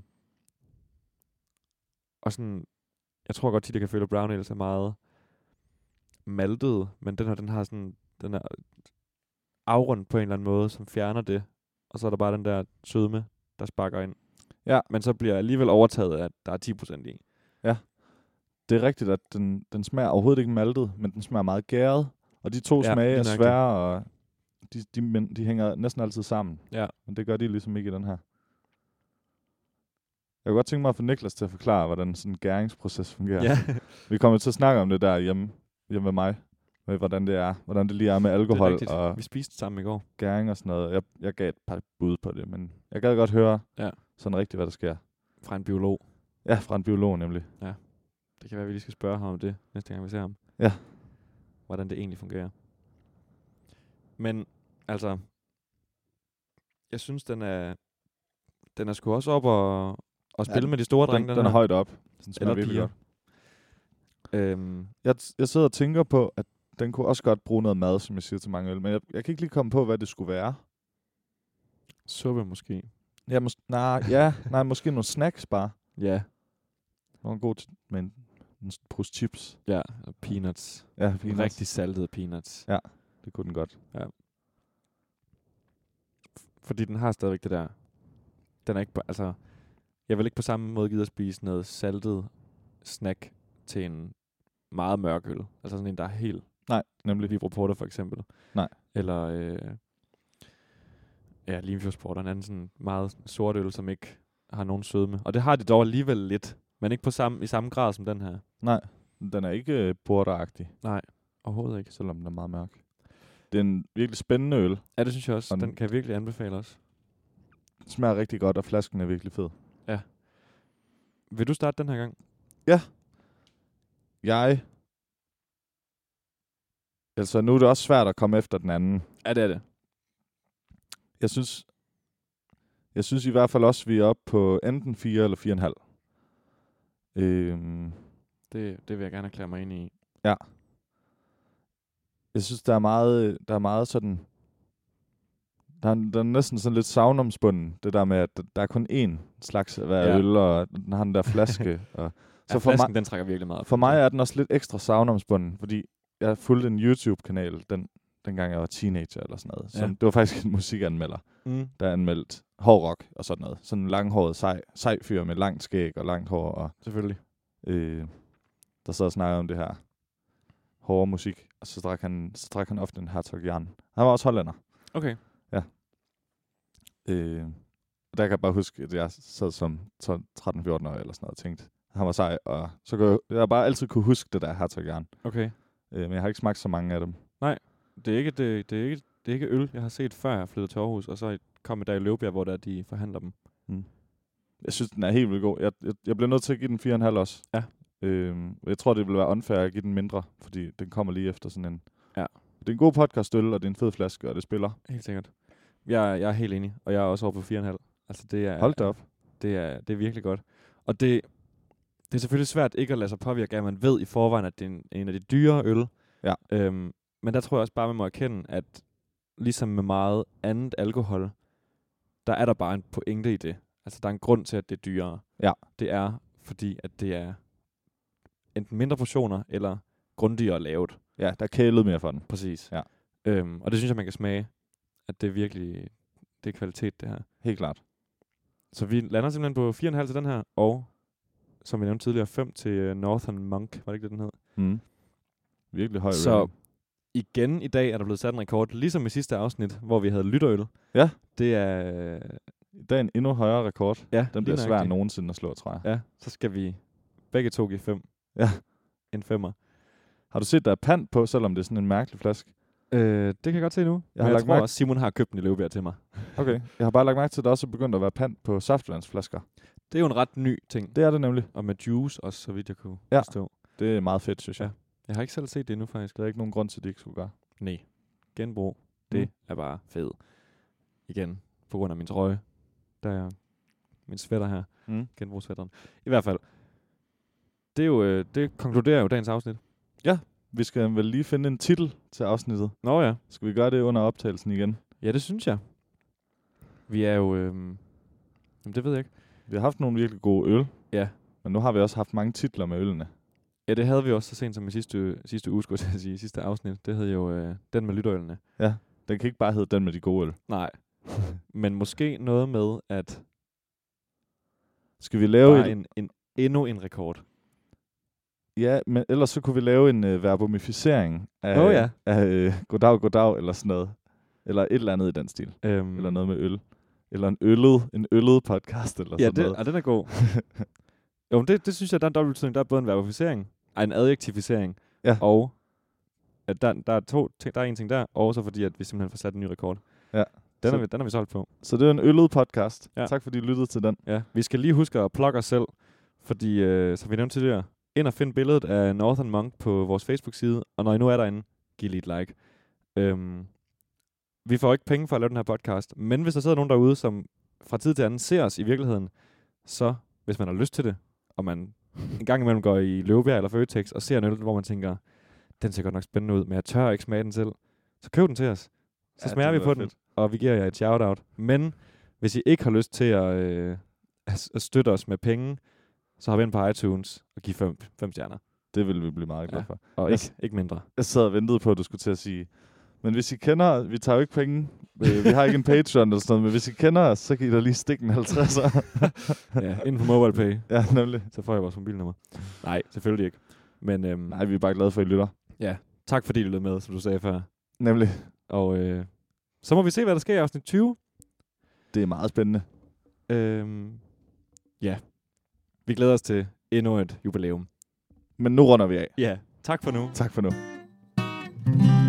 og sådan, jeg tror godt tit, jeg kan føle, at brown ale er meget maltet, men den her, den har sådan, den er afrundt på en eller anden måde, som fjerner det. Og så er der bare den der sødme, der sparker ind. Ja. Men så bliver jeg alligevel overtaget af, at der er ti procent i. Det er rigtigt, at den, den smager overhovedet ikke maltet, men den smager meget gæret. Og de to Ja, ja, smage lige er nøjagtigt. svære, og de, de, men de hænger næsten altid sammen. Ja. Men det gør de ligesom ikke i den her. Jeg kunne godt tænke mig at få Niklas til at forklare, hvordan sådan en gæringsproces fungerer. Ja, Vi kommer til at snakke om det der hjemme, hjemme med mig. Med hvordan det er. Hvordan det lige er med det er alkohol rigtigt. og Vi spiste sammen i går. gæring og sådan noget. Jeg, jeg gav et par bud på det, men jeg gad godt høre Ja. sådan rigtigt, hvad der sker. Fra en biolog. Ja, fra en biolog nemlig. Det kan være, at vi lige skal spørge ham om det, næste gang vi ser ham. Ja. Hvordan det egentlig fungerer. Men, altså... Jeg synes, den er... Den er sgu også op og, og spille den- med de store Den, drenge, den, den er her. højt op. Den smager Eller virkelig piger. godt. Øhm, Jeg, jeg sidder og tænker på, at den kunne også godt bruge noget mad, som jeg siger til mange øl. Men jeg, jeg kan ikke lige komme på, hvad det skulle være. suppe måske. Ja, mås- nej, ja, nej, måske nogle snacks bare. Ja. Nogle god t- med en, en pose chips. Ja, og peanuts. Ja, Peanuts. peanuts. Rigtig saltede peanuts. Ja. Det kunne den godt. Fordi den har stadigvæk det der... Den er ikke på, altså... Jeg vil ikke på samme måde gide at spise noget saltet snack til en meget mørk øl. Altså sådan en, der er helt... Nej, nemlig. Vibro Porter for eksempel. Nej. Eller... Øh, ja, Limfjordsporter. En anden sådan meget sort øl, som ikke har nogen sødme. Og det har de dog alligevel lidt. Men ikke på samme, i samme grad som den her. Nej, den er ikke øh, porteragtig, Nej, overhovedet ikke. selvom den er meget mørk. Det er en virkelig spændende øl. Ja, det synes jeg også. Og Den den- kan jeg virkelig anbefale også. Den smager rigtig godt, og flasken er virkelig fed. Vil du starte den her gang? Jeg... Altså, nu er det også svært at komme efter den anden. Ja, det er det. Jeg synes... Jeg synes i hvert fald også, vi er oppe på enten fire eller fire komma fem. Øhm, det. Det vil jeg gerne erklære mig ind i. jeg synes, der er meget, der er meget sådan... Der er, der er næsten sådan lidt savnomsbunden, det der med, at der er kun én slags af hver Ja. øl, og den har den der flaske. og, Så så ja, for, flasken, mig, den trækker virkelig meget op. for mig er den også lidt ekstra savnomsbunden, fordi jeg fulgte en YouTube-kanal, den, dengang jeg var teenager eller sådan noget. Som, Ja. Det var faktisk en musikanmelder, Mm. der anmeldte hård rock og sådan noget. Sådan en langhåret sej, sej fyr med langt skæg og langt hår, og Selvfølgelig. øh, der sad og snakkede om det her hårde musik, og så drak han, så drak han ofte en Hertog Jan. Han var også hollænder. Okay. Øh, og der kan jeg bare huske, at jeg sad som tretten fjorten år eller sådan noget og tænkte, han var sej, og så kunne jeg, jeg har bare altid kunne huske det der Hertog Jan. Okay. Øh, men jeg har ikke smagt så mange af dem. Det er ikke, det, det er ikke, det er ikke øl, jeg har set før jeg flyttede til Aarhus, og så kom jeg der i Løvbjerg, hvor der de forhandler dem. Jeg synes, den er helt vildt god. Jeg, jeg, jeg bliver nødt til at give den fire komma fem også. Ja. Øh, jeg tror, det vil være unfair at give den mindre, fordi den kommer lige efter sådan en... Ja. det er en god podcastøl, og det er en fed flaske, og det spiller. Helt sikkert. Jeg, jeg er helt enig, og jeg er også over på fire komma fem. Altså, det er, Hold da op. Det er, det er virkelig godt. Og det, det er selvfølgelig svært ikke at lade sig påvirke af, at man ved i forvejen, at det er en, en af de dyre øl. Ja. Øhm, men der tror jeg også bare, man må erkende, at ligesom med meget andet alkohol, der er der bare en pointe i det. Altså, der er en grund til, at det er dyrere. Ja. Det er, fordi at det er enten mindre portioner, eller grundigere lavet. Ja, der er kælet mere for den. Præcis. Ja. Øhm, og det synes jeg, man kan smage, at det er virkelig, det er kvalitet, det her. Helt klart. Så vi lander simpelthen på fire komma fem til den her, og som vi nævnte tidligere, fem til Northern Monk, var det ikke det, den hed? Mm. Virkelig høj Så rating. igen i dag er der blevet sat en rekord, ligesom i sidste afsnit, hvor vi havde lytterøl. Ja. Det er... Det er en endnu højere rekord. Ja, Den bliver svær nogensinde at slå, tror jeg. Ja, så skal vi begge to give fem. Ja. En femmer. Har du set, der er pant på, selvom det er sådan en mærkelig flaske? Øh, det kan jeg godt se nu. Jeg, Jeg men har jeg lagt tror mærke- også, Simon har købt den i Løvebjerg til mig. Okay. Jeg har bare lagt mærke til, at der også er begyndt at være pant på saftvandsflasker. Det er jo en ret ny ting. Det er det nemlig. Og med juice også, så vidt jeg kunne Ja. forstå. Det er meget fedt, synes jeg. Ja. Jeg har ikke selv set det endnu, faktisk. Der er ikke nogen grund til, at de ikke skulle gøre. Nej. Genbrug, det Mm. er bare fedt. Igen, på grund af min trøje. Der er min sweater her. Mm. Genbrugssweateren. I hvert fald. Det, er jo, øh, det konkluderer jo dagens afsnit. Vi skal vel lige finde en titel til afsnittet. Nå ja. Skal vi gøre det under optagelsen igen? Ja, det synes jeg. Vi er jo... Øh, jamen, det ved jeg ikke. Vi har haft nogle virkelig gode øl. Ja. Men nu har vi også haft mange titler med ølene. Ja, det havde vi også så sent som i sidste, sidste uge, skulle jeg sige, sidste afsnit. Det hed jo øh, Den med lytterølene. Ja, den kan ikke bare hedde Den med de gode øl. Nej. Men måske noget med, at Skal vi lave bare et... en, en, endnu en rekord. Ja, men ellers så kunne vi lave en øh, verbomificering af, Åh, ja. af øh, goddag, goddag, eller sådan noget. Eller et eller andet i den stil. Øhm, Eller noget med øl. Eller en øllet, en øllet podcast, eller Ja, sådan det, noget. ja, den er god. Jo, men det, det synes jeg, der er en dobbeltbetydning. Der er både en verbificering, ej, en adjektificering, Ja. og at der, der er to ting, der er en ting der, og så fordi, at vi simpelthen får sat en ny rekord. Ja. Den, Så- er vi, den er vi solgt på. Så det er en øllet podcast. Ja. Tak fordi I lyttede til den. Ja. Vi skal lige huske at plukke os selv, fordi, øh, som vi nævnte tidligere, ind og find billedet af Northern Monk på vores Facebook-side, og når I nu er derinde, giv lige et like. Øhm, vi får ikke penge for at lave den her podcast, men hvis der sidder nogen derude, som fra tid til anden ser os i virkeligheden, så hvis man har lyst til det, og man en gang imellem går i Løvebjerg eller Føtex og ser en øl, hvor man tænker, den ser godt nok spændende ud, men jeg tør ikke smage den selv, så køb den til os. Så Ja, smager det vi ville på være den, fedt. og vi giver jer et shout-out. Men hvis I ikke har lyst til at, øh, at at støtte os med penge, så har vi ind på iTunes og give fem, fem stjerner. Det vil vi blive meget glade Ja. for. Og Jeg ikke, s- ikke mindre. Jeg sad og ventede på, at du skulle til at sige, men hvis I kender, vi tager jo ikke penge, øh, vi har ikke en Patreon eller sådan noget, men hvis I kender os, så kan I da lige stikke en halvtredser. Ja, inden på MobilePay, Ja, nemlig. så får jeg vores mobilnummer. Nej, selvfølgelig ikke. Men øhm, Nej, vi er bare glade for, at I lytter. ja, tak fordi I lyttede med, som du sagde før. Nemlig. Og øh, så må vi se, hvad der sker i afsnit tyve. Det er meget spændende. Øhm, ja, vi glæder os til endnu et jubilæum. Men nu runder vi af. Ja, tak for nu. Tak for nu.